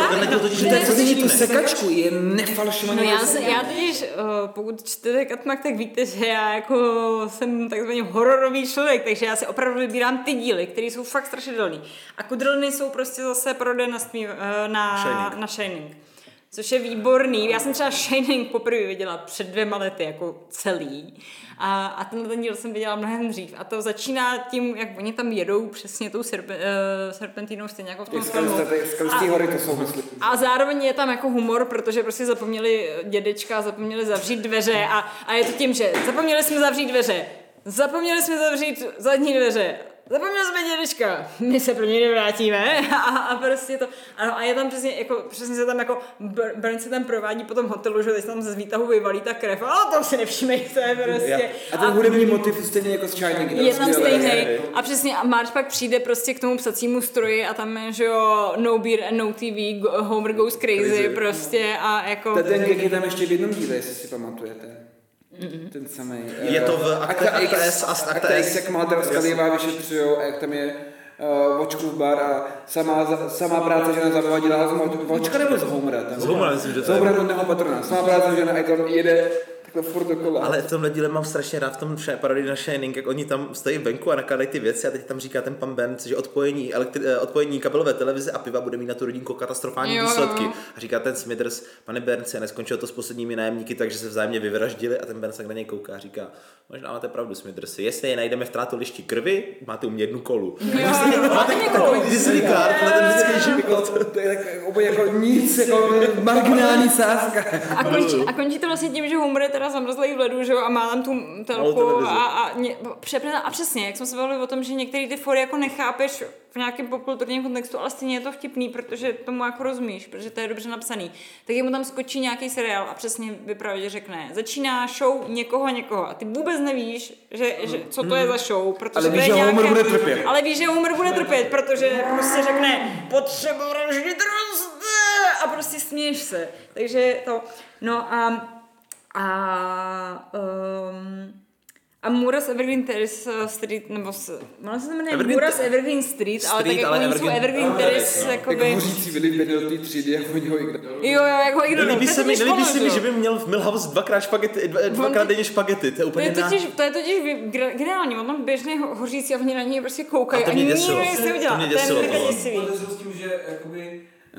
To není tu sekačku, je nefalšovaný. No já, se, já totiž, uh, pokud čtete Katmak, tak víte, že já jako jsem takzvaný hororový člověk, takže já si opravdu vybírám ty díly, které jsou fakt strašidelný. A Kudrliny jsou prostě zase parodie uh, na Shining. na Shining. Což je výborný. Já jsem třeba Shining poprvé viděla před dvěma lety, jako celý. A, a tenhle ten díl jsem viděla mnohem dřív. A to začíná tím, jak oni tam jedou přesně tou serpe, uh, serpentínou, stejně jako v tom filmu. Skalský hory to jsou mysli. A zároveň je tam jako humor, protože prostě zapomněli dědečka, zapomněli zavřít dveře a, a je to tím, že zapomněli jsme zavřít dveře, zapomněli jsme zavřít zadní dveře, zapomněli jsme dědečka, my se pro něj nevrátíme a, a prostě to, ano, a je tam přesně, jako, přesně se tam jako, Burn se tam provádí po tom hotelu, že teď tam z výtahu vyvalí ta krev, a to si nevšimejte prostě. A ten hudební motiv stejně jako z Shining. Je tam stejný a přesně a Marge pak přijde prostě k tomu psacímu stroji a tam je, že jo, no beer and no T V, Homer goes crazy, crazy. prostě a jako... Ten gag je tam ještě v jednom díle, jestli si pamatujete. Mm-hmm. Ten samý. Je to v Akta X a Akta X. Jak Mulder Scullyová vyšetřujou a jak tam je uh, Vočkův bar a samá, samá práce žena zavadila z Vočka nebo z Homera? Z Homera, myslím, že to je. Z Homera rodného patrona. Samá práce žena a tam jede takhle furt dokola. Ale v tomhle díle mám strašně rád v tom parodii na Shining, jak oni tam stojí venku a nakládají ty věci a teď tam říká ten pan Burns, že odpojení, elektri- odpojení kabelové televize a piva bude mít na tu rodinku katastrofální jo, důsledky. Jo. A říká ten Smithers, pane Burns, neskončilo to s posledními nájemníky, takže se vzájemně vyvraždili a ten Burns tak na něj kouká a říká, možná máte pravdu, Smithers, jestli je najdeme v trátovišti krvi, máte u mě jednu kolu. Jo, máte takový Disney card, ale ten vždycky život. To je tak úplně jako nic, jako marginální sázka. A končí, a končí to vlastně tím, že Homer je teda zamrzlej v ledu, že jo, a má tam tu telku a, a, ně, přepne, a přesně, jak jsme se bavili o tom, že některé ty fory jako nechápeš v nějakém popkulturním kontextu, ale stejně je to vtipný, protože tomu jako rozumíš, protože to je dobře napsaný. Tak mu tam skočí nějaký seriál a přesně vypravdě řekne, začíná show někoho někoho a ty vůbec nevíš, že, že, co to je za show, protože ale víš, to je že nějaké, Homer bude trpět. Ale víš, že Homer bude trpět, protože prostě řekne, potřeba vraždit roste a prostě směješ se. Takže to, no a a um, a Muras Evergreen Terrace Street, nebo s, ono se to jmenuje Evergreen Muras Evergreen Street, Street, ale tak jako oni jsou Evergreen Terrace, jakoby... Jak hořící Filip do té třídy, jak oni ho ignorují. Jo, jo, jak ho ignorují. Nelíbí se mi, nelíbí se mi, že by měl v Milhouse dvakrát špagety, dva, dvakrát denně špagety, to je úplně to je totiž, to je totiž geniální, on tam běžně hořící a oni na něj prostě koukají a nikdo nic neudělá. To mě děsilo. To je mega děsivý. To s tím, že jakoby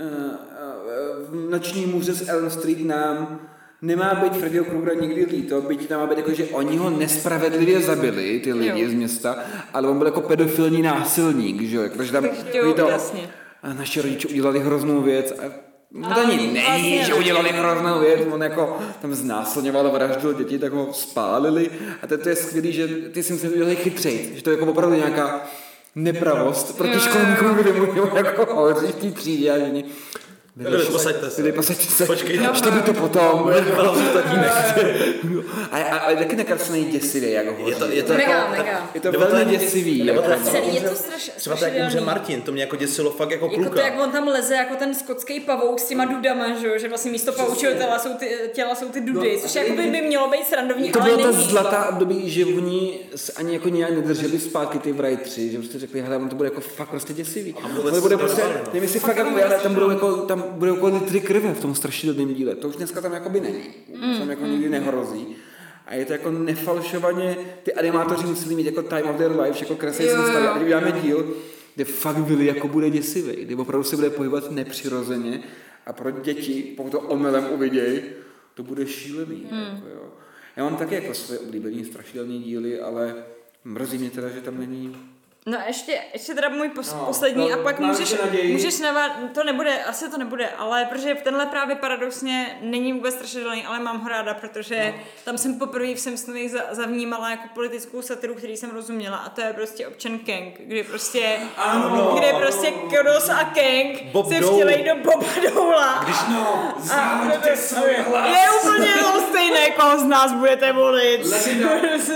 v noční můře z Elm Street nám nemá být Freddyho Krugera nikdy líto, byť tam má být jako, že oni ho nespravedlivě zabili, ty lidi jo. z města, ale on byl jako pedofilní násilník, že jo, protože tam jo, to, jasně. A naši rodiče udělali hroznou věc a no to ani není, vlastně, že udělali hroznou věc, on jako tam znásilňoval a vraždil děti, tak ho spálili a to, to je skvělý, že ty si myslím, že udělali chytřej, že to je jako opravdu nějaká nepravost, protože školníkům kdy můžou jako hoří v té třídě a žení. Byli, posaďte se. Byli, posaďte se. Počkejte. Ještě by to potom. A, a, a taky nekreslený děsivý, jak ho je to, je to mega, jako, mega. Je to velmi děsivý. Nebo to je to strašně. Třeba tak umře Martin, to mě jako děsilo fakt jako kluka. Jako to, jak on tam leze jako ten skotský pavouk s těma dudama, že, že vlastně místo pavoučího těla jsou ty, těla jsou ty dudy, což jako by, by mělo být srandovní, to ale není. To byla ta zlatá období, že oni ani jako nějak nedrželi zpátky ty Writři, že prostě řekli, hele, on to bude jako fakt prostě děsivý. To bude prostě, nevím, jestli fakt jako, tam budou jako, tam budou jako litry krve v tom strašidelném díle. To už dneska tam jakoby není. To tam jako nikdy nehrozí. A je to jako nefalšovaně, ty animátoři museli mít jako time of their life, jako kreslej se nastavit. A když uděláme díl, kde fakt byli jako bude děsivý, kde opravdu se bude pohybovat nepřirozeně a pro děti, pokud to omylem uvidějí, to bude šílený. Hmm. Jako, jo. Já mám taky jako své oblíbený strašidelný díly, ale mrzí mě teda, že tam není. No ještě, ještě teda můj pos, no, poslední no, a pak můžeš, můžeš navát, to nebude, asi to nebude, ale protože tenhle právě paradoxně není vůbec strašidelný, ale mám ho ráda, protože no. tam jsem poprvé v Simpsonových zavnímala jako politickou satiru, který jsem rozuměla a to je prostě občan Kang, kdy prostě, ano, kdy prostě Kodos a Kang Bob se vtělejí do Boba Doula. Když no, je úplně to stejné, koho z nás budete volit.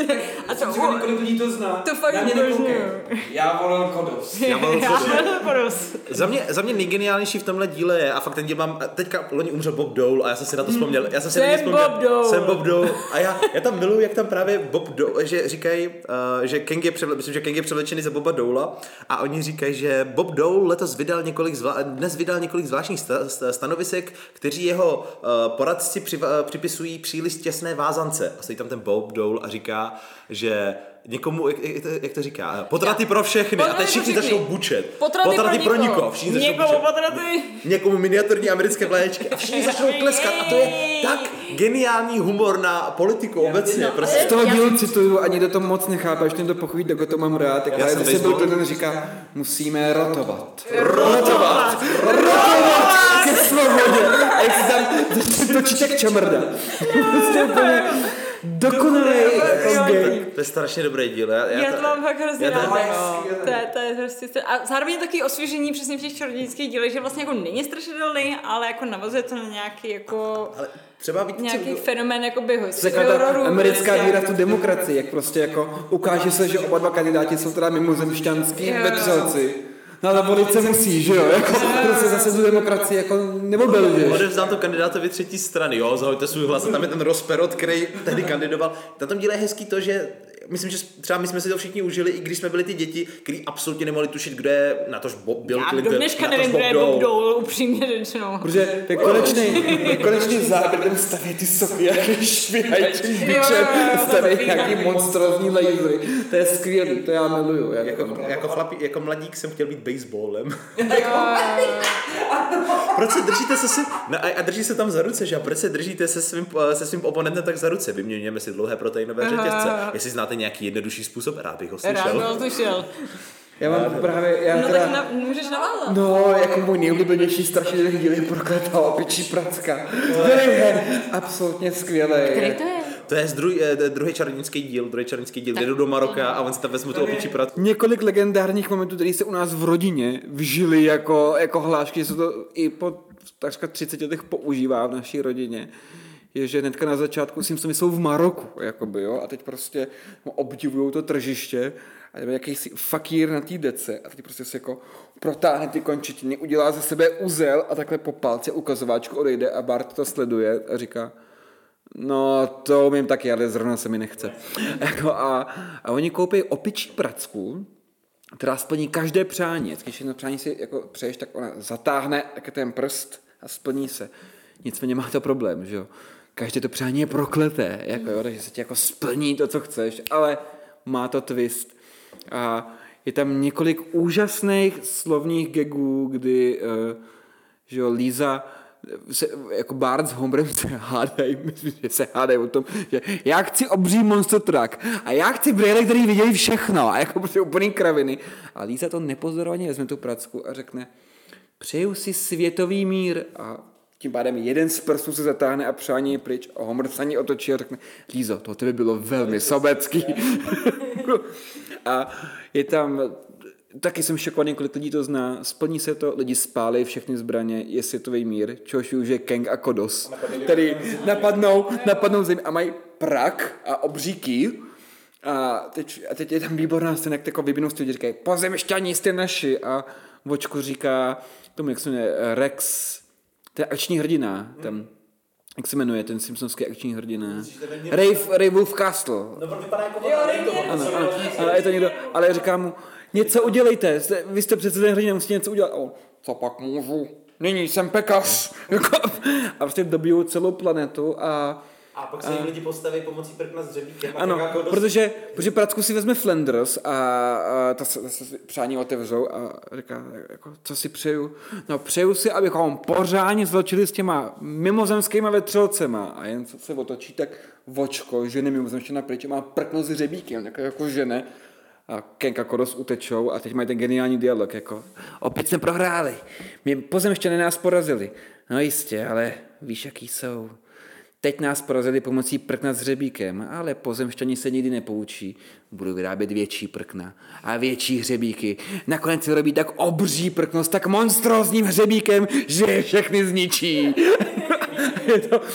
A to, Kolik lidí to zná? To fakt nekoukej. Já volil Kodos. Já volil Kodos. Za mě, za mě nejgeniálnější v tomhle díle je, a fakt ten díl mám, teďka loni umřel Bob Dole a já jsem si na to vzpomněl. Já jsem si Jsem vzpomněl, Bob Dole. Jsem Bob Dole. A já, já tam miluji, jak tam právě Bob Dole, že říkají, uh, že Kang je, převle, myslím, že Kang je převlečený za Boba Dola a oni říkají, že Bob Dole letos vydal několik, zvla, dnes vydal několik zvláštních sta, stanovisek, kteří jeho uh, poradci při, uh, připisují příliš těsné vázance. A stojí tam ten Bob Dole a říká, že někomu, jak, jak, to, jak to říká, potraty pro všechny Potraty a teď všichni pro začnou bučet. Potraty, potraty pro, pro nikoho. Všichni začnou někomu bučet. potraty. Někomu miniaturní americké vlaječky a všichni začnou tleskat a to je tak geniální humor na politiku obecně. Prostě. Z toho dílu cituju, ani do toho moc nechápeš, ten to pochopí, tak to mám rád. Jak já jsem byl ten říká, musíme rotovat. Rotovat! Rotovat! Ke svobodě! A jak se tam začne točit jak čamrda. Prostě úplně dokonalý gay. To je strašně dobrý díl. Já, já, Já to mám fakt hrozně já to- ráda, no. To je, to je prostě, a zároveň je taky osvěžení přesně v těch čarodějnických dílech, že vlastně jako není strašidelný, ale jako navazuje to na nějaký jako ale třeba víte, nějaký fenomén jakoby Taková ta hororu. americká prostě. víra v tu demokracii, jak prostě jako ukáže se, že oba dva kandidáti jsou teda mimozemšťanský Jo. vetřelci. No ale volit se musí, že jo? Jako, prostě zase tu demokracii jako neobelžeš. odevzdám to kandidátovi třetí strany, jo, zahoďte svůj hlas a tam je ten Rosperot, který tehdy kandidoval. Na tom díle je hezký to, že myslím, že třeba my jsme si to všichni užili, i když jsme byli ty děti, kteří absolutně nemohli tušit, kde je natož Bob, Bill Já Clinton, do dneška natož nevím, Bob kde je Bob Dole. Dole, upřímně řečeno. Protože ten konečný, ten konečný záběr, ten staví ty soky, jaký švihající bičem, jo, jo, staví to nějaký pěkný. monstrózní lasery. To je skvělý, to já miluju. Jako, Jako, jako, chlapí, jako mladík jsem chtěl být baseballem. Proč se držíte se svým, no a, a drží se tam za ruce, že a proč se držíte se svým, se svým oponentem tak za ruce? Vyměňujeme si dlouhé proteinové Aha. řetězce. Jestli znáte nějaký jednodušší způsob, rád bych ho Rád slyšel. byl slyšel. já mám právě, já No teda, tak na, můžeš navázat. no, jako můj nejoblíbenější strašidelný díl je Prokletá opičí pracka. To je absolutně skvělý. Který to je? To je z druhý, eh, druhý čarodějnický díl, druhý čarodějnický díl, kde jdu do Maroka a on si tam vezmu tu opičí pracku. Několik legendárních momentů, které se u nás v rodině vžily jako, jako hlášky, že se to i po takřka třiceti letech používá v naší rodině, je, že hnedka na začátku Simpsoni jsou v Maroku, jakoby, jo, a teď prostě obdivují to tržiště a je jakýsi fakír na té dece a teď prostě se jako protáhne ty končetiny, udělá ze sebe uzel a takhle po palce ukazováčku odejde a Bart to sleduje a říká, no to umím taky, ale zrovna se mi nechce. Jako a, a oni koupí opičí pracku, která splní každé přání. Když jedno přání si jako přeješ, tak ona zatáhne jako ten prst a splní se. Nicméně má to problém, že jo. Každé to přání je prokleté, jako, jo, takže se ti jako splní to, co chceš, ale má to twist. A je tam několik úžasných slovních gagů, kdy uh, že jo, Lisa se, jako Bart s Homerem se hádají, myslím, že se hádají o tom, že já chci obří monster truck a já chci brýle, který vidějí všechno a jako prostě úplný kraviny. A Lisa to nepozorovaně vezme tu pracku a řekne, přeju si světový mír a tím pádem jeden z prstů se zatáhne a přání je pryč a Homer se ani otočí a řekne, Lízo, to tebe bylo velmi sobecký. A je tam, taky jsem šokovaný, kolik lidí to zná, splní se to, lidi spálí všechny zbraně, je světový mír, čehož už je Kang a Kodos, který napadnou, napadnou zemi a mají prak a obříky. A teď, a teď je tam výborná scéna, jak takovou vybinou lidi říkají, pozemšťaní jste naši a Vočko říká tomu, jak se jmenuje, Rex, to je akční hrdina, tam, jak se jmenuje ten simpsonský akční hrdina? Ray, Ray Wolf Castle. No, vypadá jako Ano, ano, ale je to někdo, ale říká mu, něco udělejte, jste, vy jste přece ten hrdina, musíte něco udělat. O, co pak můžu? Nyní jsem pekař. A prostě dobijou celou planetu a A pak se jim lidi postaví pomocí prkna s dřebíkem. ano, protože, protože pracku si vezme Flanders a, a to se, to se přání otevřou a říká, jako, co si přeju? No přeju si, abychom pořádně zločili s těma mimozemskýma vetřelcema a jen co se otočí, tak Vočko, ženy mimozemštěna pryč, má prkno s hřebíkem, jako, jako žene. A Kang a Kodos utečou a teď mají ten geniální dialog, jako opět jsme prohráli, my pozemštěné nás porazili. No jistě, ale víš, jaký jsou. Teď nás porazili pomocí prkna s hřebíkem, ale pozemšťani se nikdy nepoučí. Budou vyrábět větší prkna a větší hřebíky. Nakonec se robí tak obří prkno s tak monstrózním hřebíkem, že je všechny zničí. Je to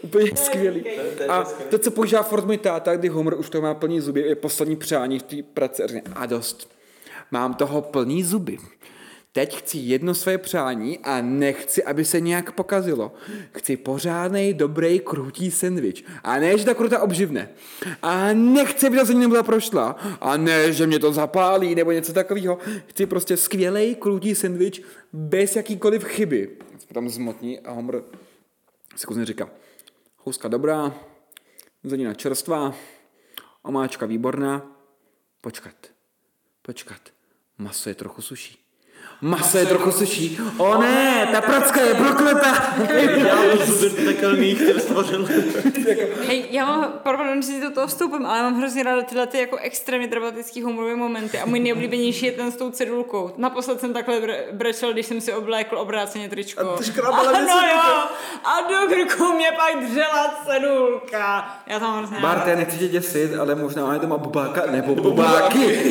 Úplně skvělý. A to, co používá furt můj táta, kdy Homer už to má plný zuby, je poslední přání v té praci a řekne, a dost, mám toho plný zuby. Teď chci jedno své přání a nechci, aby se nějak pokazilo. Chci pořádnej, dobrý, krutý sendvič. A ne, že ta kruta obživne. A nechci, aby ta země nebyla prošla. A ne, že mě to zapálí nebo něco takového. Chci prostě skvělej, krutý sendvič bez jakýkoliv chyby. Tam zmotní a Homer si kuzně říká, houska dobrá, zelenina čerstvá, omáčka výborná, počkat, počkat, maso je trochu suší. Maso je trochu suší. O ne, ta pracka je prokletá. Já zuby pekelný, který stvořil. Hej, já mám, pardon, že si do toho vstoupím, ale mám hrozně ráda tyhle ty jako extrémně dramatický humorové momenty a můj nejoblíbenější je ten s tou cedulkou. Naposled jsem takhle brečel, když jsem si oblékl obráceně tričko. A ty škrábala ano jo, a do krku mě pak dřela cedulka. Já tam hrozně ráda. Barte, nechci tě děsit, ale možná je doma bubáka, nebo bubáky.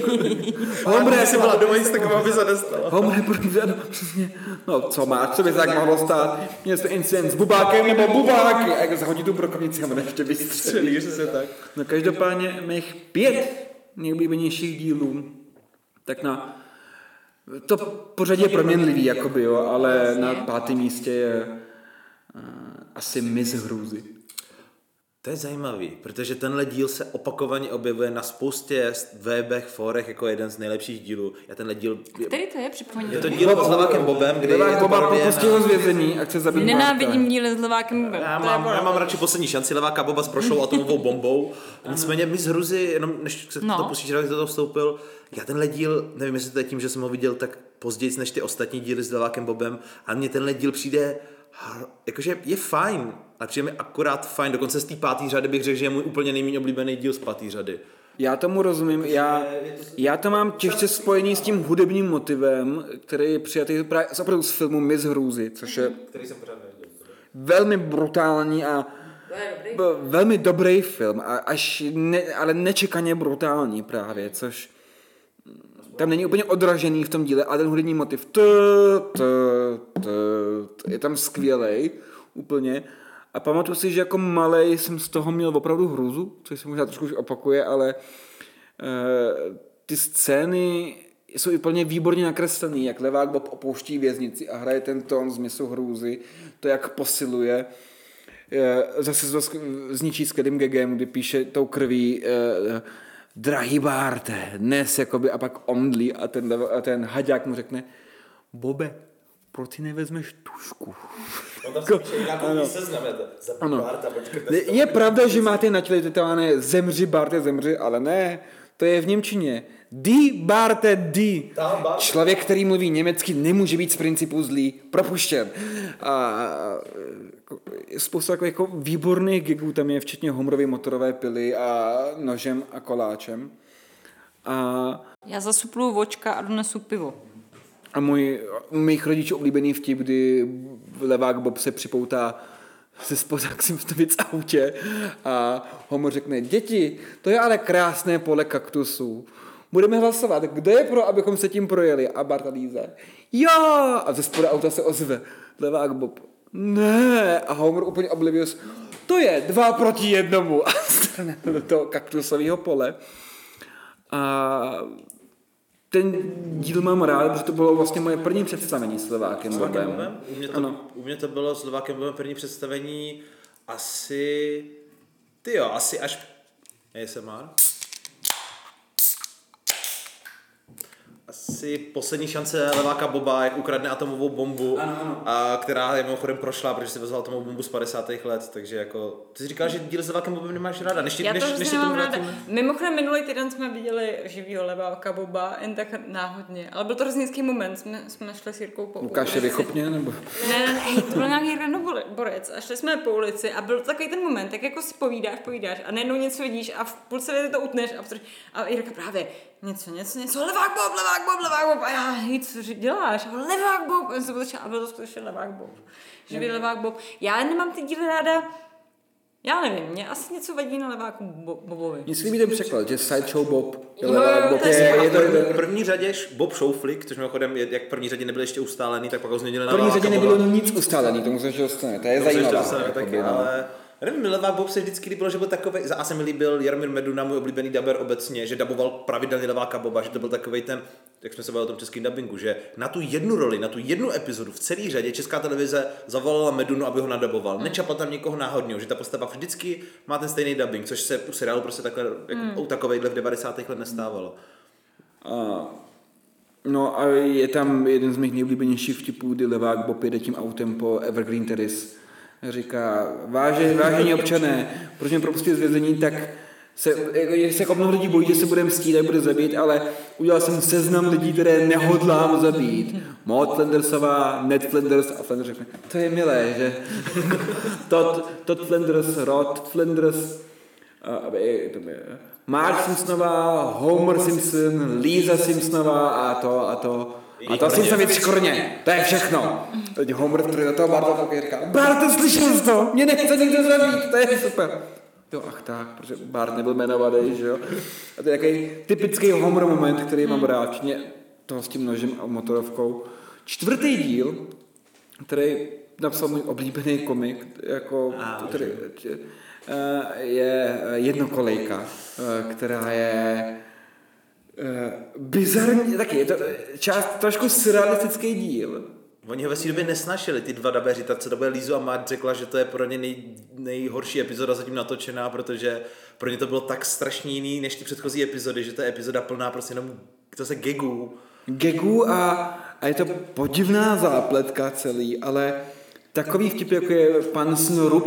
Hombre, jsi byla doma, jsi taková by zadestala. Homre, protože, ano, přesně. No, co máš, co by se tak mohlo stát? Měl jsi incident s bubákem nebo bubáky. A jak zahodí tu brokovnici a on ještě vystřelí. se tak. No každopádně mých pět nejoblíbenějších dílů, tak na to pořadí je proměnlivý, jakoby, jo, ale na pátém místě je uh, asi Miss Hrůzy. To je zajímavý, protože tenhle díl se opakovaně objevuje na spoustě webech, forech jako jeden z nejlepších dílů. Já tenhle díl... Který to je, připomeň? Je to díl s Levákem Bobem, kdy Levák je to Boba parodie propustil na... z vězení a chce zabít Nenávidím díly s Levákem Bobem. Já mám, já mám radši poslední šanci Leváka Boba s prošlou atomovou bombou. Nicméně Miss Hrůzy, jenom než se no. to pustíš, že do toho vstoupil, já tenhle díl, nevím, jestli to je tím, že jsem ho viděl tak později než ty ostatní díly s Levákem Bobem, ale mně tenhle díl přijde, jakože je fajn, a přijde mi akorát fajn, dokonce z té páté řady bych řekl, že je můj úplně nejméně oblíbený díl z páté řady. Já tomu rozumím, já, já to mám těžce spojený s tím hudebním motivem, který je přijatý právě opravdu z filmu Miss Hrůzy, což je velmi brutální a b- velmi dobrý film, a až ne, ale nečekaně brutální právě, což tam není úplně odražený v tom díle, ale ten hudební motiv t, t, t, t, je tam skvělej úplně. A pamatuju si, že jako malej jsem z toho měl opravdu hrůzu, což se možná trošku už opakuje, ale uh, ty scény jsou úplně výborně nakreslený, jak Levák Bob opouští věznici a hraje ten tón z Missu Hrůzy, to jak posiluje. Uh, zase to zničí skvělým gagem, kdy píše tou krví uh, drahý Barte, dnes jakoby, a pak omdlí a ten, a ten haďák mu řekne, Bobe, proč si nevezmeš tušku? Ano. Je pravda, že máte na těle tetované zemři, Barte, zemři, ale ne, to je v němčině. Die Barte, die. Člověk, který mluví německy, nemůže být z principu zlý, propuštěn. A je spousta takových jako výborných gigů, tam je včetně Homerovy motorové pily a nožem a koláčem. A Já zasuplu vočka a donesu pivo. A můj, mých rodičů oblíbený vtip, kdy Levák Bob se připoutá se spoza k Simpsonovic autě a Homer řekne, děti, to je ale krásné pole kaktusů. Budeme hlasovat, kdo je pro, abychom se tím projeli? A Bart a Lisa, jo! A ze spoda auta se ozve Levák Bob, ne! A Homer úplně oblivious, to je dva proti jednomu. A strane do toho kaktusového pole. A ten díl mám rád, protože to bylo vlastně moje první představení s Levákem Bobem. U mě, to, u mě to bylo s Levákem Bobem první představení asi, tyjo, asi až A S M R. Asi poslední šance Leváka Boba, jak ukradne atomovou bombu, ano, ano. A která je mimochodem prošla, protože si vezla atomovou bombu z padesátých let, takže jako, ty jsi říkal, že díl s Levákem Bobem nemáš ráda, než, Já to než, než si nemám tomu ráda. vrátím. Mimochodem minulý týden jsme viděli živýho Leváka Boba, jen tak náhodně, ale byl to hrozně hezký moment, jsme, jsme šli s Jirkou po Lukáš je vychopně, nebo? Ne, ne, ne, hej, to byl nějaký ranoborec a šli jsme po ulici a byl to takový ten moment, tak jako si povídáš, povídáš a najednou něco vidíš a v půlce věty to utneš a, a Jirka právě něco, něco, něco, Levák Bob, Levák Bob, Levák Bob a já, hej, co děláš? A Levák Bob, a byl to skutečně Levák Bob, živý Levák Bob. Já nemám ty díly ráda Já nevím, mě asi něco vadí na leváku Bobovi. Mně se líbí ten překlad, že Sideshow Bob. Jo, jo, jo, to je je, je to, v první řadě Bob Šouflik, což mimochodem, jak v první řadě nebyl ještě ustálený, tak pak ho změnili na v první řadě Leváka nebylo Boba. nic ustálený, tomu se ještě dostane, to je To se ještě zajímavé. dostane taky, ale... Já nevím, Levák Bob se vždycky líbilo, že byl takovej, a se mi líbil Jaromír Meduna, můj oblíbený daber obecně, že daboval pravidelně Leváka Boba, že to byl takovej ten, jak jsme se bavili o tom českém dabingu, že na tu jednu roli, na tu jednu epizodu v celé řadě Česká televize zavolala Medunu, aby ho nadaboval. Hmm. Nečapal tam někoho náhodního, že ta postava vždycky má ten stejný dubbing, což se u seriálu prostě takhle, jako hmm. u takovejhle v devadesátých let nestávalo. A, no a je tam jeden z mých nejoblíbenějších vtipů, kdy Levák Bob jede tím autem po Evergreen Terrace. Říká, váže, vážení občané, proč mě propustili z vězení, tak se, se jako mnoho lidí bojí, že se bude mstít a bude zabít, ale udělal jsem seznam lidí, které nehodlám zabít. Maud Flandersová, Ned Flanders a Flanders řekne, to je milé, že? Todd, Todd Flanders, Rod Flanders, Marge Simpsonová, Homer Simpson, Lisa Simpsonová a to a to. A to jsem se víc škorně, to je všechno. Teď Homer, který na toho Barta pokud říká, Barte, slyšel jsi to? Mě nechce nikdo zabít, to je super. Jo, ach tak, protože Bart nebyl jmenovaný, že jo. A to je takový typický Homer moment, který mám rád, mě toho s tím nožem a motorovkou. Čtvrtý díl, který napsal můj oblíbený komik, jako, který, je Jednokolejka, která je bizarní, taky je to část, trošku surrealistický díl. Oni ho ve své době nesnašili, ty dva dabeři, tak co době Lízu a Marge řekla, že to je pro ně nej, nejhorší epizoda zatím natočená, protože pro ně to bylo tak strašně jiný než ty předchozí epizody, že to je epizoda plná prostě jenom zase gagů. Gagů a, a je to podivná zápletka celý, ale takový vtip, jako je pan Snorup.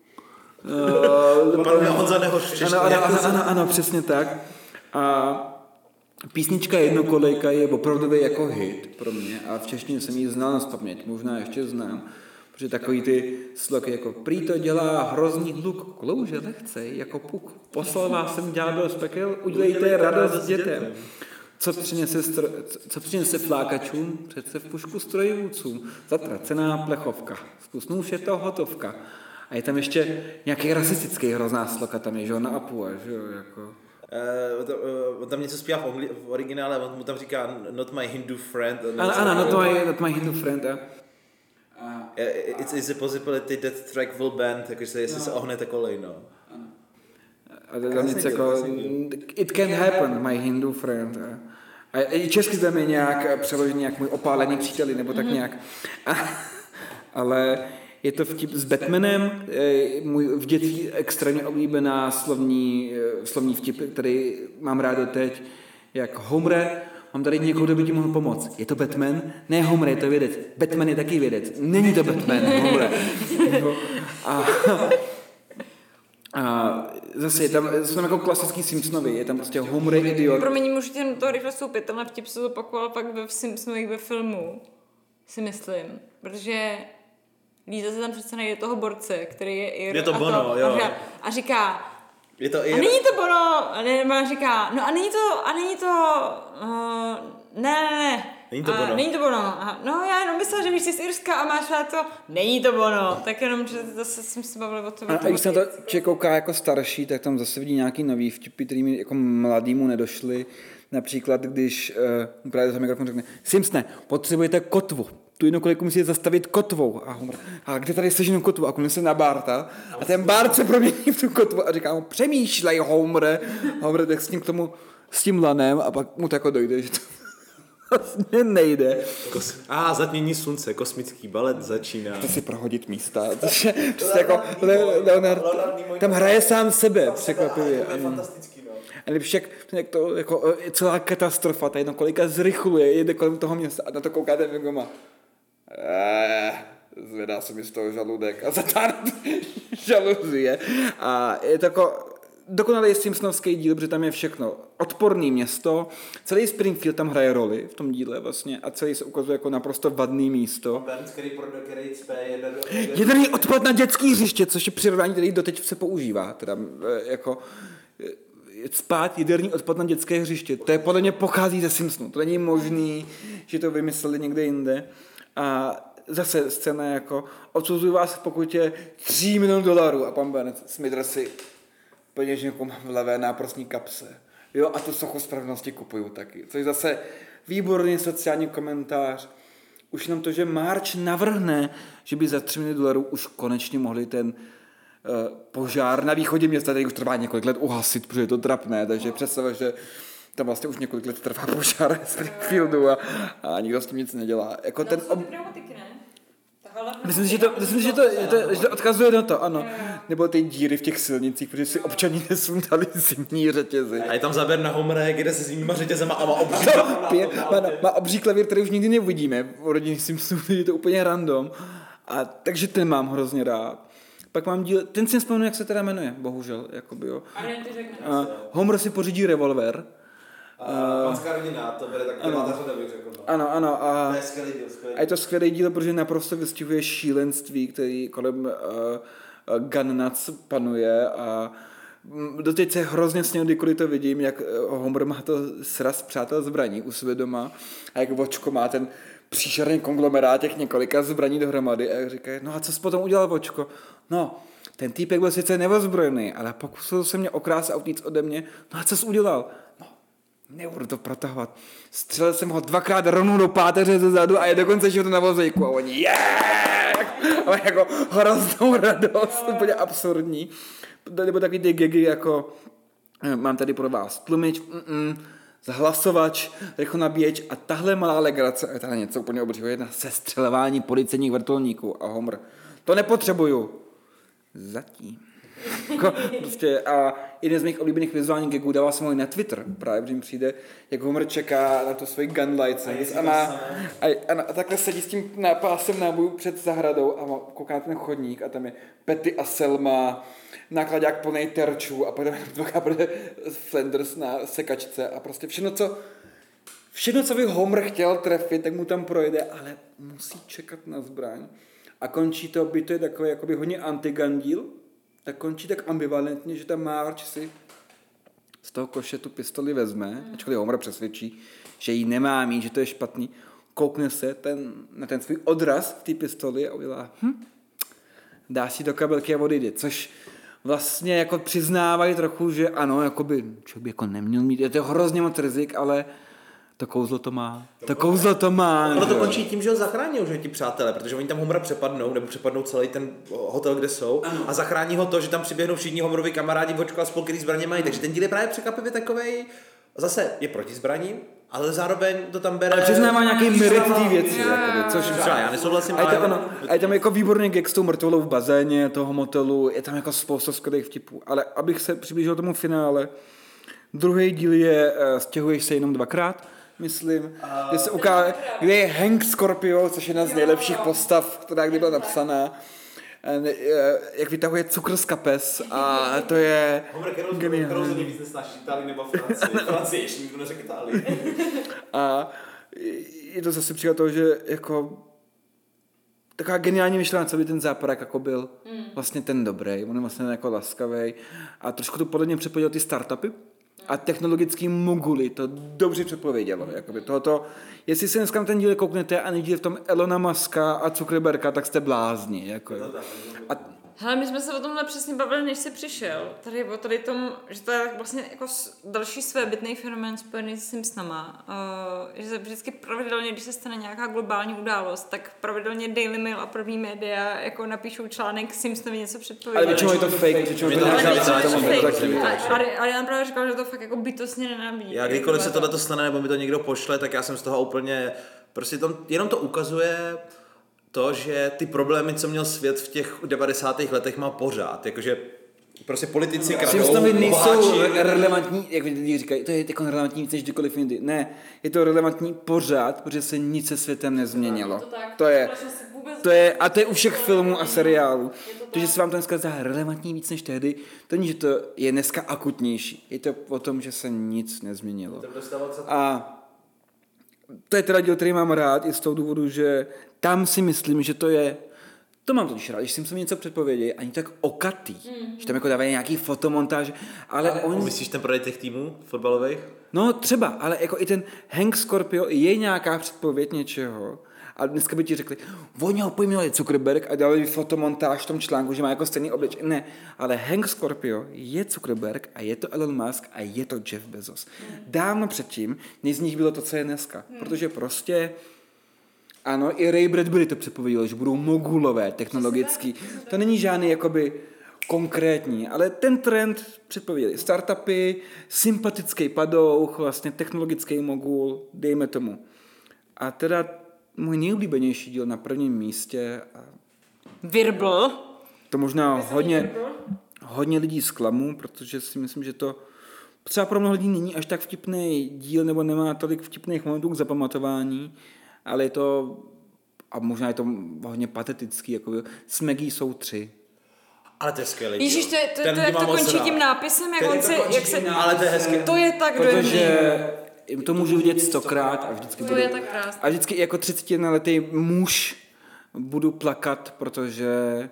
uh, pan Honza Nehoř. Ano, ano, ano, ano, ano, přesně tak. A písnička Jednokolejka je opravdu jako hit pro mě a v češtině jsem ji znal nazpaměť, možná ještě znám, protože takový ty sloky jako prý to dělá hrozný hluk, klouže lehcej jako puk, poslal vás jsem ďábel z pekel, udělejte radost dětem. Co přinese, stro, co přinese flákačům, přece v pušku strojvůdcům, zatracená plechovka, zkus nůž je to hotovka. A je tam ještě nějaký rasistický hrozná sloka, tam je žona a půl, že jo, jako... Uh, on tam něco zpívá v, angli- v originále, on mu tam říká not my Hindu friend. Ano, ano, not my, not my Hindu friend. A... Uh, it's, it's a possibility that track will bend, jakože jestli no. se ohnete kolej, no. A tam něco jako, it can happen, my Hindu friend. A i česky tam je nějak přeložený jak můj opálený příteli, nebo tak nějak. A, ale je to vtip s Batmanem, můj v dětství extrémně oblíbená slovní, slovní vtip, který mám rád doteď, jak Homere, mám tady někoho, kdo by ti mohl pomoct. Je to Batman? Ne, Homere, je to vědec. Batman je taky vědec. Není to Batman, Homere. A, a zase je tam, jsou tam jako klasický Simpsonovi, je tam prostě Homer idiot. Promiň, můžete jen to rychle soupit, tenhle vtip se zopakoval pak ve Simpsonových ve filmu, si myslím, protože Líza se tam přece najde toho borce, který je Ir. Je to a Bono, to, jo. A říká, a říká je to Ir. A není to Bono, a ne, a říká, no a není to, a není to, uh, ne, ne, ne. Není to a, Bono. Není to Bono. A, no já jenom myslela, že víš, jsi z Irska a máš rád to, není to Bono. Tak jenom, že zase jsem se bavila o tom. A, a když se na to člověk kouká jako starší, tak tam zase vidí nějaký nový vtipy, který mi jako mladýmu nedošly. Například, když uh, právě za mikrofon řekne, Simpsone, potřebujete kotvu. Tu Jednokolejku musíte zastavit kotvou. A, Homer, a kde tady seženu kotvu? A koukne se na Barta. A ten Bart se promění v tu kotvu a říká mu, přemýšlej, Homere. A Homer tak s tím k tomu, s tím lanem a pak mu to jako dojde, že to vlastně nejde. Kos- a zatmění slunce, kosmický balet začíná. To si prohodit místa. To je prostě jako Le- Leonard, tam hraje sám sebe, překvapivě. To je fantastický, no. Ale však jak to, jako celá katastrofa, ta Jednokolejka zrychluje, jede kolem toho města a na to koukáte v goma. Eh, zvedá se mi z toho žaludek a zatáhne žaluzie. A je to jako dokonalý Simpsonovský díl, protože tam je všechno. Odporný město, celý Springfield tam hraje roli v tom díle vlastně a celý se ukazuje jako naprosto vadný místo. Jedený odpad na dětský hřiště, což je přirovnání, který doteď se používá. Teda jako spát jaderný odpad na dětské hřiště. To je podle mě pochází ze Simpsonů. To není možný, že to vymysleli někde jinde. A zase scéna jako odsuzuju vás v pokutě tří milionů dolarů a pan Bennett Smithers si peněženku mám v levé náprostní kapse. Jo, a tu sochu spravedlnosti kupuju taky. Což zase výborný sociální komentář. Už jenom to, že Marge navrhne, že by za tři miliony dolarů už konečně mohli ten uh, požár na východě města, který už trvá několik let, uhasit, protože je to trapné, takže představa, že tam vlastně už několik let trvá požár v Springfieldu a, a nikdo s tím nic nedělá. Jako ten ob... Myslím si, že to, myslím, že to, že to, že to odkazuje na to, ano. Nebo ty díry v těch silnicích, protože si občaní nesundali zimní řetězy. A je tam záběr na Homere, kde se zimníma řetězema a má obří má, má obří klavír, který už nikdy neuvidíme. V rodině Simpsonů je to úplně random. A, takže ten mám hrozně rád. Pak mám díl, ten si vzpomenu, jak se teda jmenuje, bohužel. Jakoby, jo. A Homer si pořídí revolver. A panská rodina, to bude taková mátařada, bych řekl. Ano, ano. A, to je skvělý díl, skvělý. A je to skvělý díl, protože naprosto vystihuje šílenství, který kolem uh, uh, Gun Nuts panuje a doteď se hrozně sněl, kdykoliv to vidím, jak Homer má to sraz přátel zbraní u sebe doma a jak Vočko má ten příšerný konglomerát těch několika zbraní dohromady a jak říká, no a co jsi potom udělal, Vočko? No, ten týpek byl sice nevozbrojený, ale pokusil se mě okrást a utíct ode mě, no a co jsi udělal? No, nebudu to protahovat. Střelil jsem ho dvakrát rovnou do páteře ze zadu a je dokonce šel to na vozejku a oni yeah! A jako hroznou radost, úplně absurdní. Nebo takový ty gagy jako mám tady pro vás tlumič, mm-mm, zahlasovač, rychlo nabíječ a tahle malá legrace, je tady něco úplně obřího, jedna sestřelování policejních vrtulníků a Homer. To nepotřebuju. Zatím. Prostě a jeden z mých oblíbených vizuálních gagů dává se můj na Twitter, právě když mi přijde, jak Homer čeká na to svoji gun license a, má, a, a, a takhle sedí s tím pásem nábojů před zahradou a má, kouká na ten chodník a tam je Patty a Selma, nákladák plnej terčů a potom bude Flanders na sekačce a prostě všechno, co všechno, co by Homer chtěl trefit, tak mu tam projde, ale musí čekat na zbraň. A končí to, by to je takový jakoby hodně anti-gun díl, tak končí tak ambivalentně, že tam Marge si z toho koše tu pistoli vezme, ačkoliv Homer přesvědčí, že ji nemá mít, že to je špatný, koukne se ten, na ten svůj odraz v té pistoli a udělá hm, dá si do kabelky a odejde, což vlastně jako přiznávají trochu, že ano, jakoby člověk by jako neměl mít, je to hrozně moc rizik, ale to kouzlo to má. To kouzlo to má. Ono to končí tím, že ho zachrání už ti přátelé, protože oni tam Homera přepadnou, nebo přepadnou celý ten hotel, kde jsou, a zachrání ho to, že tam přiběhnou všichni Homerovi kamarádi, Vočko a spol, který zbraně mají. Takže ten díl je právě překvapivě takovej, zase je proti zbraním, ale zároveň to tam bere... Ale přiznává nějaký merit té věci, jakoby, což třeba já nesouhlasím, ale... Je, ano, a je tam jako výborný gag s tou mrtvolou v bazéně toho motelu, je tam jako spousta skvělých vtipů, ale abych se přiblížil tomu finále, druhý díl je uh, Stěhuješ se jenom dvakrát, myslím, uh, kde se ukáže, kde je Hank Scorpio, což je jedna z nejlepších postav, která kdy byla napsaná, jak vytahuje cukr z kapes a to je geniální. Víc nesnáší Itálii nebo Francii. Francii, ještě nikdo neřekl Itálii. A je to zase příklad toho, že jako taková geniální myšlena, co by ten západák jako byl vlastně ten dobrý, on je vlastně jako laskavý a trošku to podle mě přepověděl ty startupy a technologický moguly, to dobře předpovědělo. Jakoby tohoto, jestli se dneska na ten díl kouknete a nevidíte v tom Elona Muska a Zuckerberga, tak jste blázni. Jako. A hele, my jsme se o tomhle přesně bavili, než jsi přišel. Tady o tady tom, že to je vlastně jako další svébytný fenomén spojený s Simpsonama. Uh, že se vždycky pravidelně, když se stane nějaká globální událost, tak pravidelně Daily Mail a první média jako napíšou článek Simpsonovi něco předpověděli. Ale většinou je to fake, většinou to Ale já nám právě říkal, že to fakt jako bytostně nenávidí. Já kdykoliv se tohle stane, nebo mi to někdo pošle, tak já jsem z toho úplně, prostě tam, jenom to ukazuje to, že ty problémy, co měl svět v těch devadesátých letech, má pořád. Jakože prostě politici kradou, Simpsonovi nejsou relevantní, jak lidi říkají, to je jako relevantní víc než kdykoliv jindy. Ne, je to relevantní pořád, protože se nic se světem nezměnilo. To, to je, to je, a to je u všech filmů a seriálů. To, že se vám to dneska zdá relevantní víc než tehdy, to není, že to je dneska akutnější. Je to o tom, že se nic nezměnilo. A to je teda díl, který mám rád, i z toho důvodu, že tam si myslím, že to je, to mám totiž rád, když si něco předpovědějí, ani tak okatý, mm. že tam jako dávají nějaký fotomontáž, ale, ale oni... Myslíš ten prodej těch týmů fotbalových? No třeba, ale jako i ten Hank Scorpio je nějaká předpověď něčeho, A dneska by ti řekli, oni ho pojmenovali Zuckerberg a dali fotomontáž v tom článku, že má jako stejný obličej. Ne, ale Hank Scorpio je Zuckerberg a je to Elon Musk a je to Jeff Bezos. Dávno předtím, než z nich bylo to, co je dneska. Protože prostě, ano, i Ray Bradbury to předpověděl, že budou mogulové technologický. To není žádný jakoby konkrétní, ale ten trend předpověděli. Startupy, sympatický padouch, vlastně technologický mogul, dejme tomu. A teda můj nejoblíbenější díl na prvním místě. Virbl. To možná hodně, hodně lidí zklamu, protože si myslím, že to třeba pro mnoho lidí není až tak vtipný díl, nebo nemá tolik vtipných momentů k zapamatování, ale je to, a možná je to hodně patetický, jako s Maggie jsou tři. Ale to je skvělý. Ježíš, to, je, to, to, to jak to končí tím nápisem, jak on se, jak se... Ale to je hezké. To je tak dojemný. Protože jim to můžu vidět stokrát a vždycky to budu... je tak krásný. A vždycky jako třicetiletý muž budu plakat, protože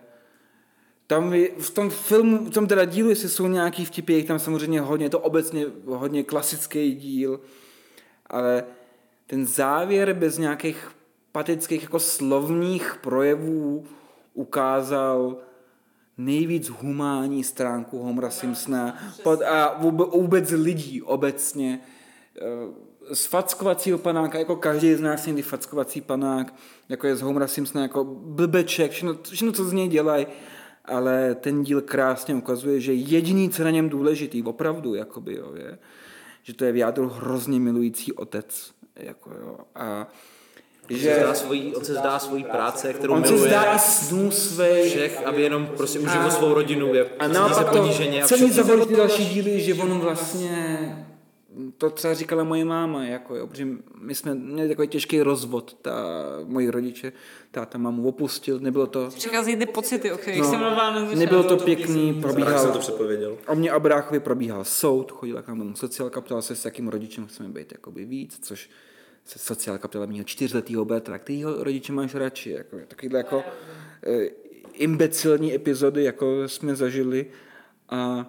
tam je, v tom filmu, v tom teda dílu, jestli jsou nějaký vtipy, je tam samozřejmě hodně, je to obecně hodně klasický díl, ale ten závěr bez nějakých patetických jako slovních projevů ukázal nejvíc humánní stránku Homera Simpsona a vůbec lidí obecně. Z fackovacího panáka, jako každý z nás někdy fackovací panák, jako je z Homera Simpsona, jako blbeček, všechno, všechno co z něj dělají, ale ten díl krásně ukazuje, že jediný, co na něm důležitý, opravdu, jakoby, jo, je, že to je v jádru hrozně milující otec. Jako, jo, a On, že se zdá svojí, on se zdá svojí práce, kterou on miluje. On se zdá i snů svých. Všech, aby jenom prostě užil svou rodinu. Je, a naopak to celý zavolí ty další díly, že on všechno. vlastně, to třeba říkala moje máma, jako, jo, protože my jsme měli takový těžký rozvod, ta, moji rodiče, táta mámu opustil, nebylo to... Přicházejí ty pocity, o kterých no, jsem mluvila na začátku. Nebylo to pěkný, probíhal... jsem to předpověděl. O mě a bráchovi probíhal soud, chodila k nám domů sociálka, ptala se, s jakým rodičem chceme být jakoby víc, což se sociálka ptala mýho čtyřletýho bratra, kterýho rodiče máš radši, jako, takovýhle jako e, imbecilní epizody, jako jsme zažili a,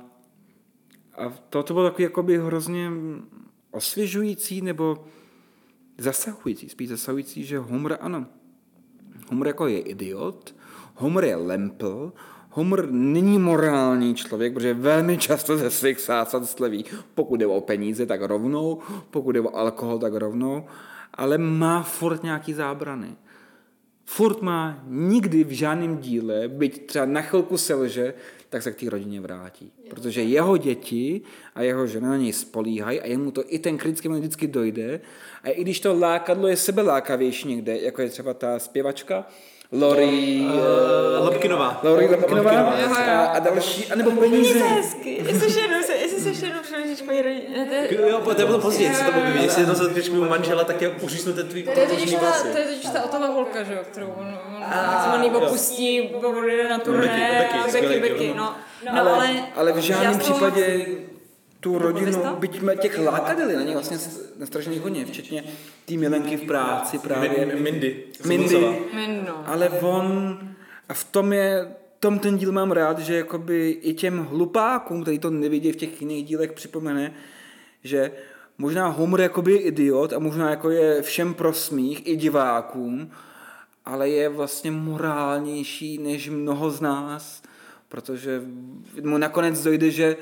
a to, to bylo takový jakoby hrozně osvěžující nebo zasahující, spíš zasahující, že Homer, ano, Homer jako je idiot, Homer je lempl, Homer není morální člověk, protože velmi často ze svých zásad sleví. Pokud jde o peníze, tak rovnou, pokud jde o alkohol, tak rovnou, ale má furt nějaký zábrany. Furt má nikdy v žádném díle, byť třeba na chvilku selže, tak se k té rodině vrátí. Protože jeho děti a jeho žena na něj spolíhají a jemu to i ten kritický moment vždycky dojde. A i když to lákadlo je sebelákavější někde, jako je třeba ta zpěvačka, Lori uh, Lopkinová. Lori Lopkinová a, a další, anebo peníze. Jestli se jednou, jestli se ještě jednou přemýšlíš mojí rodině. Jo, to bylo později, co to bylo vyvíjet. Jestli jednou se dotkneš mýho manžela, tak je uříznuté tvý podložní vlasy. To je totiž ta Otová holka, že jo, kterou on, on, on opustí, bude na turné a Becky, Becky, no. No, ale, ale v žádném případě tu rodinu, byť těch lákadel na ně vlastně nastražených hodně, včetně tý milenky v práci právě. Mindy. Mindy. Ale on, a v tom je, tom ten díl mám rád, že jakoby i těm hlupákům, který to nevidí v těch jiných dílech, připomene, že možná Homer jakoby je idiot a možná jako je všem pro smích, i divákům, ale je vlastně morálnější než mnoho z nás, protože mu nakonec dojde, že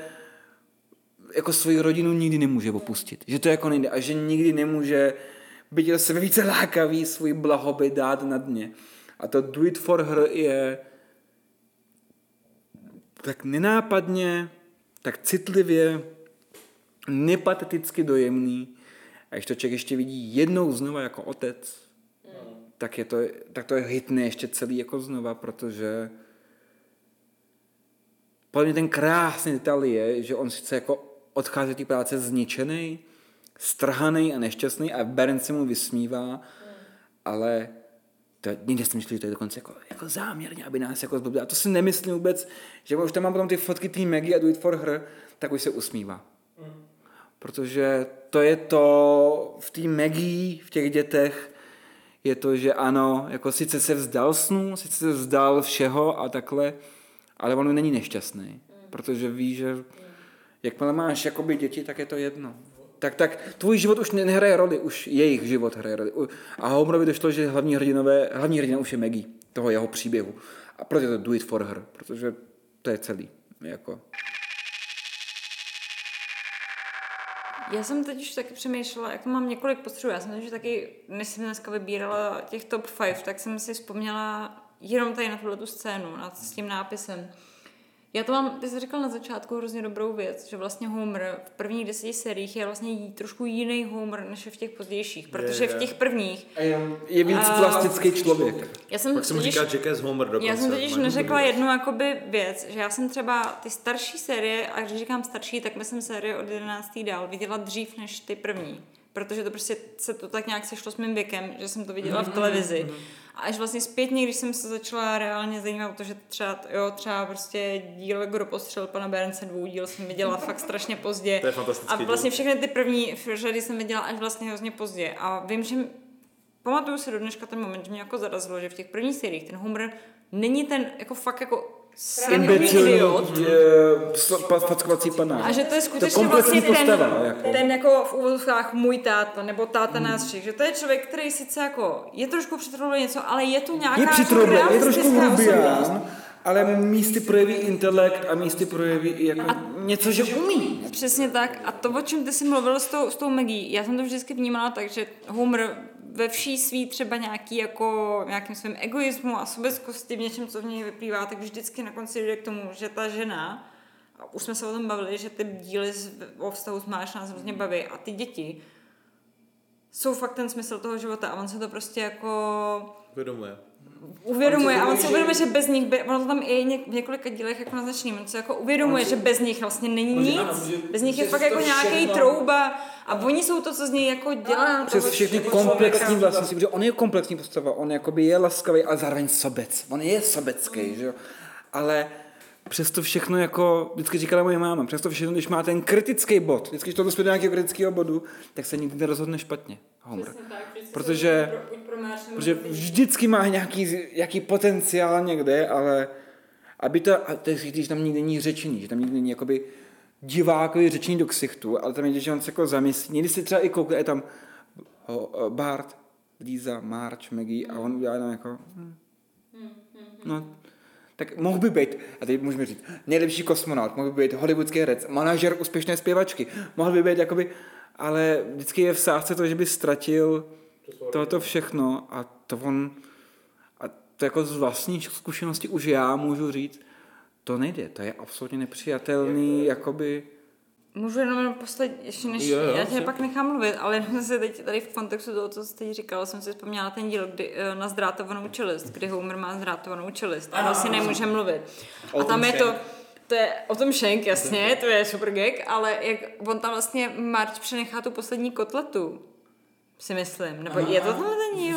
jako svoji rodinu nikdy nemůže opustit. Že to jako nejde a že nikdy nemůže být do sebe více lákavý, svůj blahobyt dát na dně. A to Do It For Her je tak nenápadně, tak citlivě, nepateticky dojemný. A když to člověk ještě vidí jednou znova jako otec, mm. tak, je to, tak to je hitné ještě celý jako znova, protože podle mě ten krásný detail je, že on sice jako odchází z té práce zničený, strhaný a nešťastný a Beren se mu vysmívá, mm. ale to, někde jsem myslel, že to je dokonce jako, jako záměrně, aby nás jako zblbili. A to si nemyslím vůbec, že už tam mám potom ty fotky té Maggie a Do It For Her, tak už se usmívá. Mm. Protože to je to v té Maggie, v těch dětech, je to, že ano, jako sice se vzdal snu, sice se vzdal všeho a takhle, ale on není nešťastný, mm. protože ví, že jakmile máš jakoby děti, tak je to jedno. tak, tak tvůj život už nehraje roli, už jejich život hraje roli. A Homerovi došlo, že hlavní hrdinové, hlavní hrdina už je Maggie, toho jeho příběhu. A proto to do it for her, protože to je celý. Jako. Já jsem teď už taky přemýšlela, jak mám několik postřehů. Já jsem teď taky, než jsem dneska vybírala těch top pět, tak jsem si vzpomněla jenom tady na tuhle tu scénu, nad, s tím nápisem. Já to mám, ty jsi říkal na začátku hrozně dobrou věc, že vlastně Homer v prvních deseti sériích je vlastně jí, trošku jiný Homer, než je v těch pozdějších, protože v těch prvních... Je víc a, plastický člověk. Já jsem Pak jsem říkal Jackass Homer dokonce. Já jsem totiž neřekla jednu jakoby věc, že já jsem třeba ty starší série, a když říkám starší, tak myslím série od jedenáctý dál, viděla dřív než ty první. Protože to prostě se to tak nějak sešlo s mým věkem, že jsem to viděla v televizi. A až vlastně zpětně, když jsem se začala reálně zajímat o to, že třeba, jo, třeba prostě díl Kdo postřelil pana Bernse, dvou díl jsem viděla fakt strašně pozdě. To je fantastický a vlastně všechny ty první řady jsem viděla až vlastně hrozně pozdě. A vím, že pamatuju si do dneška ten moment, že mě jako zarazilo, že v těch prvních sériích ten Homer není ten jako fakt jako sraný idiot. Fackovací panáč. A že to je skutečně to vlastně postava, ten, jako. ten jako v úvozovkách můj táta, nebo táta hmm. nás všech, že to je člověk, který sice jako je trošku přitroblo něco, ale je to nějaká je přitroblo, je trošku hrubián, ale no. místy projeví intelekt a místy projeví i jako a něco, že umí. Přesně tak. A to, o čem ty jsi mluvil s tou, s tou Maggie, já jsem to vždycky vnímala tak, že Homer ve vší svý třeba nějaký jako nějakým svým egoismu a sobeckosti v něčem, co v něj vyplývá, tak vždycky na konci jde k tomu, že ta žena, a už jsme se o tom bavili, že ty díly o vztahu s Máš nás hrozně baví a ty děti jsou fakt ten smysl toho života a on se to prostě jako uvědomuje. Uvědomuje a on si uvědomuje, že bez nich, ono to tam i v několika dílech jako naznačený, on se jako uvědomuje, že bez nich vlastně není nic, bez nich je fakt jako nějaký trouba a oni jsou to, co z něj jako dělá. Přes všechny komplexní vlastnosti, protože on je komplexní postava, on jakoby je laskavý a zároveň sobec, on je sobecký, že jo, ale přesto všechno jako, vždycky říkala moje máma, přesto všechno, když má ten kritický bod, vždycky, když to dospěje do nějakého kritického bodu, tak se nikdy nerozhodne špatně, Homer. Protože, protože vždycky má nějaký, nějaký potenciál někde, ale aby to, a to je, když tam nikdy není řečený, že tam nikdy není jakoby divákový řečení do ksichtu, ale tam je, že on se jako zamyslí, někdy si třeba i koukne, je tam Bart, Lisa, Marge, Maggie a on udělá tam jako, hm, no, tak mohl by být, a teď můžeme říct, nejlepší kosmonaut, mohl by být hollywoodský herec, manažer úspěšné zpěvačky, mohl by být jakoby, ale vždycky je v sázce to, že by ztratil toto všechno a to on, a to jako z vlastní zkušenosti už já můžu říct, to nejde, to je absolutně nepřijatelný, jakoby... Můžu jenom poslední, ještě než jo, jo, já tě pak nechám mluvit, ale jenom se teď tady v kontextu toho, co jsi teď říkal, jsem si vzpomněla ten díl kdy, na zdrátovanou čelist, kdy Homer má zdrátovanou čelist a vlastně nemůže mluvit. A tam je to, to je o tom Shank, jasně, to je super gag, ale jak on tam vlastně Marge přenechá tu poslední kotletu, si myslím, nebo je to tenhle ten díl?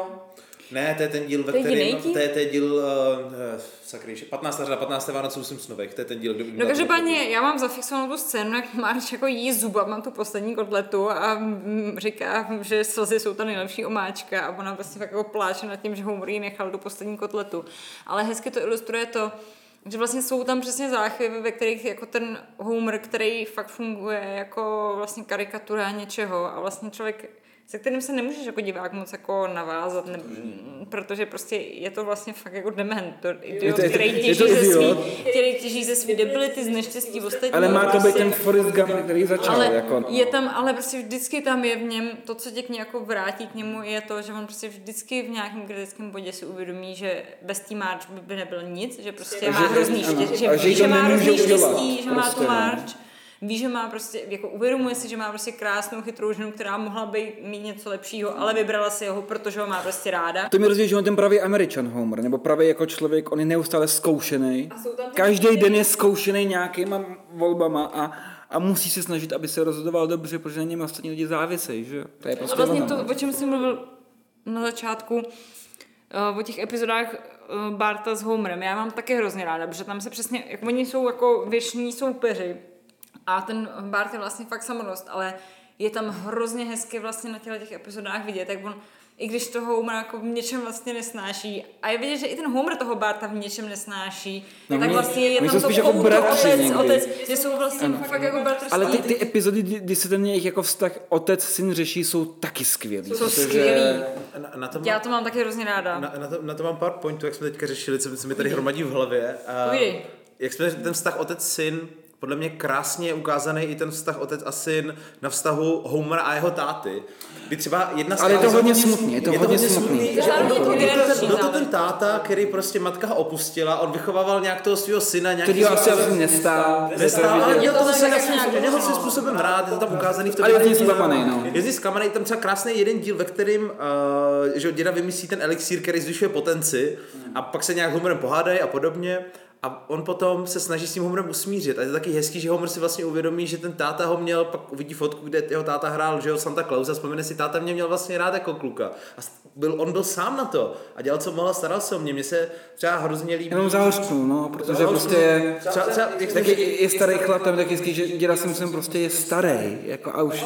Ne, to je ten díl, ve kterém, to je ten díl, uh, sakry, patnáctá řada, patnácté Vánoce u Simpsonových, to je ten díl, kdo... No každopádně, já mám zafixovanou tu scénu, jak Marge jako jí zuba, mám tu poslední kotletu a říká, že slzy jsou ta nejlepší omáčka a ona vlastně fakt jako pláče nad tím, že Homer jí nechal tu poslední kotletu. Ale hezky to ilustruje to, že vlastně jsou tam přesně záchvěvy, ve kterých jako ten Homer, který fakt funguje jako vlastně karikatura něčeho a vlastně člověk, se kterým se nemůžeš jako divák moc jako navázat, ne, protože prostě je to vlastně fakt jako dement, to idiot, je to, který těží ze svý, který těží ze svý debility, z neštěstí ostatní. Ale má to prostě, být ten Forrest Gump, který začal. Ale jako, je tam, ale prostě vždycky tam je v něm, to, co tě k něj jako vrátí k němu, je to, že on prostě vždycky v nějakém kritickém bodě si uvědomí, že bez té Marge by nebyl nic, že prostě má hrozný štěstí, že, že, že má hrozný štěstí, že má tu Marge. Ví, že má prostě, jako uvědomuje si, že má prostě krásnou, chytrou ženu, která mohla by mít něco lepšího, ale vybrala si ho, protože ho má prostě ráda. To mi rozumí, že on ten pravý Američan Homer, nebo pravý jako člověk, on je neustále zkoušený. Každý den je zkoušený nějakýma volbama a, a musí se snažit, aby se rozhodoval dobře, protože na něm ostatní lidi závisejí, že jo? To je prostě a vlastně ono. to, o čem jsem mluvil na začátku, uh, o těch epizodách uh, Barta s Homerem, já mám taky hrozně ráda, protože tam se přesně, jak oni jsou jako věční soupeři, a ten Bart je vlastně fakt samodost, ale je tam hrozně hezky vlastně na těchto těch epizodách vidět, jak on i když to Homer jako v něčem vlastně nesnáší. A je vidět, že i ten Homer toho Barta v něčem nesnáší. No, tak my, vlastně je my tam jsou to spíš jako bratři otec, někdy. otec, že jsou vlastně ano. fakt jako bratrství. Ale ty, ty epizody, kdy, kdy se ten jejich jako vztah otec-syn řeší, jsou taky skvělý. Jsou skvělý. Na, na to mám, Já to mám taky hrozně ráda. Na, na, to, na to mám pár pointů, jak jsme teďka řešili, co se mi tady hromadí v hlavě. A jak jsme ten vztah otec-syn, podle mě krásně ukázaný i ten vztah otec a syn na vztahu Homera a jeho táty. Kdy třeba jedna ale je to hodně smutný, je to, je to hodně smutný. Byl to ten táta, který prostě matka ho opustila, on vychovával nějak toho svého syna, nějaký... Který ho asi asi nestál. Nestál, ale měl toho syna svým způsobem rád, je to tam ukázaný v tom. Ale je zklamaný, no. Je zklamaný, tam třeba krásný jeden díl, ve kterým, uh, že děda vymyslí ten elixír, který zvyšuje potenci a pak se nějak Homerem pohádají a podobně. A on potom se snaží s tím Homerem usmířit. A je to taky hezký, že Homer si vlastně uvědomí, že ten táta ho měl, pak uvidí fotku, kde jeho táta hrál, že jo, Santa Claus a vzpomene si, táta mě měl vlastně rád jako kluka. A byl, on byl sám na to a dělal, co mohl a staral se o mě. Mně se třeba hrozně líbí. Jenom zahořknu, no, protože prostě je, třeba, třeba, tak je, je starý chlap, tam taky hezký, že děda si myslím prostě je starý, jako a už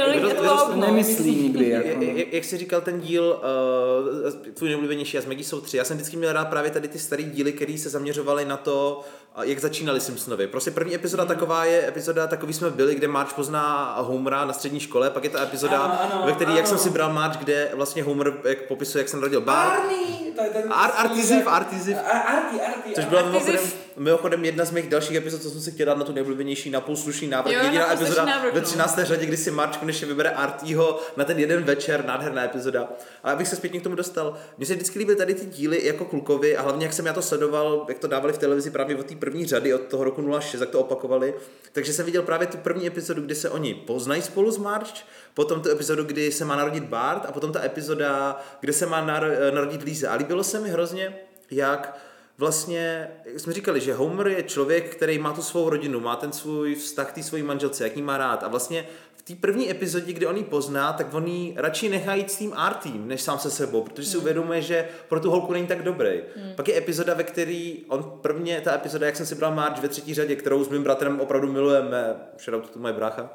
nemyslí nikdy. Jako. Jak, jak jsi říkal ten díl, uh, tvůj nejoblíbenější a z Maggie jsou tři, já jsem vždycky měl rád právě tady ty starý díly, které se zaměřovaly na to, jak začínali Simpsonovi. Prostě první epizoda taková je epizoda Takový jsme byli, kde Marge pozná Homera na střední škole, pak je ta epizoda, ano, ano, ve které jak jsem si bral Marge, kde vlastně Homer jak popisuje, jak jsem narodil Bart. Ar- Artiziv, Artiziv. Arti, Arti. Což byla mimochodem, mimochodem jedna z mých dalších epizod, co jsem si chtěl dát na tu nejoblíbenější napůl slušný návrh. Jo, jediná epizoda návrh, ve no. třinácté řadě, kdy si Marge konečně vybere Artieho na ten jeden večer, nádherná epizoda. Ale abych se zpětně k tomu dostal, mně se vždycky líbily tady ty díly jako klukovi a hlavně jak jsem já to sledoval, jak to dávali v televizi právě od té první řady, od toho roku nula šest, jak to opakovali. Takže jsem viděl právě tu první epizodu, kdy se oni poznají spolu s Marge, potom tu epizodu, kdy se má narodit Bart a potom ta epizoda, kde se má narodit Lisa. A líbilo se mi hrozně, jak vlastně, jak jsme říkali, že Homer je člověk, který má tu svou rodinu, má ten svůj vztah k té svojí manželce, jak jí má rád. A vlastně v té první epizodě, kdy on ji pozná, tak on ji radši nechá jít s tím Artím, než sám se sebou, protože si uvědomuje, že pro tu holku není tak dobrý. Hmm. Pak je epizoda, ve který on prvně, ta epizoda, jak jsem si bral Marge ve třetí řadě, kterou s mým bratrem opravdu milujeme, shoutout to moje brácha.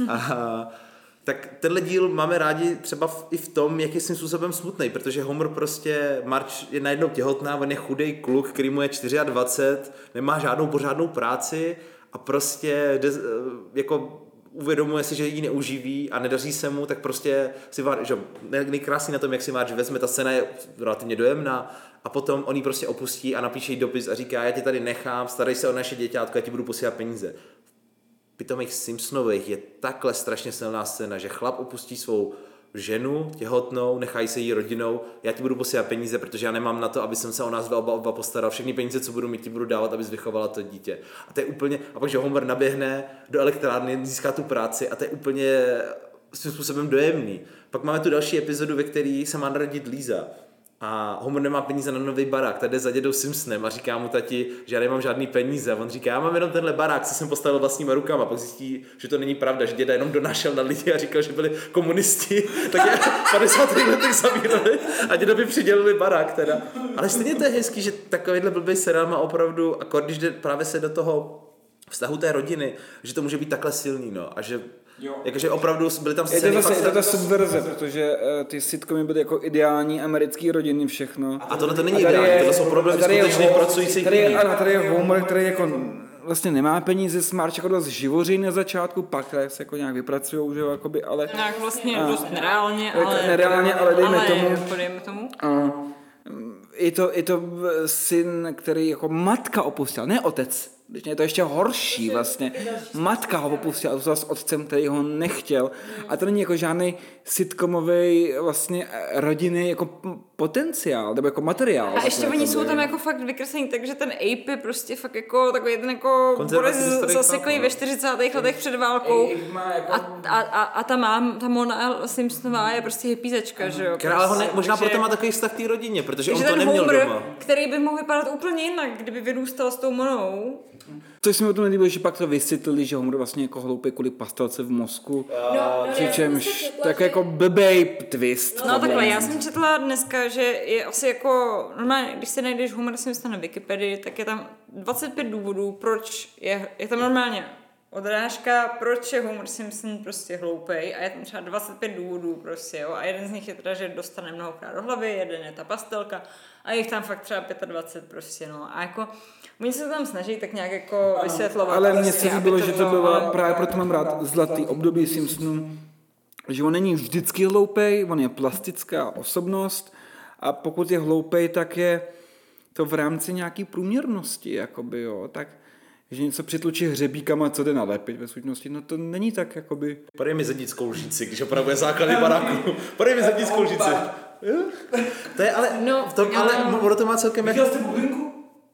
A tak tenhle díl máme rádi třeba v, i v tom, jak je svým způsobem smutný, protože Homer prostě, Marge je najednou těhotná, on je chudej kluk, který mu je dvacet čtyři, nemá žádnou pořádnou práci a prostě de, jako uvědomuje si, že ji neuživí a nedaří se mu, tak prostě si že nejkrásný na tom, jak si Marge vezme, ta scéna je relativně dojemná a potom on ji prostě opustí a napíše jí dopis a říká, já tě tady nechám, starej se o naše děťátko, já ti budu posílat peníze. Pitomých Simpsonových je takhle strašně silná scéna, že chlap opustí svou ženu těhotnou, nechají se jí rodinou, já ti budu posílat peníze, protože já nemám na to, aby jsem se o nás oba, oba postaral, všechny peníze, co budu mít, ti budu dávat, abys vychovala to dítě. A to je úplně, a pak, že Homer naběhne do elektrárny, získá tu práci a to je úplně svým způsobem dojemný. Pak máme tu další epizodu, ve které se má narodit Lisa. A Homer nemá peníze na nový barák, tady jde za dědou Simpsonem a říká mu tati, že já nemám žádný peníze. A on říká, já mám jenom tenhle barák, co jsem postavil vlastníma rukama. Pak zjistí, že to není pravda, že děda jenom donášel na lidi a říkal, že byli komunisti. Tak je v padesátých letech zavírali a dědovi přidělili barák teda. Ale stejně to je hezký, že takovýhle blbý seriál má opravdu, akord když jde právě se do toho vztahu té rodiny, že to může být takhle silný, no. A že jakože opravdu byly tam scény. Je to zase, je to ta subverze, protože uh, ty sitcomy byly jako ideální americký rodiny, všechno. A tohle to není ideální, tohle jsou problémy skutečných pracujících lidí. Ano, tady je Homer, který jako vlastně nemá peníze, s Marge jako dost živoří na začátku, pak se jako nějak vypracujou, že jo, jakoby, ale... Nějak vlastně a, dost nereálně, ale... Nereálně, ale dejme ale, tomu... Dejme tomu. A, je to, je to syn, který jako matka opustila, ne otec. Je to ještě horší vlastně. Matka ho opustila, a to s otcem, který ho nechtěl. A to není jako žádný sitcomový vlastně rodinný jako potenciál, nebo jako materiál. A ještě oni jsou tam jako fakt vykreslení, takže ten Ape je prostě fakt jako takový ten jako borec zaseklý ve čtyřicátých letech před válkou. A, a, a, a ta mám, ta Mona Simpsonová je prostě hippízečka, že jo. Ale prostě, možná že, proto má takový vztah k té rodině, protože on to ten neměl Homer, doma. Který by mohl vypadat úplně jinak, kdyby vyrůstal s tou Monou. Což se mi o tom nelíbilo, že pak to vysvětlili, že Homer vlastně jako hloupý kvůli pastelce v mozku. No, no, přičemž tak jako blbej twist. No takhle, já jsem četla dneska, že je asi jako, normálně, když si najdeš Homer Simpson na Wikipedii, tak je tam dvacet pět důvodů, proč je, je tam normálně odrážka, proč je Homer Simpson prostě hloupej a je tam třeba dvacet pět důvodů prostě, jo, a jeden z nich je teda, že dostane mnohokrát do hlavy, jeden je ta pastelka a jich tam fakt třeba dvacet pět prostě, no, a jako oni se to tam snaží tak nějak jako vysvětlovat. Ale mně prostě, se líbilo, to že to bylo, bylo, ale... právě proto mám rád zlatý období Simpsonů, že on není vždycky hloupej, on je plastická osobnost a pokud je hloupej, tak je to v rámci nějaký průměrnosti, jakoby, jo, tak že něco přitlučí hřebíkama, co jde nalepit ve skutečnosti, no to není tak, jakoby... Podej mi zednickou lžíci, když opravuje základy baráku. Podej mi zednickou lžíci. To je ale, no, v tom, ale ono to má celkem... Viděl jste bublinku?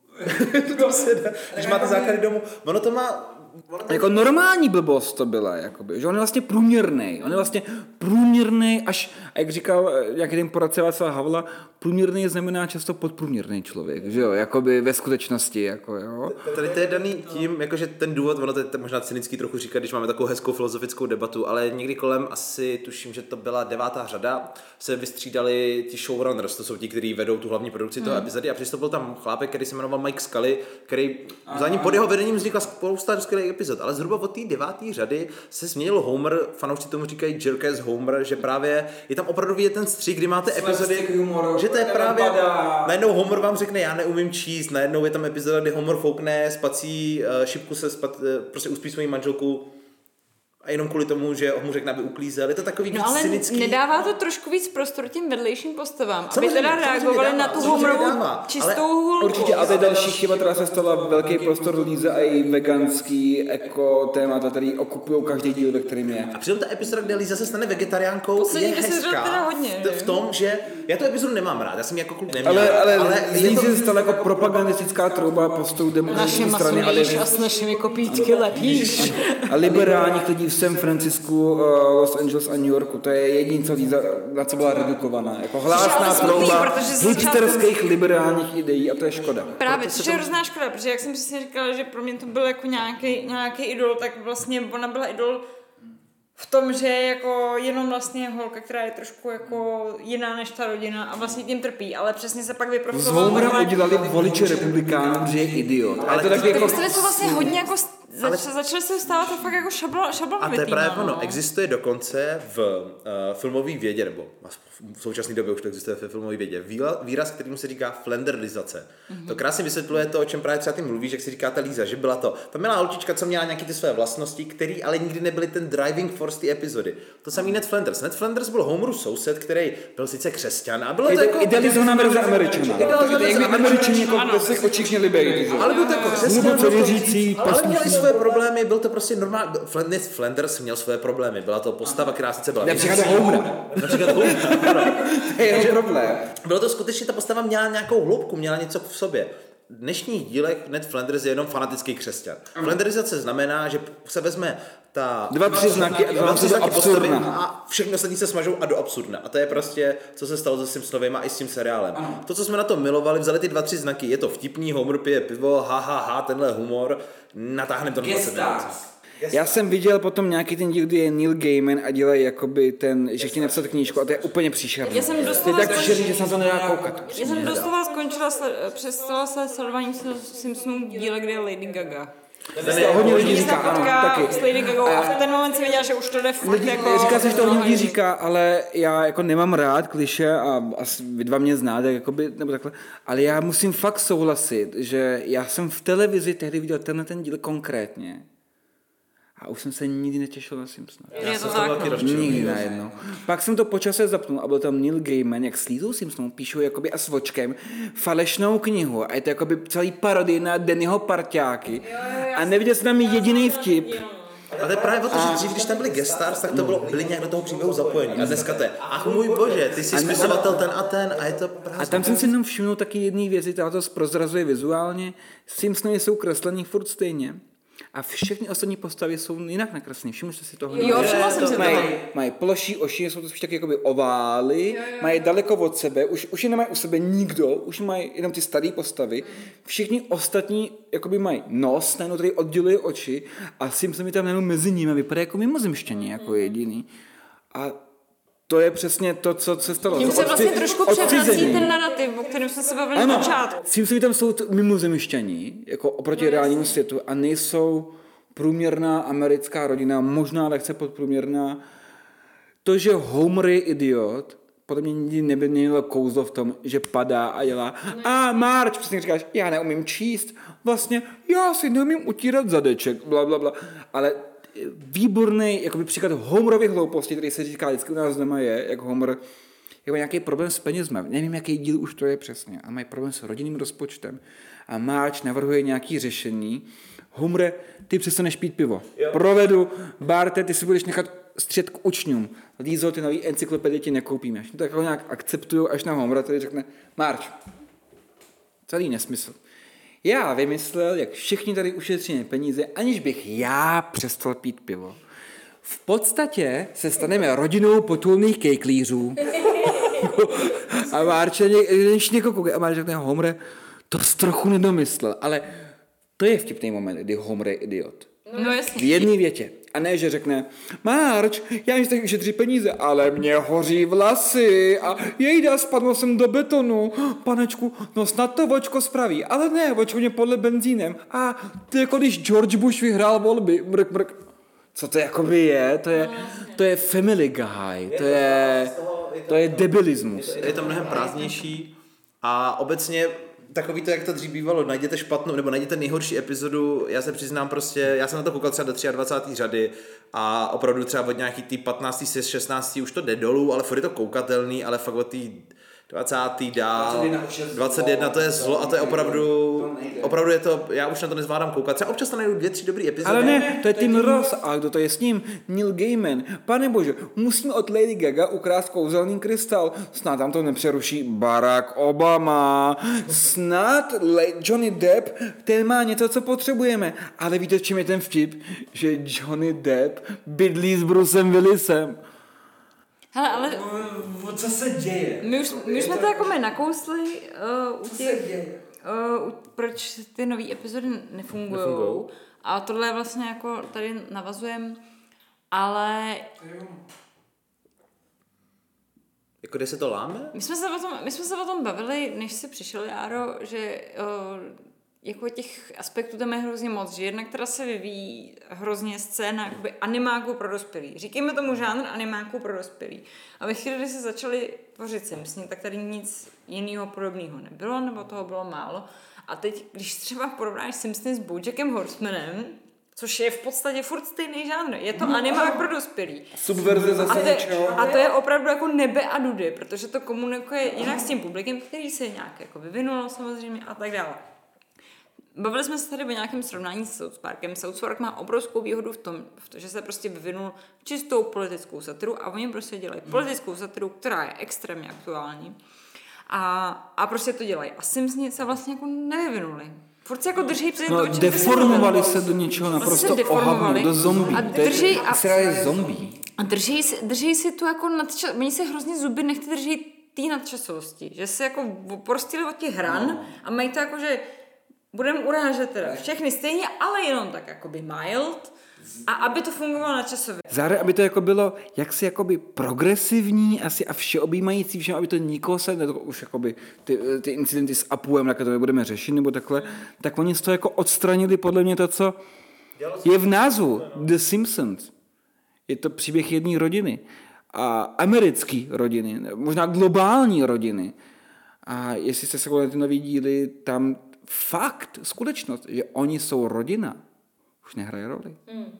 To se dá, když máte základy domů. Ono to má... Jako normální blbost to byla, jakoby, že on je vlastně průměrný, on je vlastně průměrný až, a jak říkal, jak jeden poradce Václava Havla, průměrný znamená často podprůměrný člověk, že jo, jakoby ve skutečnosti, jako jo. Tady to je daný tím, jakože ten důvod, ono to je možná cynický trochu říkat, když máme takovou hezkou filozofickou debatu, ale někdy kolem asi, tuším, že to byla devátá řada, se vystřídali ti showrunners, to jsou ti, kteří vedou tu hlavní produkci toho Hmm. epizody a přistoupil tam chlápek, který se jmenoval Mike Scully, který za ním pod jeho vedením vznikla spousta skvělých epizod, ale zhruba od té deváté řady se změnil Homer, fanoušci tomu říkají jerk-ass Homer, že právě je tam opravdu vidět ten střih, kdy máte epizody, že to je právě, najednou Homer vám řekne, já neumím číst, najednou je tam epizoda, kdy Homer foukne, spací šipku se, spat, prostě uspí svoji manželku a jenom kvůli tomu, že mu řekne, aby uklízel. Je to takový víc no, ale cynický. nedává to trošku víc prostor těm vedlejším postavám, aby Samozřejmě, teda reagovali dává, na tu samozřejmě Homerovou dává, čistou ale hulku. Určitě, a to je další chyba, která se stala velký prostor Líze a její veganský eko témata, který okupují každý díl, ve kterým je. A přitom ta epizoda, kde Líza se stane vegetariánkou, Poslední je deset řad teda hezká hodně, v, v tom, že já tu epizodu nemám rád, já jsem ji jako kluk neměl. Ale, ale, ale je Líze to- se stala jako propagandistická trouba postou demokratické strany a, jíš a s našimi kopítky lepíš. a liberálních lidí v San Francisku, Los Angeles a New Yorku. To je jediné, co Líza, na co byla redukovaná. Jako hlásná ale smutný, trouba protože ze hipsterských liberálních ideí a to je škoda. Právě, což je hrozná škoda, protože jak jsem přesně říkala, že pro mě to byl jako nějaký, nějaký idol, tak vlastně ona byla idol v tom, že je jako jenom vlastně holka, která je trošku jako jiná než ta rodina a vlastně tím trpí, ale přesně se pak Z vyprofilovala. Homera udělali voliče republikánů, že je idiot. Ale to tak Ty jako... postavy jsou vlastně hodně jako, zač, začaly se stávat to fakt jako šablo, šablonovitý. A to je právě no. ono. Existuje dokonce v uh, filmové vědě, nebo v současné době už to existuje ve filmové vědě, výla, výraz, kterým se říká flenderlizace. Mm-hmm. To krásně vysvětluje to, o čem právě třeba ty mluvíš, jak si říká ta Líza, že byla to ta milá holčička, co měla nějaké ty své vlastnosti, které ale nikdy nebyly ten driving force té epizody. To samý Ned Flanders. Ned Flanders byl Homerův soused, který byl sice křesťan a bylo to jako... Idealizovaná verze Američana. Jak by Američani jako ve svých očích měli být. Ale byl to jako křesťan, Hluboce byl to- věřící, ale měli poslušný. své problémy, byl to prostě normální. Ned Flanders měl své problémy, byla to postava, která sice byla... Například Homera. Například Homer. To je jeho problém. Bylo to skutečně, ta postava měla nějakou hloubku, měla něco v sobě. V dnešních dílech Ned Flanders je jenom fanatický křesťan. Flanderizace znamená, že se vezme ta... Dva, tři znaky a dva, dva, tři tři znaky postavy absurdna. a všechny ostatní se smažou a do absurdna. A to je prostě, co se stalo se Simpsonovejma i s tím seriálem. To, co jsme na to milovali, vzali ty dva, tři znaky, je to vtipný, Homer pije pivo, ha, ha, ha, tenhle humor, natáhneme to na dvacet minut. Já jsem viděl potom nějaký ten díl, kdy je Neil Gaiman a dělají jakoby ten, že chtějí napsat knížku a to je úplně příšerné. Já jsem To je doslova tak příšerný, že se na to nedá koukat. Já jsem doslova skončila, sled, přestala se sledování Simpsonů díle, kde je Lady Gaga. Hodně lidí Když se říká, ano, potká taky. s Lady Gagou a v ten moment jsem věděla, že už to jde fakt Lidi, jako... říká se, že to hodně lidí říká, ale já jako nemám rád kliše a asi vy dva mě znáte, jakoby, nebo takhle, ale já musím fakt souhlasit, že já jsem v televizi tehdy viděl tenhle ten díl konkrétně a už jsem se nikdy netěšil na Simpsona. Je to tak, no. Nikdy najednou. Pak jsem to po čase zapnul a byl tam Neil Gaiman, jak s Lízou Simpsonou píšou jakoby a s vočkem falešnou knihu a je to jakoby celý parodie na Dannyho parťáky a neviděl jsem tam jediný vtip. A to je právě o to, že dřív, když tam byli guest stars, tak to bylo, byli nějak do toho příběhu zapojení. A dneska to je, ach můj bože, ty jsi spisovatel ten a ten a je to prázdno. A tam jsem si jenom všimnul taky jedné věci, která to prozrazuje vizuálně. Simpsony jsou kreslený furt stejně. A všechny ostatní postavy jsou jinak nakreslené. Všimli jste si toho? Jo, všimla jsem si mají, toho. mají ploší oši, jsou to spíš taky jakoby ovály, mají daleko od sebe, už, už je nemají u sebe nikdo, už mají jenom ty staré postavy. Všichni ostatní jakoby mají nos, najednou tady odděluje oči a Simpsony tam najednou mezi nimi vypadá jako mimozemštění, jako jediný. A to je přesně to, co se stalo. Tím se vlastně Odci- trošku převrací odcizení. ten narrativ, o kterém jsme se bavili na Ano, počátku. Simpsoni tam jsou t- mimozemšťaní, jako oproti reálnímu světu a nejsou průměrná americká rodina, možná lehce podprůměrná. To, že Homer je idiot, podle mě nikdy nebylo kouzlo v tom, že padá a dělá a Marge, přesně říkáš, já neumím číst, vlastně já si neumím utírat zadeček, bla, bla, bla. Ale výborný jakoby příklad Homerovy hlouposti, který se říká vždycky u nás doma je, jak Homer jako nějaký problém s penězma. Nevím, jaký díl už to je přesně. A mají problém s rodinným rozpočtem. A Marge navrhuje nějaké řešení. Homer, ty přestaneš pít pivo. Jo. Provedu, Barte, ty si budeš nechat střed k učňům. Lízo, ty nový encyklopedie ti nekoupíme. Až to jako nějak akceptují, až na Homera tady řekne Marge, celý nesmysl. Já vymyslel, jak všichni tady ušetříme peníze, aniž bych já přestal pít pivo. V podstatě se staneme rodinou potulných kejklířů. A Marge, když někoho kouká, a Marge řekne, Homere, to jsi trochu nedomyslel, ale to je vtipný moment, kdy Homer je idiot. No jasně. V jedné větě. A ne, že řekne, Marge, já mi tak ušetří peníze, ale mě hoří vlasy a jejda, spadl jsem do betonu. Panečku, no snad to vočko spraví, ale ne, vočko mě podle benzínem. A to je jako když George Bush vyhrál volby. Mrk, mrk. Co to jakoby je? To je, to je Family Guy. To je, to je debilismus. Je to mnohem prázdnější a obecně takový to, jak to dřív bývalo, najděte špatnou, nebo najděte nejhorší epizodu, já se přiznám prostě, já jsem na to koukal třeba do dvacáté třetí řady a opravdu třeba od nějaký tý patnácté šestnácté už to jde dolů, ale furt je to koukatelný, ale fakt od tý dvacáté dál, dvacet jedna to je zlo a to je opravdu, opravdu je to, já už na to nezvládám koukat, třeba občas to najdu dvě, tři dobrý epizody. Ale ne, to je Tim Ross a kdo to je s ním? Neil Gaiman. Pane bože, musíme od Lady Gaga ukrást kouzelný krystal, snad tam to nepřeruší Barack Obama, snad Johnny Depp, ten má něco, co potřebujeme, ale víte, čím je ten vtip? Že Johnny Depp bydlí s Brucem Willisem. Hele, ale co se děje? My už, my už jsme to jako my nakousli uh, u těch, uh, proč ty nové epizody nefungují. A tohle vlastně jako tady navazujeme, ale jako kde se to láme? My jsme se o tom, my jsme se o tom bavili, než jsi přišel, Járo, že uh, jako těch aspektů tam je hrozně moc, že jednak teda se vyvíjí hrozně scéna jakoby animáků pro dospělí. Říkejme tomu žánr animáků pro dospělí. A ve chvíli, kdy se začali tvořit Simpsoni, tak tady nic jiného podobného nebylo, nebo toho bylo málo. A teď, když třeba porovnáš Simpsony s BoJackem Horsemanem, což je v podstatě furt stejný žánr. Je to animák pro dospělý. Subverze zase něčeho. A to je opravdu jako nebe a dudy, protože to komunikuje jinak s tím publikem, který se nějak jako vyvinulo samozřejmě a tak dále. Bavili jsme se tady o nějakém srovnání s South Parkem. South Park má obrovskou výhodu v tom, že se prostě vyvinul čistou politickou satiru a oni prostě dělají politickou satiru, která je extrémně aktuální. A, a prostě to dělají. A Simpsoni se vlastně jako nevyvinuli. Furt se jako drží před no, to, deformovali se do něčeho naprosto ohavného, do zombie. A drží, to je, a, je zombie. A drží si, drží si tu jako nadčas, oni se hrozně zuby nechty drží té nadčasovosti, že se jako prostili od těch hran no. A mají to jako, že budeme urážet teda všechny stejně, ale jenom tak jakoby mild a aby to fungovalo načasově. Zároveň, aby to jako bylo jaksi jakoby progresivní asi a všeobjímající všem, aby to nikoho se, ne, to už jakoby ty, ty incidenty s Apuem, jak to nebudeme řešit nebo takhle, tak oni z toho jako odstranili podle mě to, co je v názvu The Simpsons. Je to příběh jedné rodiny a americké rodiny, možná globální rodiny. A jestli jste se koukali ty nový díly, tam fakt, skutečnost, že oni jsou rodina, už nehraje roli. Mm.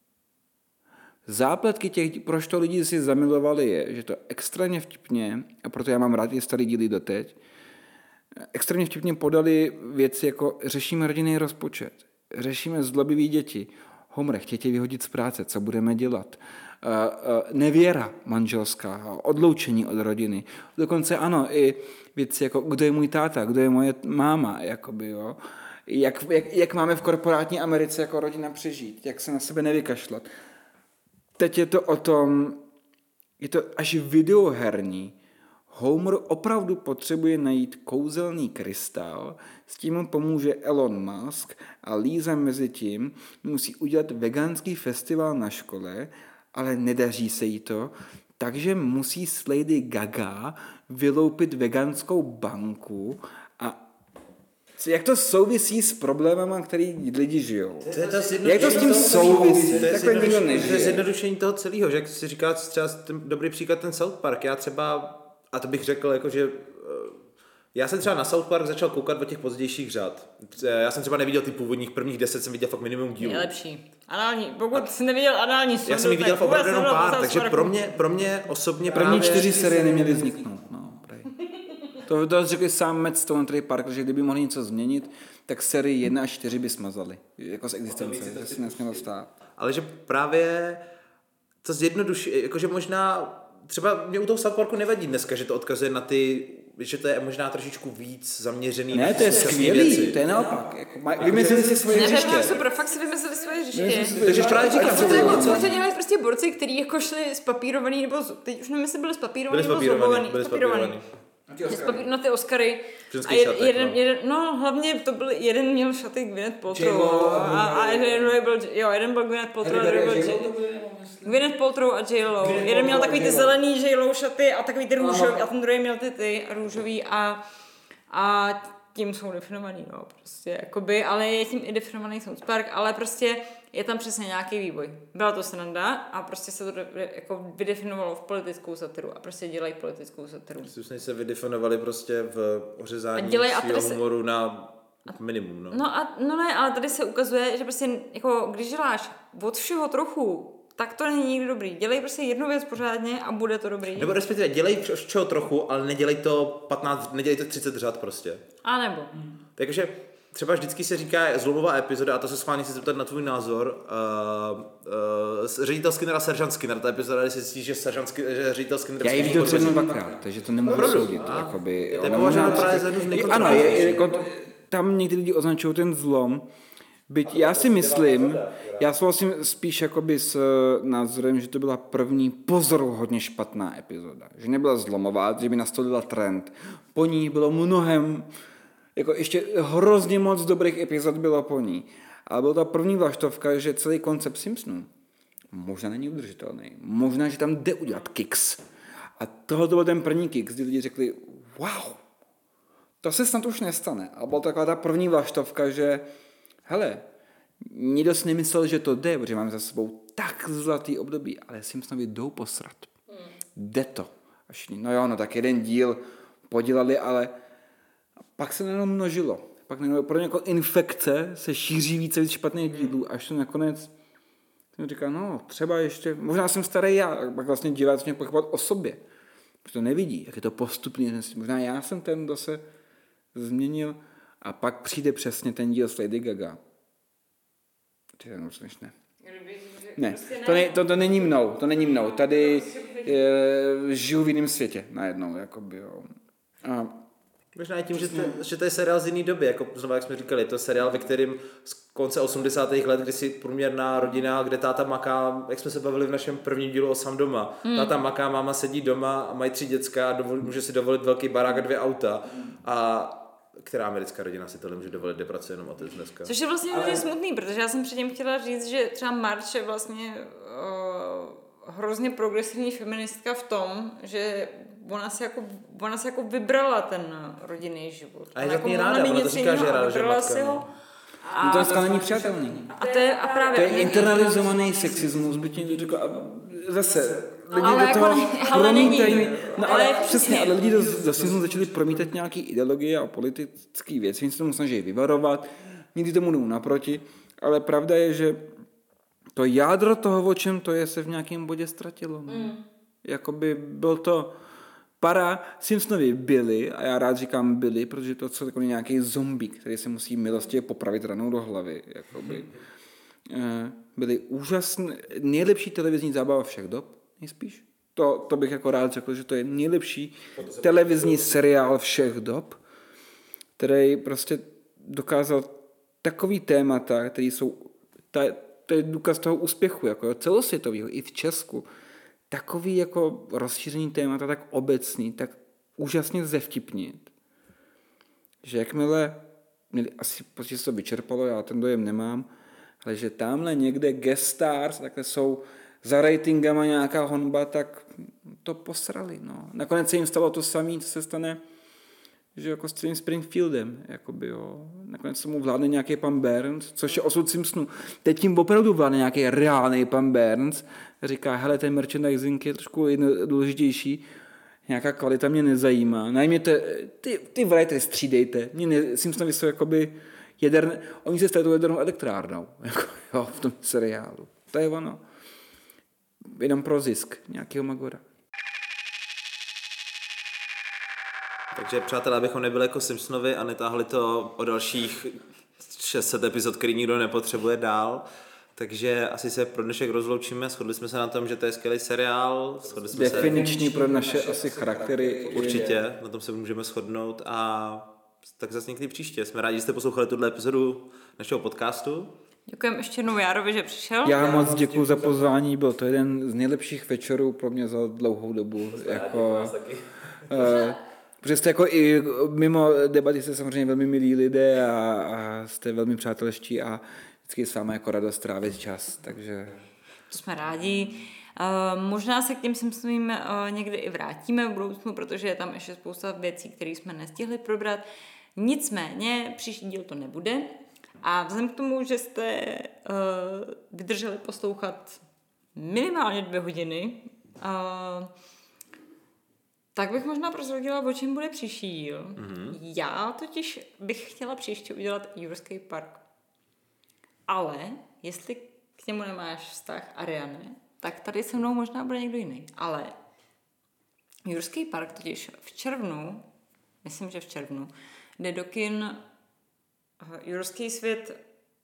Zápletky těch, proč to lidi si zamilovali, je, že to extrémně vtipně, a proto já mám rád ty starý díly doteď, extrémně vtipně podali věci jako řešíme rodinný rozpočet, řešíme zlobivý děti, Homer, chtějí tě vyhodit z práce, co budeme dělat? Uh, uh, nevěra manželská, odloučení od rodiny. Dokonce ano, i věci jako, kdo je můj táta, kdo je moje máma, jakoby, jo. Jak, jak, jak máme v korporátní Americe jako rodina přežít, jak se na sebe nevykašlat. Teď je to o tom, je to až videoherní. Homer opravdu potřebuje najít kouzelný krystal, s tím mu pomůže Elon Musk a Lisa mezi tím musí udělat veganský festival na škole, ale nedaří se jí to, takže musí s Lady Gaga vyloupit veganskou banku a Jak to souvisí s problémama, který lidi žijou? To je to Jak to s tím souvisí? To je Takhle nikdo nežije. To je zjednodušení toho celého, že jak si říká třeba ten dobrý příklad ten South Park. Já třeba, a to bych řekl, jako, že já jsem třeba na South Park začal koukat od těch pozdějších řad. Já jsem třeba neviděl ty původních prvních deset, jsem viděl fakt minimum dílů. Nejlepší. Anální, pokud jsi neviděl anální sondu, já jsem ji viděl v opravdu jenom pár, takže Parku. pro mě, pro mě osobně První právě... čtyři série neměly vzniknout. No, to, to řekl sám Matt Stone, který Park, že kdyby mohli něco změnit, tak série jedna až čtyři by smazali. Jako z existence. To se nesmělo stát. Ale že právě to zjednoduší, jakože možná třeba mě u toho South Parku nevadí dneska, že to odkazuje na ty, že to je možná trošičku víc zaměřený. Ne, to je skvělý, to je naopak. Jako, vymysleli si svoje hřiště. Ne, super, fakt si vymysleli svoje hřiště. Takže právě říkám, co to, jako, co to dělají prostě borci, kteří jako šli spapírovaný, nebo teď už nevím, jestli byli spapírovaný, byli nebo spapírovaný, byli spapírovaný. spapírovaný. Na ty Oscary. Ženský A jed, šatek, jeden, no. jeden, no hlavně to byl, jeden měl šaty Gwyneth Paltrow a, a jeden byl, jo, jeden byl Gwyneth Paltrow a druhý byl Gwyneth Paltrow a J-Lo. Jeden měl takový ty zelený J-Lo šaty a takový ty růžový a ten druhý měl ty, ty růžový a, a tím jsou definovaný, no, prostě, jakoby, ale je tím i definovaný South Park, ale prostě je tam přesně nějaký vývoj. Byla to sranda a prostě se to jako vydefinovalo v politickou satiru a prostě dělají politickou satiru. Jsme se vydefinovali prostě v ořezání svého se... humoru na minimum, no. No a no ne, ale tady se ukazuje, že prostě jako když děláš od všeho trochu, tak to není nikdy dobrý. Dělej prostě jednu věc pořádně a bude to dobrý. Nebo respektive dělej z čeho trochu, ale nedělej to patnáct, nedělej to třicet řad prostě. A nebo. Hmm. Takže třeba vždycky se říká zlomová epizoda, a to se schválně si zeptat na tvůj názor. Uh, uh, ředitel Skinnera, seržant Skinner, ta epizoda, kdy si zjistíš, že, seržant Skinner, že ředitel Skinner... Já ji viděl třeba dvakrát, takže to nemůžu no, soudit. Jakoby, to je považováno právě za jednu z Ano, je, je, jako, tam někdy lidi označují ten zlom. Byť já si myslím, já souhlasím spíš jakoby s názorem, že to byla první pozoruhodně špatná epizoda. Že nebyla zlomová, že by nastolila trend. Po ní bylo mnohem, jako ještě hrozně moc dobrých epizod bylo po ní. Ale byla ta první vlaštovka, že celý koncept Simpsonů možná není udržitelný. Možná, že tam jde udělat kicks. A tohle byl ten první kicks, kdy lidi řekli, wow, to se snad už nestane. A byla taková ta první vlaštovka, že hele, nikdo si nemyslel, že to jde, protože máme za sebou tak zlatý období, ale Simpsonovi jdou posrat. Hmm. Jde to. Až, no jo, no tak jeden díl podělali, ale pak se jenom množilo. Pak pro jako infekce se šíří více víc špatných dílů, až to nakonec jsem říkal, no třeba ještě, možná jsem starý já, a pak vlastně divák mě pochovat o sobě. Protože to nevidí, jak je to postupný. Možná já jsem ten, kdo se změnil. A pak přijde přesně ten díl s Lady Gaga. To je ne. Ne, to, ne, to, to není mnou, to není mnou. Tady je, žiju v jiném světě najednou. Jakoby, jo. A možná i tím, že to, že to je seriál z jiný doby, jako znovu, jak jsme říkali, je to seriál, ve kterém z konce osmdesátých let, kdy si průměrná rodina, kde táta maká, jak jsme se bavili v našem prvním dílu o Sám doma, hmm. táta maká, máma sedí doma a mají tři děcka a dovolí, může si dovolit velký barák a dvě auta. A která americká rodina si to nemůže dovolit, kde pracuje jenom otec dneska. Což je vlastně hodně smutný, protože já jsem předtím chtěla říct, že třeba Marge je vlastně uh, hrozně progresivní feministka v tom, že ona si jako, ona si jako vybrala ten rodinný život. A je jako ráda, ona to říká, že je ráda, že matka. No. A to dneska není přijatelný. A to je, a právě, to je internalizovaný sexismus, by ti řekl, a zase lidi ale do toho jako, ale promítají, není. no ale, ale přesně, ale lidi do, do sexismu začali promítat nějaký ideologie a politické věci, oni se tomu snaží vyvarovat, nikdy tomu jdou naproti, ale pravda je, že to jádro toho, o čem to je, se v nějakém bodě ztratilo. No. Mm. Jakoby byl to para Simpsonovi byli, a já rád říkám byli, protože to jsou takový nějaký zombie, který se musí milostivě popravit ranou do hlavy. Jakoby. Byli úžasné, nejlepší televizní zábava všech dob, nejspíš. To, to bych jako rád řekl, že to je nejlepší televizní seriál všech dob, který prostě dokázal takový témata, které jsou, ta, to je důkaz toho úspěchu, jako celosvětového, i v Česku. Takový jako rozšířený témata, tak obecný, tak úžasně zevtipnit, že jakmile, asi prostě se to vyčerpalo, já ten dojem nemám, ale že tamhle někde guest stars, takhle jsou za ratingama nějaká honba, tak to posrali. No. Nakonec se jim stalo to samé, co se stane že jako s celým Springfieldem, jakoby, jo. Nakonec tomu vládne nějaký pan Burns, což je osud Simpsonů. Teď tím opravdu vládne nějaký reálný pan Burns, říká, hele, ten merchandising je trošku důležitější, nějaká kvalita mě nezajímá. Najměte, ty, ty writery střídejte. Mě ne, Simpsonovi jsou jakoby jaderné, oni se stali tou jadernou elektrárnou, jako, jo, v tom seriálu. To je ono. Jenom pro zisk nějakého Magora. Takže přátelé, abychom nebyli jako Simpsonovi a netáhli to o dalších šest set epizod, který nikdo nepotřebuje dál. Takže asi se pro dnešek rozloučíme. Shodli jsme se na tom, že to je skvělý seriál. Shodli jsme Definiční se... pro naše asi charaktery. Určitě, na tom se můžeme shodnout a tak zase někdy příště. Jsme rádi, že jste poslouchali tuhle epizodu našeho podcastu. Děkujeme ještě jednou Járovi, že přišel. Já moc děkuji za pozvání, byl to jeden z nejlepších večerů pro mě za dlouhou dobu. Jako, uh, protože jste jako i mimo debaty jste samozřejmě velmi milí lidé a, a jste velmi přátelští a vždycky s vámi jako radost trávit čas, takže... To jsme rádi. Uh, možná se k těm Simpsonům uh, někdy i vrátíme v budoucnu, protože je tam ještě spousta věcí, které jsme nestihli probrat. Nicméně příští díl to nebude. A vzhledem k tomu, že jste uh, vydrželi poslouchat minimálně dvě hodiny, uh, tak bych možná prozradila, o čem bude příští díl. Mm-hmm. Já totiž bych chtěla příště udělat Jurský park. Ale jestli k němu nemáš vztah, Ariane, tak tady se mnou možná bude někdo jiný. Ale Jurský park totiž v červnu, myslím, že v červnu, jde do kin Jurský svět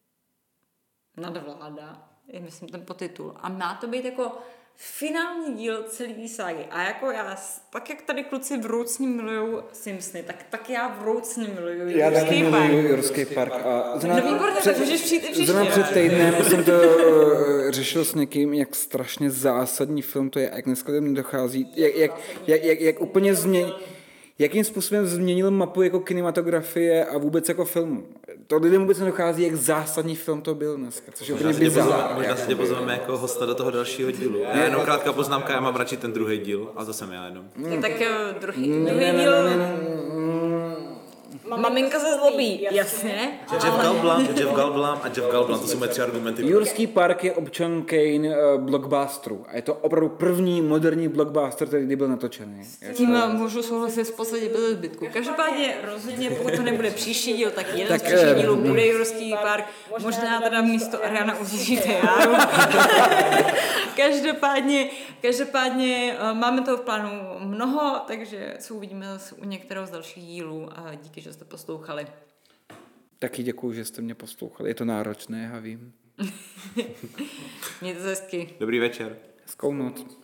nadvláda, je myslím ten podtitul. A má to být jako finální díl celý ságy. A jako já, tak jak tady kluci vroucně milujou Simpsony, tak, tak já vroucně miluju Jurský park. Já Jurský park. A zna, no výborně, před, tak můžeš přijít i příště. Zrovna před týdnem jsem to uh, řešil s někým, jak strašně zásadní film to je, jak dneska mi dochází, jak, jak, jak, jak, jak úplně změní, jakým způsobem změnil mapu jako kinematografie a vůbec jako filmu. To lidem vůbec nedochází, jak zásadní film to byl dneska, což je úplně bizár. Možná se tě pozveme jako hosta do toho dalšího dílu. Já jenom krátká poznámka, já mám radši ten druhý díl, a to jsem já jenom. Mm. Tak druhý, druhý díl... Maminka se zlobí, jasně. Jeff Goldblum, Jeff Goldblum a Jeff Goldblum, to jsou moje tři argumenty. Jurský park je občan Kane uh, blockbusteru a je to opravdu první moderní blockbuster, který kdy byl natočený. Tím můžu souhlasit v podstatě bez zbytku. Každopádně rozhodně, pokud to nebude příští díl, tak jeden tak, z příštích dílů bude Jurský park. Možná teda místo Ariana uslyšíte Járu. Každopádně, každopádně máme toho v plánu mnoho, takže se uvidíme zase u některého z dalších dílů a díky, že jste poslouchali. Taky děkuju, že jste mě poslouchali. Je to náročné, já vím. Mějte se hezky. Dobrý večer. Hezkou noc.